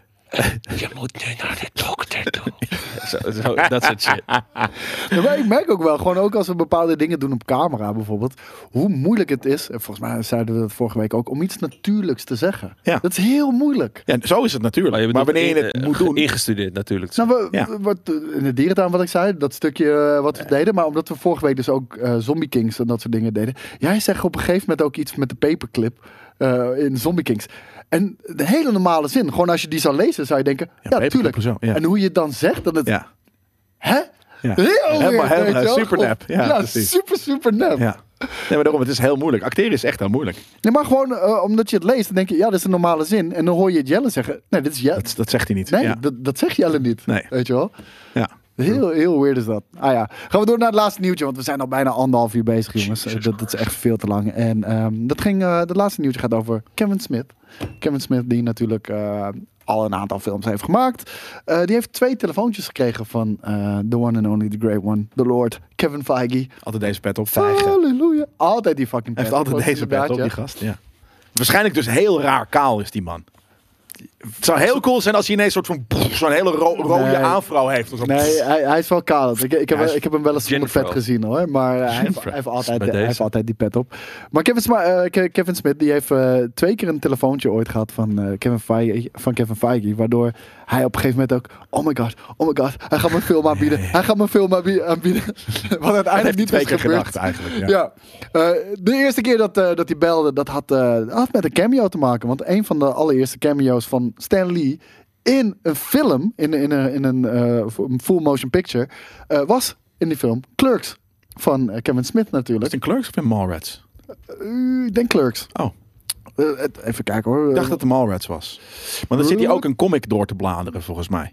Je moet nu naar de dokter toe. Zo, zo, dat soort shit. Ja, maar ik merk ook wel, gewoon ook als we bepaalde dingen doen op camera bijvoorbeeld, hoe moeilijk het is, en volgens mij zeiden we dat vorige week ook, om iets natuurlijks te zeggen. Ja. Dat is heel moeilijk. Ja, zo is het natuurlijk. Maar, bedoelt wanneer je het in- moet doen. Ingestudeerd natuurlijk. Nou, we, Ja. we- wat, in de dierentuin wat ik zei, dat stukje eh, wat we deden, maar omdat we vorige week dus ook eh, Zombie Kings en dat soort dingen deden. Jij zegt op een gegeven moment ook iets met de paperclip uh, in Zombie Kings. En de hele normale zin. Gewoon als je die zou lezen, zou je denken... Ja, Ja, tuurlijk. zo, ja. En hoe je het dan zegt, dat het... Ja. Hè? Ja. Heel Helemaal, weird, helemaal weet je wel? super nep. Ja, Ja, precies. super, super nep. Ja. Nee, maar daarom, het is heel moeilijk. Acteren is echt heel moeilijk. Nee, maar gewoon uh, omdat je het leest, dan denk je... Ja, dit is een normale zin. En dan hoor je het Jelle zeggen. Nee, dit is Jelle. Dat, dat zegt hij niet. Nee, Ja. dat, dat zegt Jelle niet. Nee. Weet je wel? Ja. Heel, heel weird is dat. Ah ja. Gaan we door naar het laatste nieuwtje, want we zijn al bijna anderhalf uur bezig, jongens. Jesus Dat, dat is echt veel te lang. En um, dat ging, uh, het laatste nieuwtje gaat over Kevin Smith. Kevin Smith, die natuurlijk uh, al een aantal films heeft gemaakt. Uh, die heeft twee telefoontjes gekregen van uh, the one and only, the great one, the Lord, Kevin Feige. Altijd deze pet op. Halleluja. Altijd die fucking Hij pet. heeft altijd deze pet Inderdaad, op, ja. die gast. Ja. Waarschijnlijk dus heel raar kaal is die man. Het zou heel cool zijn als hij ineens een soort van pff, zo'n hele ro rode Nee. aanvrouw heeft. Of zo. Nee, hij, hij is wel kaal. Ik, ik, heb, Hij is ik heb hem wel eens zonder Ginfro. pet gezien hoor. Maar uh, hij, heeft, Ginfro. hij, heeft altijd, Bij hij deze. heeft altijd die pet op. Maar Kevin, Sma uh, Ke- Kevin Smith die heeft uh, twee keer een telefoontje ooit gehad van, uh, Kevin, Feige, van Kevin Feige. Waardoor hij op een gegeven moment ook... Oh my god, oh my god. Hij gaat me een film aanbieden. Hij gaat me een film aanbieden. aanbieden. Wat Dat uiteindelijk heeft hij niet twee is keer gebeurd. gedacht eigenlijk. Ja. Ja. Uh, de eerste keer dat, uh, dat hij belde, dat had, uh, had met een cameo te maken. Want een van de allereerste cameo's van Stan Lee in een film, in, in, een, in een uh, full motion picture, uh, was in die film Clerks. Van uh, Kevin Smith Is natuurlijk. het in Clerks of in Mallrats? Uh, ik denk Clerks. Oh, Uh, het- even kijken hoor. ik dacht dat het Mallrats was. Maar dan zit hij ook een comic door te bladeren, volgens mij.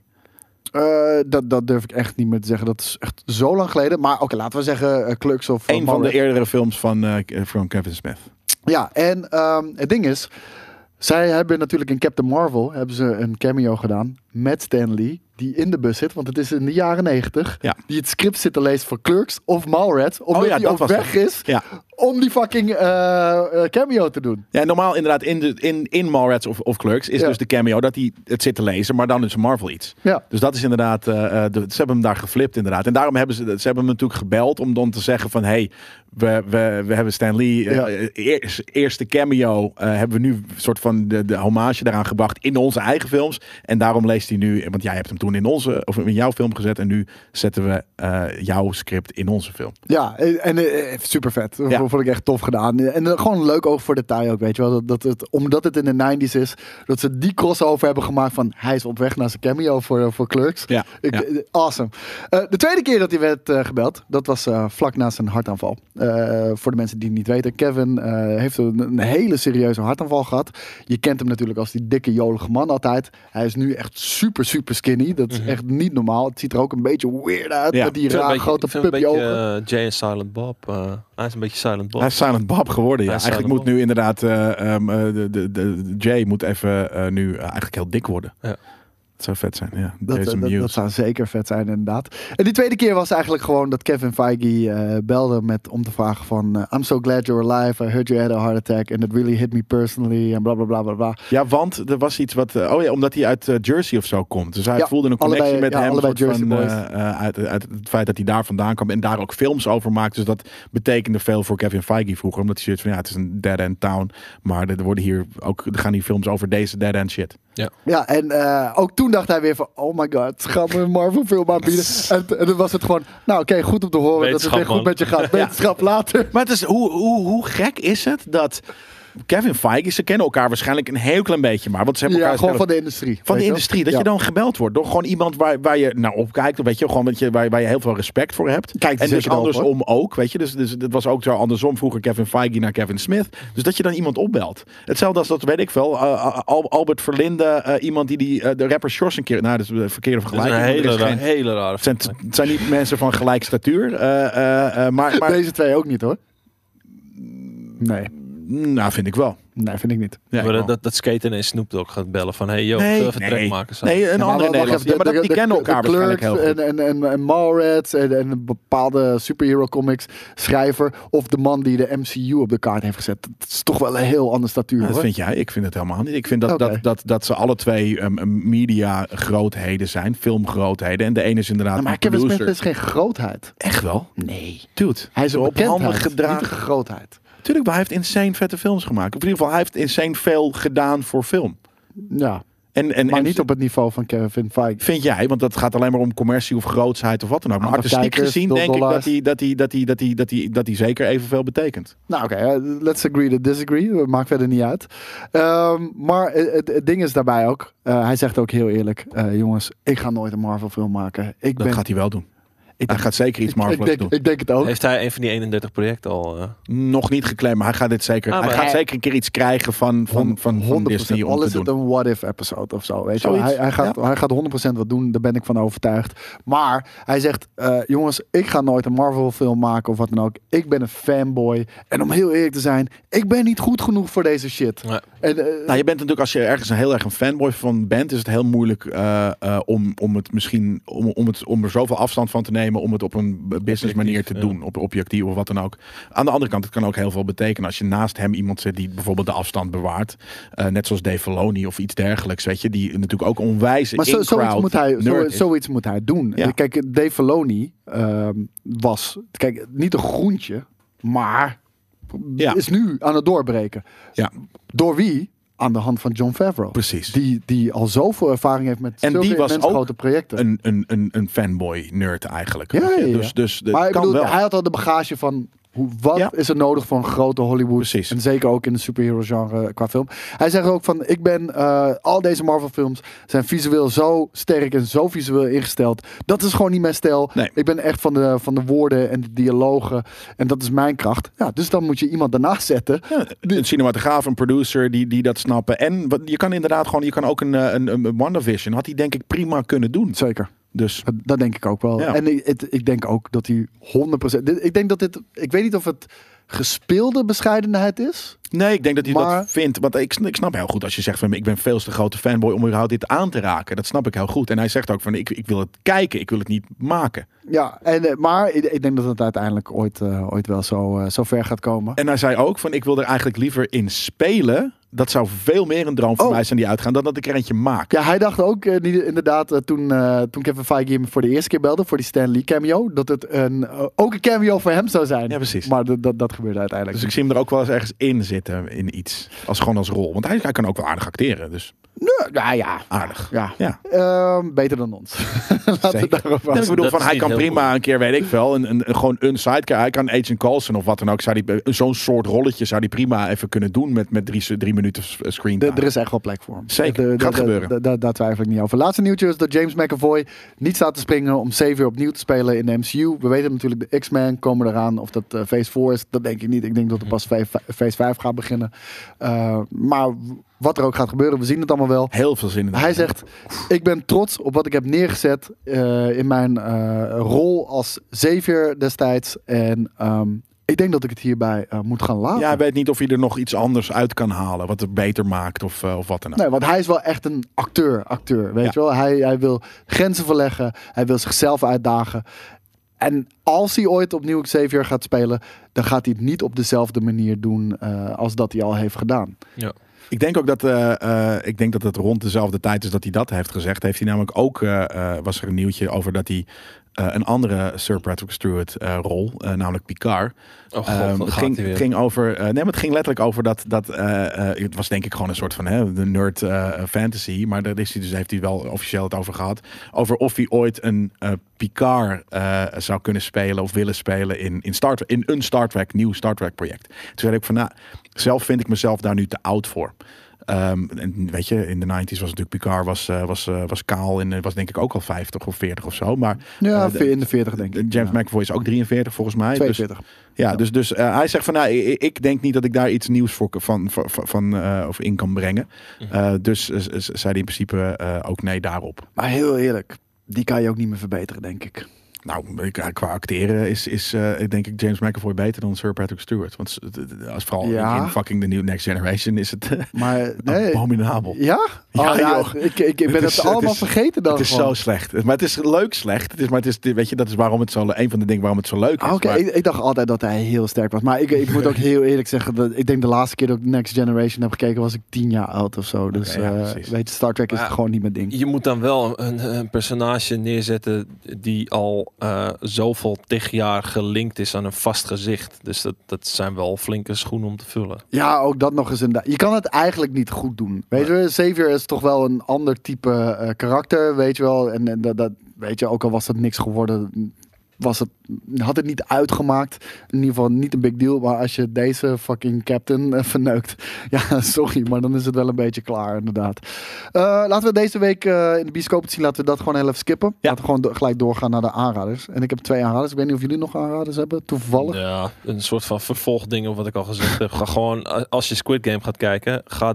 Uh, dat, dat durf ik echt niet meer te zeggen. Dat is echt zo lang geleden. Maar oké, laten we zeggen uh, Clerks of... uh, Een van de Mallrats. eerdere films van, uh, van Kevin Smith. Ja, en um, het ding is... Zij hebben natuurlijk in Captain Marvel hebben ze een cameo gedaan met Stan Lee, die in de bus zit, want het is in de jaren negentig, Ja. die het script zit te lezen voor Clerks of Mallrats, omdat Oh ja, hij dat op was weg het. is Ja. om die fucking uh, uh, cameo te doen. Ja, normaal inderdaad in, de, in, in Mallrats of, of Clerks is Ja. dus de cameo dat hij het zit te lezen, maar dan is Marvel iets. Ja. Dus dat is inderdaad, uh, uh, de, ze hebben hem daar geflipt inderdaad. En daarom hebben ze, ze hebben hem natuurlijk gebeld om dan te zeggen van, hey, we, we, we hebben Stan Lee, uh, Ja. eer- eerste cameo, uh, hebben we nu een soort van de, de hommage daaraan gebracht in onze eigen films. En daarom leest hij nu, want jij hebt hem toen in onze, of in jouw film gezet en nu zetten we uh, jouw script in onze film. Ja, en uh, super vet. Dat Ja. vond ik echt tof gedaan. En uh, gewoon leuk oog voor detail ook, weet je wel. Dat, dat het, omdat het in de negentig is, dat ze die crossover hebben gemaakt van hij is op weg naar zijn cameo voor, voor Clerks. Ja, Ik, ja. eh, Awesome. Uh, de tweede keer dat hij werd uh, gebeld, dat was uh, vlak na zijn hartaanval. Uh, voor de mensen die het niet weten, Kevin uh, heeft een, een hele serieuze hartaanval gehad. Je kent hem natuurlijk als die dikke jolige man altijd. Hij is nu echt super, super skinny. Dat is Mhm. echt niet normaal. Het ziet er ook een beetje weird uit Ja. met die Ik vind raar een beetje- grote ik vind een puppy beetje ogen. uh, Jay en Silent Bob. uh, hij is een beetje Silent Bob. Hij is Silent Bob geworden, ja. Hij is Eigenlijk moet Silent nu inderdaad, uh, um, uh, de, de, de, Jay moet even uh, nu uh, eigenlijk heel dik worden. Ja. Het zou vet zijn, ja. Dat, Jason dat, Mewes. dat zou zeker vet zijn, inderdaad. En die tweede keer was eigenlijk gewoon dat Kevin Feige uh, belde met, om te vragen van... Uh, I'm so glad you're alive. I heard you had a heart attack. And it really hit me personally. En bla bla bla bla bla. Ja, want er was iets wat... uh, oh ja, omdat hij uit uh, Jersey of zo komt. Dus hij Ja, voelde een connectie allebei- met ja, hem. allebei soort Jersey van, boys. uh, uh, uit, uit het feit dat hij daar vandaan kwam. En daar ook films over maakt. Dus dat betekende veel voor Kevin Feige vroeger. Omdat hij zoiets van, ja, het is een dead-end town. Maar er worden hier ook... Er gaan die films over deze dead-end shit. Ja, en uh, ook toen dacht hij weer van... Oh my god, ze gaan me een Marvel film aanbieden. en, en dan was het gewoon... Nou oké, okay, goed om te horen dat het weer Wetenschap, goed man. met je gaat. Wetenschap later. Maar het is, hoe, hoe, hoe gek is het dat... Kevin Feige, ze kennen elkaar waarschijnlijk een heel klein beetje maar. Want ze hebben Ja, elkaar gewoon van de industrie. Van weet de je wel? industrie. Dat Ja. je dan gebeld wordt door gewoon iemand waar, waar je naar opkijkt. Weet je, gewoon dat je, waar, waar je heel veel respect voor hebt. Kijkt en dus zeker op, andersom ook. Weet je, dus, dus het was ook zo andersom vroeger Kevin Feige naar Kevin Smith. Dus dat je dan iemand opbelt. Hetzelfde als dat, weet ik veel, uh, Al- Albert Verlinde, uh, iemand die, die uh, de rapper Shores een keer... Nou, dat is een verkeerde Dat is vergelijking. een want er hele, is ra- geen- hele rare het, zijn, het zijn niet mensen van gelijk statuur. Uh, uh, uh, maar, maar Deze twee ook niet hoor. Nee, nou, vind ik wel. nee vind ik niet. Ja, Maar ik dat, wel. dat, dat Skaten en Snoop Dogg gaat bellen van... Hey, yo, Nee, zullen we even nee. trek maken samen? Nee, een Ja, maar andere wacht Nederlandse. even, Ja, maar dat, die kennen elkaar de waarschijnlijk heel Clerks goed. En, en, en, en Mallrats en, en een bepaalde superhero comics schrijver of de man die de M C U op de kaart heeft gezet. Dat is toch wel een heel andere statuur. Dat hoor. vind jij. Ik vind het helemaal niet. Ik vind dat, Oké. dat, dat, dat ze alle twee um, media grootheden zijn. Filmgrootheden. En de ene is inderdaad Ja, maar een Kevin producer. Smith is geen grootheid. Echt wel? Nee. Dude. Hij is een op handen bekendheid, gedragen. niet een grootheid. Tuurlijk, maar hij heeft insane vette films gemaakt. Of in ieder geval, hij heeft insane veel gedaan voor film. Ja. En, en, Maar en niet op het niveau van Kevin Feige. Vind jij? Want dat gaat alleen maar om commercie of grootsheid of wat dan ook. Maar Aantal artistiek kijkers, gezien denk ik dollars. dat hij dat hij dat hij dat hij dat hij dat hij zeker evenveel betekent. Nou oké, okay, uh, let's agree to disagree. Dat maakt verder niet uit. Um, maar het, het, het ding is daarbij ook, uh, hij zegt ook heel eerlijk, uh, jongens, ik ga nooit een Marvel film maken. Ik Dat ben, gaat hij wel doen. ik Hij gaat zeker iets ik, ik, Marvelous denk, doen. ik denk het ook. Heeft hij een van die eenendertig projecten al? Uh... Nog niet geclaimd, maar hij gaat dit zeker. Ah, hij maar gaat hij- zeker een keer iets krijgen van van van, van honderd procent. Disney om Al te is doen. het een what-if episode of zo. Weet je wel. Zoiets, Hij, hij, gaat, ja. hij gaat honderd procent wat doen, daar ben ik van overtuigd. Maar hij zegt, uh, jongens, ik ga nooit een Marvel film maken of wat dan ook. Ik ben een fanboy. En om heel eerlijk te zijn, ik ben niet goed genoeg voor deze shit. Ja. En, uh, Nou, je bent natuurlijk, als je ergens een heel erg een fanboy van bent, is het heel moeilijk uh, uh, om, om het misschien om, om, het, om er zoveel afstand van te nemen, om het op een business manier te ja. doen, op objectief of wat dan ook. Aan de andere kant, het kan ook heel veel betekenen als je naast hem iemand zit die bijvoorbeeld de afstand bewaart, uh, net zoals Dave Filoni of iets dergelijks, weet je, die natuurlijk ook onwijs Maar zo, zoiets, in-crowd moet hij, zo, nerd is. zoiets moet hij doen. Ja. Kijk, Dave Filoni ehm, was, kijk, niet een groentje, maar Ja. is nu aan het doorbreken. Ja. Door wie? Aan de hand van Jon Favreau. Precies. Die, die al zoveel ervaring heeft met En zulke die was immens ook grote projecten. Een, een, een, een fanboy nerd eigenlijk. Ja, weet je. ja, ja. Dus, dus het maar ik kan bedoel, wel. hij had al de bagage van hoe, wat Ja. is er nodig voor een grote Hollywood. Precies. En zeker ook in de superhero genre qua film. Hij zegt ook van, ik ben, uh, al deze Marvel films zijn visueel zo sterk en zo visueel ingesteld. Dat is gewoon niet mijn stijl. Nee. Ik ben echt van de, van de woorden en de dialogen. En dat is mijn kracht. Ja, dus dan moet je iemand daarnaast zetten. Ja, een cinematograaf, een producer die, die dat snappen. En wat, je kan inderdaad gewoon, je kan ook een, eh, een, een WandaVision, had hij denk ik prima kunnen doen. Zeker. Dus Dat, dat denk ik ook wel. Ja. En ik, het, ik denk ook dat hij honderd procent... dit- Ik denk dat dit... Ik weet niet of het gespeelde bescheidenheid is. nee, ik denk dat hij Maar- dat vindt. Want ik, ik snap heel goed als je zegt van ik ben veel te grote fanboy om überhaupt dit aan te raken. Dat snap ik heel goed. En hij zegt ook van ik, ik wil het kijken, ik wil het niet maken. Ja, en, eh, maar ik, ik denk dat het uiteindelijk ooit, uh, ooit wel zo, uh, zo ver gaat komen. En hij zei ook van ik wil er eigenlijk liever in spelen. Dat zou veel meer een droom voor Oh. mij zijn die uitgaan dan dat ik er eentje maak. Ja, hij dacht ook uh, niet, inderdaad uh, toen, uh, toen Kevin Feige hem voor de eerste keer belde voor die Stan Lee cameo, dat het een, uh, ook een cameo voor hem zou zijn. Ja, precies. Maar dat, dat, dat gebeurde uiteindelijk Dus ik niet. zie hem er ook wel eens ergens in zitten in iets. Als gewoon als rol. Want hij, hij kan ook wel aardig acteren. Dus Nee, ja, ja. aardig. Ja. Ja. Ehm, beter dan ons. Laten we Zeker. daarover Nee, ik afsluiten. bedoel, Dat van, is hij niet kan heel prima goed. een keer, weet ik wel, een, een, een- gewoon een sidekick. Hij kan Agent Coulson of wat dan ook. Zou die zo'n soort rolletje zou die prima even kunnen doen met, met drie, drie minuten screen Er- time. Er is echt wel plek voor hem. Zeker. De- de- Gaat de- gebeuren. de- de- Daar twijfel ik niet over. Laatste nieuwtje is dat James McAvoy niet staat te springen om Xavier opnieuw te spelen in de M C U. We weten natuurlijk, de X-Men komen eraan. Of dat uh, Phase vier is, dat denk ik niet. Ik denk dat er pas Phase vijf gaat beginnen. Uh, maar wat er ook gaat gebeuren, we zien het allemaal wel. Heel veel zin in. Hij zegt, ik ben trots op wat ik heb neergezet uh, in mijn uh, rol als Xavier destijds. En um, ik denk dat ik het hierbij uh, moet gaan laten. Ja, hij weet niet of hij er nog iets anders uit kan halen. Wat het beter maakt of, uh, of wat dan ook. Nee, want hij is wel echt een acteur, acteur, weet Ja. je wel. Hij, hij wil grenzen verleggen, hij wil zichzelf uitdagen. En als hij ooit opnieuw Xavier gaat spelen, dan gaat hij het niet op dezelfde manier doen uh, als dat hij al heeft gedaan. Ja. Ik denk ook dat, uh, uh, ik denk dat het rond dezelfde tijd is dat hij dat heeft gezegd. Heeft hij namelijk ook, uh, uh, was er een nieuwtje over dat hij uh, een andere Sir Patrick Stewart uh, rol, uh, namelijk Picard. Oh god, Um, wat het gaat ging, hij weer? het ging over, uh, nee, maar het ging letterlijk over dat, dat uh, uh, het was denk ik gewoon een soort van hè, de nerd uh, fantasy, maar daar is hij dus, heeft hij wel officieel het over gehad, over of hij ooit een uh, Picard uh, zou kunnen spelen of willen spelen in, in, Star Trek, in een Star Trek, nieuw Star Trek project. Toen zei ik van, nou, zelf vind ik mezelf daar nu te oud voor. Um, en weet je, in de negentig was natuurlijk Picard was, uh, was, uh, was kaal en uh, was denk ik ook al vijftig of veertig of zo. Maar Ja, uh, in de veertig denk ik. James ja. McAvoy is ook drieënveertig volgens mij. Dus, tweeënveertig. ja, dus, dus uh, hij zegt van, nou, ik, ik denk niet dat ik daar iets nieuws voor van, van, van uh, of in kan brengen. Uh, dus uh, zei hij in principe uh, ook nee daarop. Maar heel eerlijk, die kan je ook niet meer verbeteren, denk ik. Nou, ik- qua acteren is, is uh, denk ik James McAvoy beter dan Sir Patrick Stewart. Want s- d- d- als vooral Ja. in, in fucking de New Next Generation is het uh, Maar nee. abominabel. Ja? Ja, Oh, ja, joh. ik, ik, ik ben Het het, is- het allemaal is- vergeten dan Het is gewoon. zo slecht. Maar het is leuk slecht. Het is, maar het is, weet je, dat is waarom het zo, een van de dingen waarom het zo leuk is. Ah, Oké, Maar- ik, ik dacht altijd dat hij heel sterk was. Maar ik, ik moet ook heel eerlijk zeggen, dat ik denk de laatste keer dat ik Next Generation heb gekeken, was ik tien jaar oud of zo. Dus Oké, ja, eh, precies. weet je, Star Trek is Maar ja, gewoon niet mijn ding. Je moet dan wel een, een personage neerzetten die al uh, zoveel tig jaar gelinkt is aan een vast gezicht. Dus dat, dat zijn wel flinke schoenen om te vullen. Ja, ook dat nog eens inderdaad. Je kan het eigenlijk niet goed doen. Weet je, Xavier is toch wel een ander type uh, karakter, weet je wel. En, en dat, dat, weet je, ook al was het niks geworden, was het, had het niet uitgemaakt. In ieder geval niet een big deal. Maar als je deze fucking captain uh, verneukt, ja, sorry, maar dan is het wel een beetje klaar, inderdaad. Uh, laten we deze week uh, in de bioscoop zien, laten we dat gewoon heel even skippen. Ja. Laten we gewoon do- gelijk doorgaan naar de aanraders. En ik heb twee aanraders. Ik weet niet of jullie nog aanraders hebben, toevallig. Ja, een soort van vervolgding of wat ik al gezegd heb. Ga gewoon, als je Squid Game gaat kijken, ga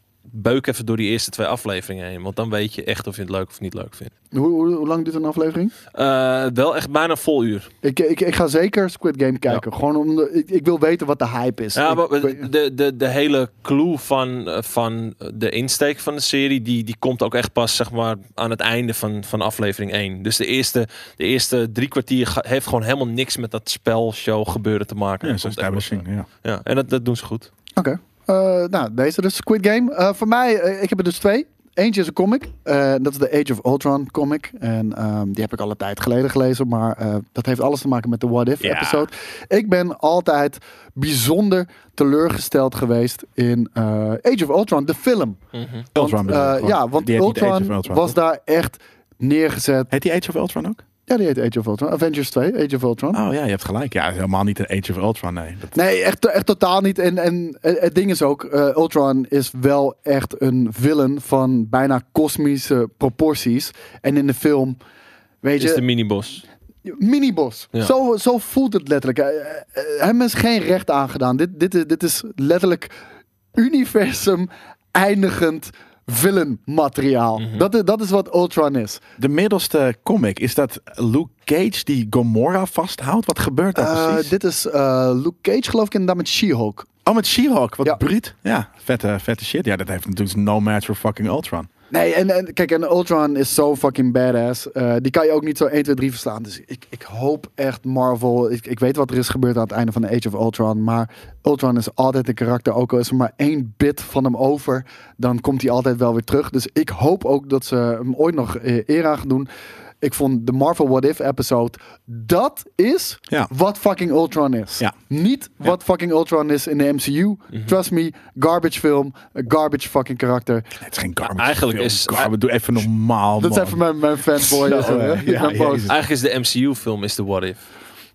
beuk even door die eerste twee afleveringen heen. Want dan weet je echt of je het leuk of niet leuk vindt. Hoe, hoe, hoe lang duurt een aflevering? Uh, wel echt bijna vol uur. Ik, ik, ik ga zeker Squid Game kijken. Ja. Gewoon om de, ik, ik wil weten wat de hype is. Ja, maar ik, de, de, de hele clue van, van de insteek van de serie, die, die komt ook echt pas zeg maar, aan het einde van, van aflevering één. Dus de eerste, de eerste drie kwartier ga, heeft gewoon helemaal niks met dat spel, show, gebeuren te maken. Ja, zo'n establishing, ja. ja. En dat, dat doen ze goed. Oké. Okay. Uh, nou, deze dus Squid Game. Uh, voor mij, uh, ik heb er dus twee. Eentje is een comic. Uh, dat is de Age of Ultron comic. En um, die heb ik al een tijd geleden gelezen. Maar uh, dat heeft alles te maken met de What If ja. episode. Ik ben altijd bijzonder teleurgesteld geweest in uh, Age of Ultron, de film. Mm-hmm. Want, Ultron, uh, ja, want Ultron, Ultron was daar echt neergezet. Heet die Age of Ultron ook? Ja, die heet Age of Ultron. Avengers twee, Age of Ultron. Oh ja, je hebt gelijk. Ja, helemaal niet een Age of Ultron, nee. Dat... Nee, echt, echt totaal niet. En, en het ding is ook, uh, Ultron is wel echt een villain van bijna kosmische proporties. En in de film, weet je... Is de mini-boss. Mini-boss. Ja. Zo, zo voelt het letterlijk. Uh, uh, hem is geen recht aangedaan. Dit, dit, is, dit is letterlijk universum eindigend villain materiaal. Mm-hmm. Dat, dat is wat Ultron is. De middelste comic, is dat Luke Cage die Gamora vasthoudt? Wat gebeurt daar uh, precies? Dit is uh, Luke Cage, geloof ik, inderdaad met She-Hulk. Oh, met She-Hulk. Wat ja. bruut. Ja, vette, vette shit. Ja, dat heeft natuurlijk no match voor fucking Ultron. Nee, en, en kijk, en Ultron is zo fucking badass. Uh, die kan je ook niet zo één, twee, drie verslaan. Dus ik, ik hoop echt Marvel. Ik, ik weet wat er is gebeurd aan het einde van de Age of Ultron. Maar Ultron is altijd een karakter. Ook al is er maar één bit van hem over, dan komt hij altijd wel weer terug. Dus ik hoop ook dat ze hem ooit nog uh, eer aan gaan doen. Ik vond de Marvel What If episode, dat is ja. wat fucking Ultron is. Ja. Niet ja. wat fucking Ultron is in de M C U. Mm-hmm. Trust me, garbage film, garbage fucking karakter. Nee, het is geen garbage nou, eigenlijk film. Is, garbage, doe even normaal, Dat man. zijn voor mijn, mijn fanboys. No, ja, ja, ja, eigenlijk is de M C U film is de What If.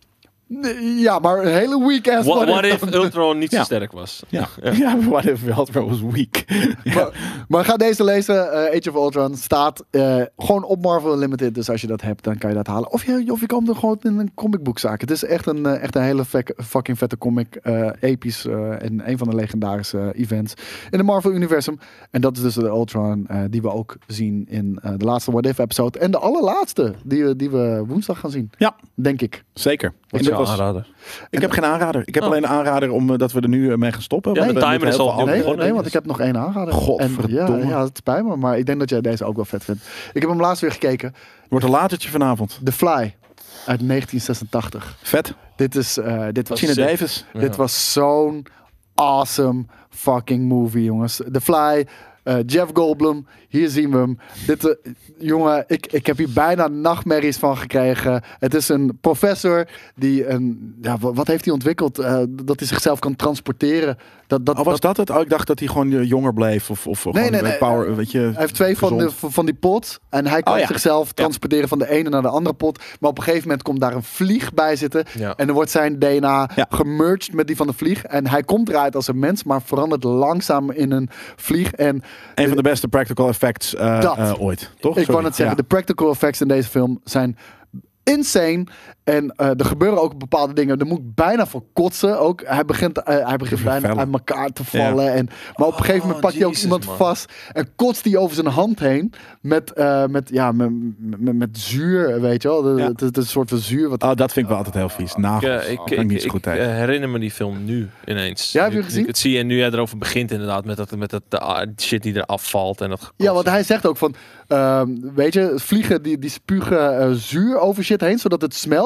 Ja, maar een hele weak ass What, what if Ultron niet ja. zo sterk was. Ja, ja. ja what if Ultron was weak. ja. maar, maar ga deze lezen. Uh, Age of Ultron staat uh, gewoon op Marvel Unlimited. Dus als je dat hebt, dan kan je dat halen. Of je, of je komt er gewoon in een comicboekzaak. Het is echt een, uh, echt een hele vek, fucking vette comic. Uh, episch. Uh, en een van de legendarische uh, events in de Marvel Universum. En dat is dus de Ultron uh, die we ook zien in uh, de laatste What If episode. En de allerlaatste die we, die we woensdag gaan zien. Ja. Denk ik. Zeker. Wat is jouw aanrader? Ik heb geen aanrader. Ik heb oh. alleen een aanrader omdat dat we er nu mee gaan stoppen. Ja, de timer is al nee, nee, nee, want ik heb nog één aanrader. Godverdomme. En, ja, ja, het spijt me, maar ik denk dat jij deze ook wel vet vindt. Ik heb hem laatst weer gekeken. Wordt een latertje vanavond. The Fly uit negentien zesentachtig. Vet. Dit is, uh, dit was Gina Davis. Dit ja. was zo'n awesome fucking movie, jongens. The Fly. Uh, Jeff Goldblum, hier zien we hem. Dit, uh, jongen, ik, ik heb hier bijna nachtmerries van gekregen. Het is een professor die een... Ja, wat heeft hij ontwikkeld? Uh, dat hij zichzelf kan transporteren. Dat, dat, oh, was dat, dat het? Oh, ik dacht dat hij gewoon jonger bleef. Of, of nee, nee, nee. Power, weet je, hij heeft twee van, de, van die pots. En hij kan oh, ja. zichzelf transporteren ja. van de ene naar de andere pot. Maar op een gegeven moment komt daar een vlieg bij zitten. Ja. En dan wordt zijn D N A ja. gemerged met die van de vlieg. En hij komt eruit als een mens, maar verandert langzaam in een vlieg. En een van de beste practical effects uh, uh, ooit, toch? Ik wou net zeggen, ja. de practical effects in deze film zijn insane. En uh, er gebeuren ook bepaalde dingen. Er moet bijna voor kotsen ook. Hij begint, uh, hij begint bijna vellen. uit elkaar te vallen. Ja. En, maar op een gegeven moment pakt hij ook iemand man. vast. En kotst hij over zijn hand heen. Met, uh, met, ja, met, met, met zuur, weet je wel. De, ja. Het is een soort van zuur. Wat oh, dat vind ik wel altijd heel vies. Nagels. Ik, ik, ik, niet zo goed ik, ik herinner me die film nu ineens. Ja, heb je nu, gezien? Nu ik het zie en nu jij erover begint inderdaad. Met dat, met dat de shit die eraf valt. En dat ja, want hij zegt ook van... Uh, weet je, vliegen die, die spugen uh, zuur over shit heen. Zodat het smelt.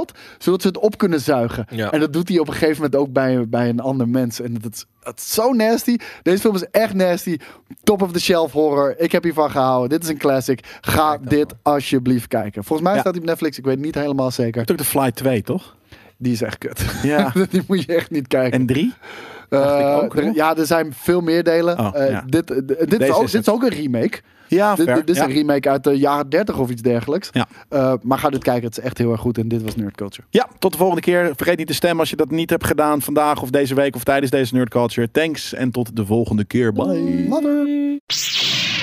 vertelt, zodat ze het op kunnen zuigen. Ja. En dat doet hij op een gegeven moment ook bij, bij een ander mens. En dat is, dat is zo nasty. Deze film is echt nasty. Top of the shelf horror. Ik heb hiervan gehouden. Dit is een classic. Ga dit alsjeblieft kijken. Volgens mij Ja. staat hij op Netflix. Ik weet niet helemaal zeker. Het is ook de Fly twee, toch? Die is echt kut. Ja. Die moet je echt niet kijken. En drie? Uh, dacht ik ook er- nog. ja, er zijn veel meer delen. Oh, Uh, ja. dit, uh, dit, is Deze ook, is dit is het. ook een remake. Ja, Dit, fair. dit is Ja. een remake uit de jaren dertig of iets dergelijks. Ja. Uh, maar ga dit kijken, het is echt heel erg goed. En dit was Nerd Culture. Ja, tot de volgende keer. Vergeet niet te stemmen als je dat niet hebt gedaan vandaag of deze week of tijdens deze Nerd Culture. Thanks en tot de volgende keer. Bye. Later.